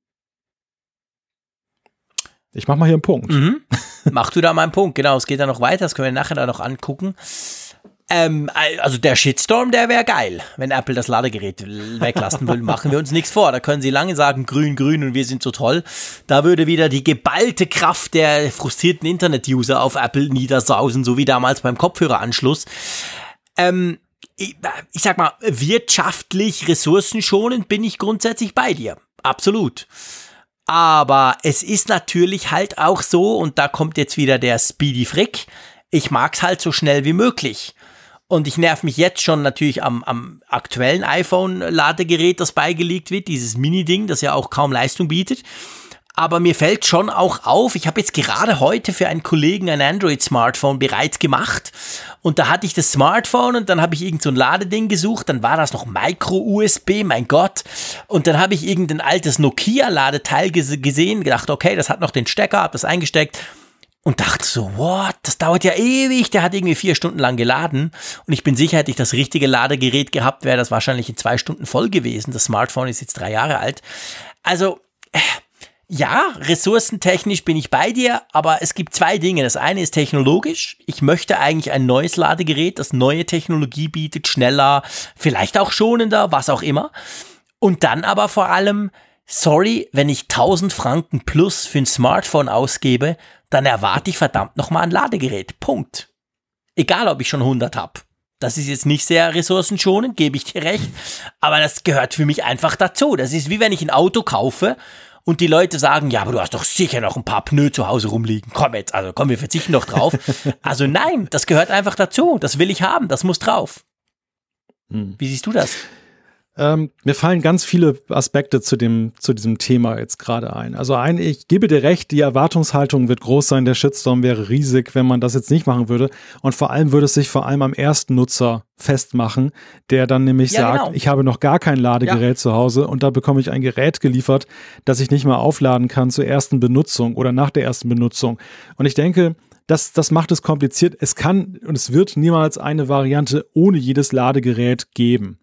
Ich mach mal hier einen Punkt. Mhm. Mach du da mal einen Punkt. Genau, es geht da noch weiter. Das können wir nachher da noch angucken. Ähm, also der Shitstorm, der wäre geil, wenn Apple das Ladegerät weglassen will. Machen wir uns nichts vor. Da können sie lange sagen, grün, grün und wir sind so toll. Da würde wieder die geballte Kraft der frustrierten Internet-User auf Apple niedersausen, so wie damals beim Kopfhöreranschluss. Ähm, ich, ich sag mal, wirtschaftlich ressourcenschonend bin ich grundsätzlich bei dir. Absolut. Aber es ist natürlich halt auch so, und da kommt jetzt wieder der Speedy Frick, ich mag's halt so schnell wie möglich. Und ich nerv mich jetzt schon natürlich am, am aktuellen iPhone-Ladegerät, das beigelegt wird, dieses Mini-Ding, das ja auch kaum Leistung bietet. Aber mir fällt schon auch auf, ich habe jetzt gerade heute für einen Kollegen ein Android-Smartphone bereit gemacht. Und da hatte ich das Smartphone und dann habe ich irgend so ein Ladeding gesucht. Dann war das noch Micro-U S B, mein Gott. Und dann habe ich irgendein altes Nokia-Ladeteil ges- gesehen, gedacht, okay, das hat noch den Stecker, habe das eingesteckt. Und dachte so, what, das dauert ja ewig, der hat irgendwie vier Stunden lang geladen. Und ich bin sicher, hätte ich das richtige Ladegerät gehabt, wäre das wahrscheinlich in zwei Stunden voll gewesen. Das Smartphone ist jetzt drei Jahre alt. Also, äh, ja, ressourcentechnisch bin ich bei dir, aber es gibt zwei Dinge. Das eine ist technologisch. Ich möchte eigentlich ein neues Ladegerät, das neue Technologie bietet, schneller, vielleicht auch schonender, was auch immer. Und dann aber vor allem, sorry, wenn ich tausend Franken plus für ein Smartphone ausgebe, dann erwarte ich verdammt nochmal ein Ladegerät. Punkt. Egal, ob ich schon hundert habe. Das ist jetzt nicht sehr ressourcenschonend, gebe ich dir recht, aber das gehört für mich einfach dazu. Das ist wie wenn ich ein Auto kaufe und die Leute sagen, ja, aber du hast doch sicher noch ein paar Pneu zu Hause rumliegen. Komm jetzt, also komm, wir verzichten doch drauf. Also nein, das gehört einfach dazu. Das will ich haben, das muss drauf. Hm. Wie siehst du das? Ähm, mir fallen ganz viele Aspekte zu dem, zu diesem Thema jetzt gerade ein. Also ein, ich gebe dir recht, die Erwartungshaltung wird groß sein, der Shitstorm wäre riesig, wenn man das jetzt nicht machen würde. Und vor allem würde es sich vor allem am ersten Nutzer festmachen, der dann nämlich ja, sagt, genau. Ich habe noch gar kein Ladegerät ja. zu Hause und da bekomme ich ein Gerät geliefert, das ich nicht mal aufladen kann zur ersten Benutzung oder nach der ersten Benutzung. Und ich denke, Das, das macht es kompliziert. Es kann und es wird niemals eine Variante ohne jedes Ladegerät geben.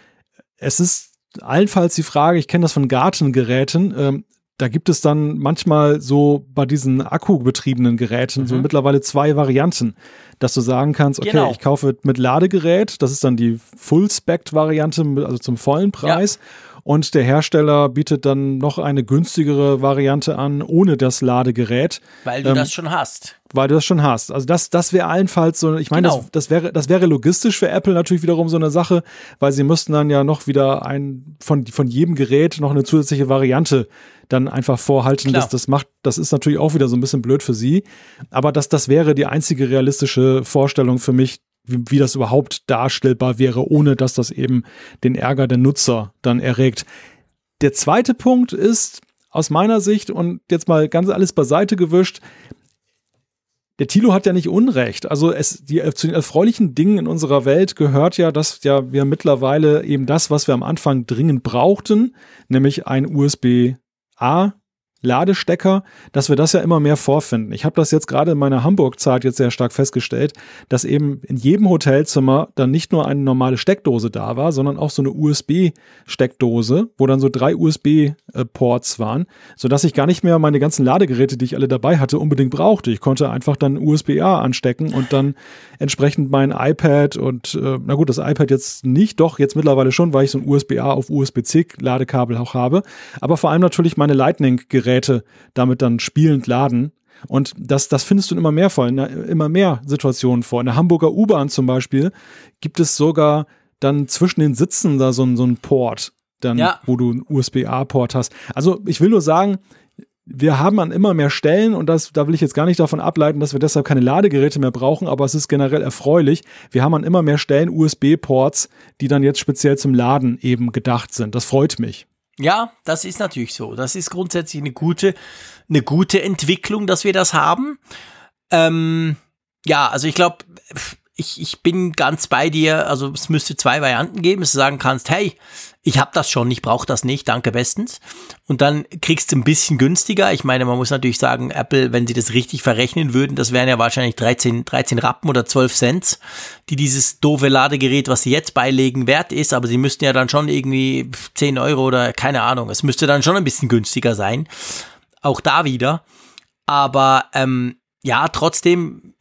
Es ist allenfalls die Frage, ich kenne das von Gartengeräten, ähm, da gibt es dann manchmal so bei diesen akkubetriebenen Geräten mhm. so mittlerweile zwei Varianten, dass du sagen kannst, okay, genau. ich kaufe mit Ladegerät, das ist dann die Full-Spec-Variante, also zum vollen Preis. Ja. Und der Hersteller bietet dann noch eine günstigere Variante an, ohne das Ladegerät. Weil du ähm, das schon hast. Weil du das schon hast. Also das, das wäre allenfalls so, ich meine, genau. das, das wäre, das wäre logistisch für Apple natürlich wiederum so eine Sache, weil sie müssten dann ja noch wieder ein, von, von jedem Gerät noch eine zusätzliche Variante dann einfach vorhalten. Das, das macht, das ist natürlich auch wieder so ein bisschen blöd für sie. Aber das, das wäre die einzige realistische Vorstellung für mich, wie, wie das überhaupt darstellbar wäre, ohne dass das eben den Ärger der Nutzer dann erregt. Der zweite Punkt ist aus meiner Sicht, und jetzt mal ganz alles beiseite gewischt, der Thilo hat ja nicht Unrecht. Also es, die, zu den erfreulichen Dingen in unserer Welt gehört ja, dass ja wir mittlerweile eben das, was wir am Anfang dringend brauchten, nämlich ein U S B A Ladestecker, dass wir das ja immer mehr vorfinden. Ich habe das jetzt gerade in meiner Hamburg-Zeit jetzt sehr stark festgestellt, dass eben in jedem Hotelzimmer dann nicht nur eine normale Steckdose da war, sondern auch so eine U S B-Steckdose, wo dann so drei U S B-Ports waren, sodass ich gar nicht mehr meine ganzen Ladegeräte, die ich alle dabei hatte, unbedingt brauchte. Ich konnte einfach dann U S B A anstecken und dann entsprechend mein iPad und, äh, na gut, das iPad jetzt nicht, doch jetzt mittlerweile schon, weil ich so ein U S B A auf U S B C Ladekabel auch habe, aber vor allem natürlich meine Lightning-Geräte damit dann spielend laden. Und das, das findest du in immer mehr vor, in immer mehr Situationen vor. In der Hamburger U-Bahn zum Beispiel gibt es sogar dann zwischen den Sitzen da so, so einen Port, dann, ja. wo du einen U S B A-Port hast. Also ich will nur sagen, wir haben an immer mehr Stellen und das, da will ich jetzt gar nicht davon ableiten, dass wir deshalb keine Ladegeräte mehr brauchen, aber es ist generell erfreulich. Wir haben an immer mehr Stellen U S B-Ports, die dann jetzt speziell zum Laden eben gedacht sind. Das freut mich. Ja, das ist natürlich so. Das ist grundsätzlich eine gute, eine gute Entwicklung, dass wir das haben. Ähm, ja, also ich glaube, ich, ich bin ganz bei dir. Also es müsste zwei Varianten geben, dass du sagen kannst, hey, ich habe das schon, ich brauche das nicht, danke bestens. Und dann kriegst du ein bisschen günstiger. Ich meine, man muss natürlich sagen, Apple, wenn sie das richtig verrechnen würden, das wären ja wahrscheinlich dreizehn, dreizehn Rappen oder zwölf Cent, die dieses doofe Ladegerät, was sie jetzt beilegen, wert ist. Aber sie müssten ja dann schon irgendwie zehn Euro oder keine Ahnung. Es müsste dann schon ein bisschen günstiger sein. Auch da wieder. Aber ähm, ja, trotzdem,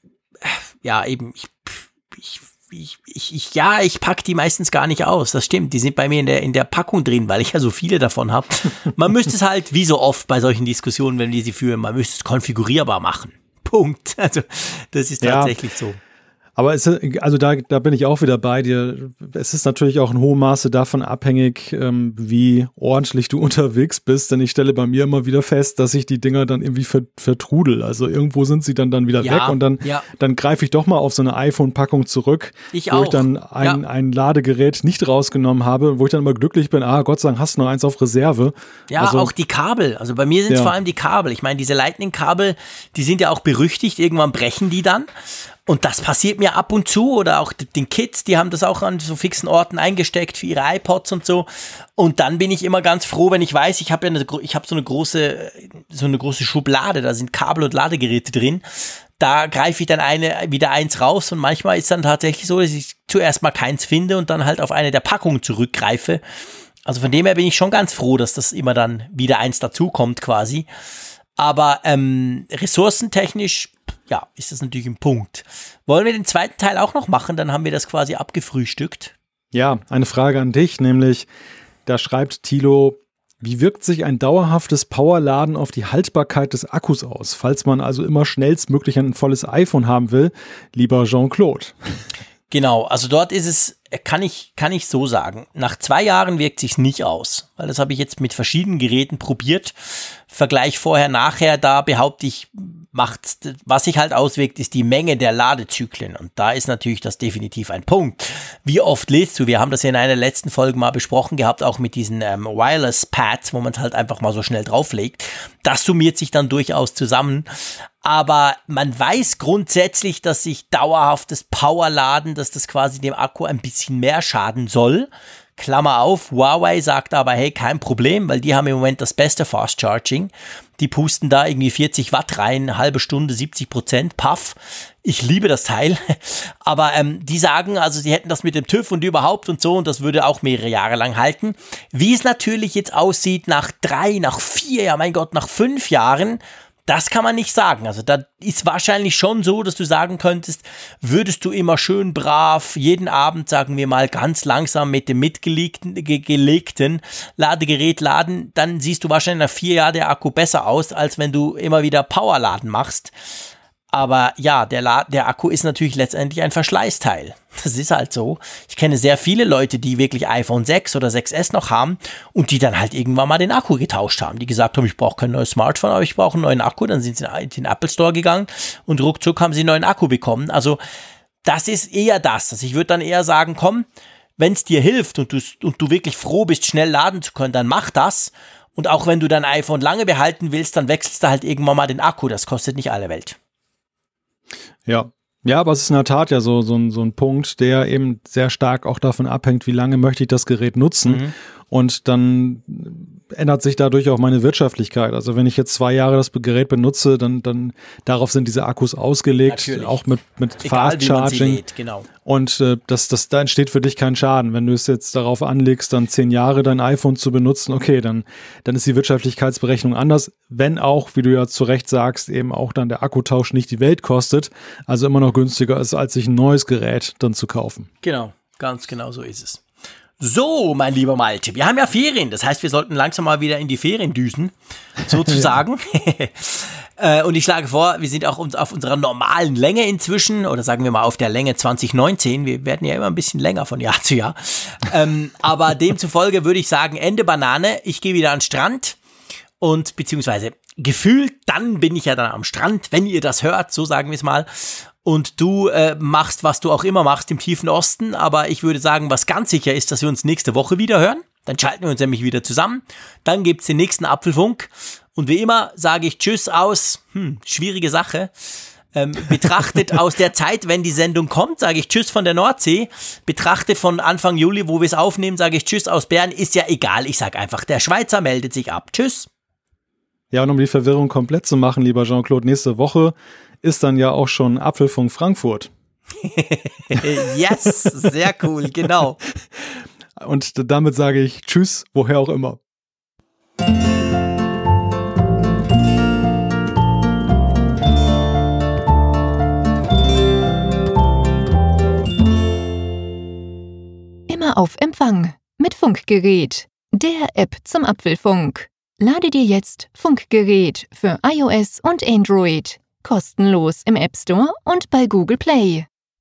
ja eben, ich, ich Ich, ich, ich, ja, ich pack die meistens gar nicht aus, das stimmt, die sind bei mir in der, in der Packung drin, weil ich ja so viele davon habe. Man müsste es halt, wie so oft bei solchen Diskussionen, wenn wir sie führen, man müsste es konfigurierbar machen. Punkt. Also das ist tatsächlich ja. so. Aber es, also da, da bin ich auch wieder bei dir. Es ist natürlich auch in hohem Maße davon abhängig, ähm, wie ordentlich du unterwegs bist. Denn ich stelle bei mir immer wieder fest, dass ich die Dinger dann irgendwie ver, vertrudel. Also irgendwo sind sie dann, dann wieder ja, weg und dann, ja. dann greife ich doch mal auf so eine iPhone-Packung zurück, ich wo auch. ich dann ein, ja. ein Ladegerät nicht rausgenommen habe, wo ich dann immer glücklich bin, ah, Gott sei Dank hast du noch eins auf Reserve. Ja, also, auch die Kabel. Also bei mir sind es ja. vor allem die Kabel. Ich meine, diese Lightning-Kabel, die sind ja auch berüchtigt. Irgendwann brechen die dann. Und das passiert mir ab und zu oder auch den Kids, die haben das auch an so fixen Orten eingesteckt für ihre iPods und so. Und dann bin ich immer ganz froh, wenn ich weiß, ich habe ja eine, ich habe so eine große, so eine große Schublade, da sind Kabel und Ladegeräte drin. Da greife ich dann eine, wieder eins raus und manchmal ist dann tatsächlich so, dass ich zuerst mal keins finde und dann halt auf eine der Packungen zurückgreife. Also von dem her bin ich schon ganz froh, dass das immer dann wieder eins dazukommt quasi. Aber ähm, ressourcentechnisch, ja, ist das natürlich ein Punkt. Wollen wir den zweiten Teil auch noch machen? Dann haben wir das quasi abgefrühstückt. Ja, eine Frage an dich, nämlich, da schreibt Thilo, wie wirkt sich ein dauerhaftes Powerladen auf die Haltbarkeit des Akkus aus, falls man also immer schnellstmöglich ein volles iPhone haben will, lieber Jean-Claude? Genau, also dort ist es, kann ich, kann ich so sagen, nach zwei Jahren wirkt sich's nicht aus, weil das habe ich jetzt mit verschiedenen Geräten probiert. Vergleich vorher, nachher, da behaupte ich, macht, was sich halt auswirkt, ist die Menge der Ladezyklen und da ist natürlich das definitiv ein Punkt. Wie oft lädst du? Wir haben das ja in einer letzten Folge mal besprochen gehabt, auch mit diesen ähm, Wireless-Pads, wo man es halt einfach mal so schnell drauflegt. Das summiert sich dann durchaus zusammen. Aber man weiß grundsätzlich, dass sich dauerhaftes Powerladen, dass das quasi dem Akku ein bisschen mehr schaden soll. Klammer auf, Huawei sagt aber, hey, kein Problem, weil die haben im Moment das beste Fast Charging. Die pusten da irgendwie vierzig Watt rein, halbe Stunde, siebzig Prozent, paff. Ich liebe das Teil. Aber ähm, die sagen, also sie hätten das mit dem TÜV und überhaupt und so und das würde auch mehrere Jahre lang halten. Wie es natürlich jetzt aussieht nach drei, nach vier, ja mein Gott, nach fünf Jahren, das kann man nicht sagen. Also da ist wahrscheinlich schon so, dass du sagen könntest, würdest du immer schön brav jeden Abend, sagen wir mal, ganz langsam mit dem mitgelegten ge- gelegten Ladegerät laden, dann siehst du wahrscheinlich nach vier Jahren der Akku besser aus, als wenn du immer wieder Powerladen machst. Aber ja, der, La- der Akku ist natürlich letztendlich ein Verschleißteil. Das ist halt so. Ich kenne sehr viele Leute, die wirklich iPhone sechs oder sechs S noch haben und die dann halt irgendwann mal den Akku getauscht haben. Die gesagt haben, ich brauche kein neues Smartphone, aber ich brauche einen neuen Akku. Dann sind sie in den Apple Store gegangen und ruckzuck haben sie einen neuen Akku bekommen. Also das ist eher das. Also ich würde dann eher sagen, komm, wenn es dir hilft und du, und du wirklich froh bist, schnell laden zu können, dann mach das. Und auch wenn du dein iPhone lange behalten willst, dann wechselst du halt irgendwann mal den Akku. Das kostet nicht alle Welt. Ja, ja, aber es ist in der Tat ja so, so, ein, so ein Punkt, der eben sehr stark auch davon abhängt, wie lange möchte ich das Gerät nutzen. Mhm. Und dann ändert sich dadurch auch meine Wirtschaftlichkeit. Also wenn ich jetzt zwei Jahre das Gerät benutze, dann, dann darauf sind diese Akkus ausgelegt, natürlich. Auch mit, mit Fast Charging. Lädt, genau. Und äh, das, das, da entsteht für dich kein Schaden. Wenn du es jetzt darauf anlegst, dann zehn Jahre dein iPhone zu benutzen, okay, dann, dann ist die Wirtschaftlichkeitsberechnung anders. Wenn auch, wie du ja zu Recht sagst, eben auch dann der Akkutausch nicht die Welt kostet, also immer noch günstiger ist, als sich ein neues Gerät dann zu kaufen. Genau, ganz genau so ist es. So, mein lieber Malte, wir haben ja Ferien, das heißt, wir sollten langsam mal wieder in die Ferien düsen, sozusagen. Und ich schlage vor, wir sind auch auf unserer normalen Länge inzwischen, oder sagen wir mal auf der Länge zwanzig neunzehn, wir werden ja immer ein bisschen länger von Jahr zu Jahr. Aber demzufolge würde ich sagen, Ende Banane, ich gehe wieder an den Strand und beziehungsweise gefühlt, dann bin ich ja dann am Strand, wenn ihr das hört, so sagen wir es mal. Und du äh, machst, was du auch immer machst im tiefen Osten. Aber ich würde sagen, was ganz sicher ist, dass wir uns nächste Woche wieder hören. Dann schalten wir uns nämlich wieder zusammen. Dann gibt's den nächsten Apfelfunk. Und wie immer sage ich Tschüss aus, hm, schwierige Sache. Ähm, betrachtet aus der Zeit, wenn die Sendung kommt, sage ich Tschüss von der Nordsee. Betrachtet von Anfang Juli, wo wir es aufnehmen, sage ich Tschüss aus Bern. Ist ja egal, ich sage einfach, der Schweizer meldet sich ab. Tschüss. Ja, und um die Verwirrung komplett zu machen, lieber Jean-Claude, nächste Woche ist dann ja auch schon Apfelfunk Frankfurt. Yes, sehr cool, genau. Und damit sage ich Tschüss, woher auch immer. Immer auf Empfang mit Funkgerät, der App zum Apfelfunk. Lade dir jetzt Funkgerät für iOS und Android kostenlos im App Store und bei Google Play.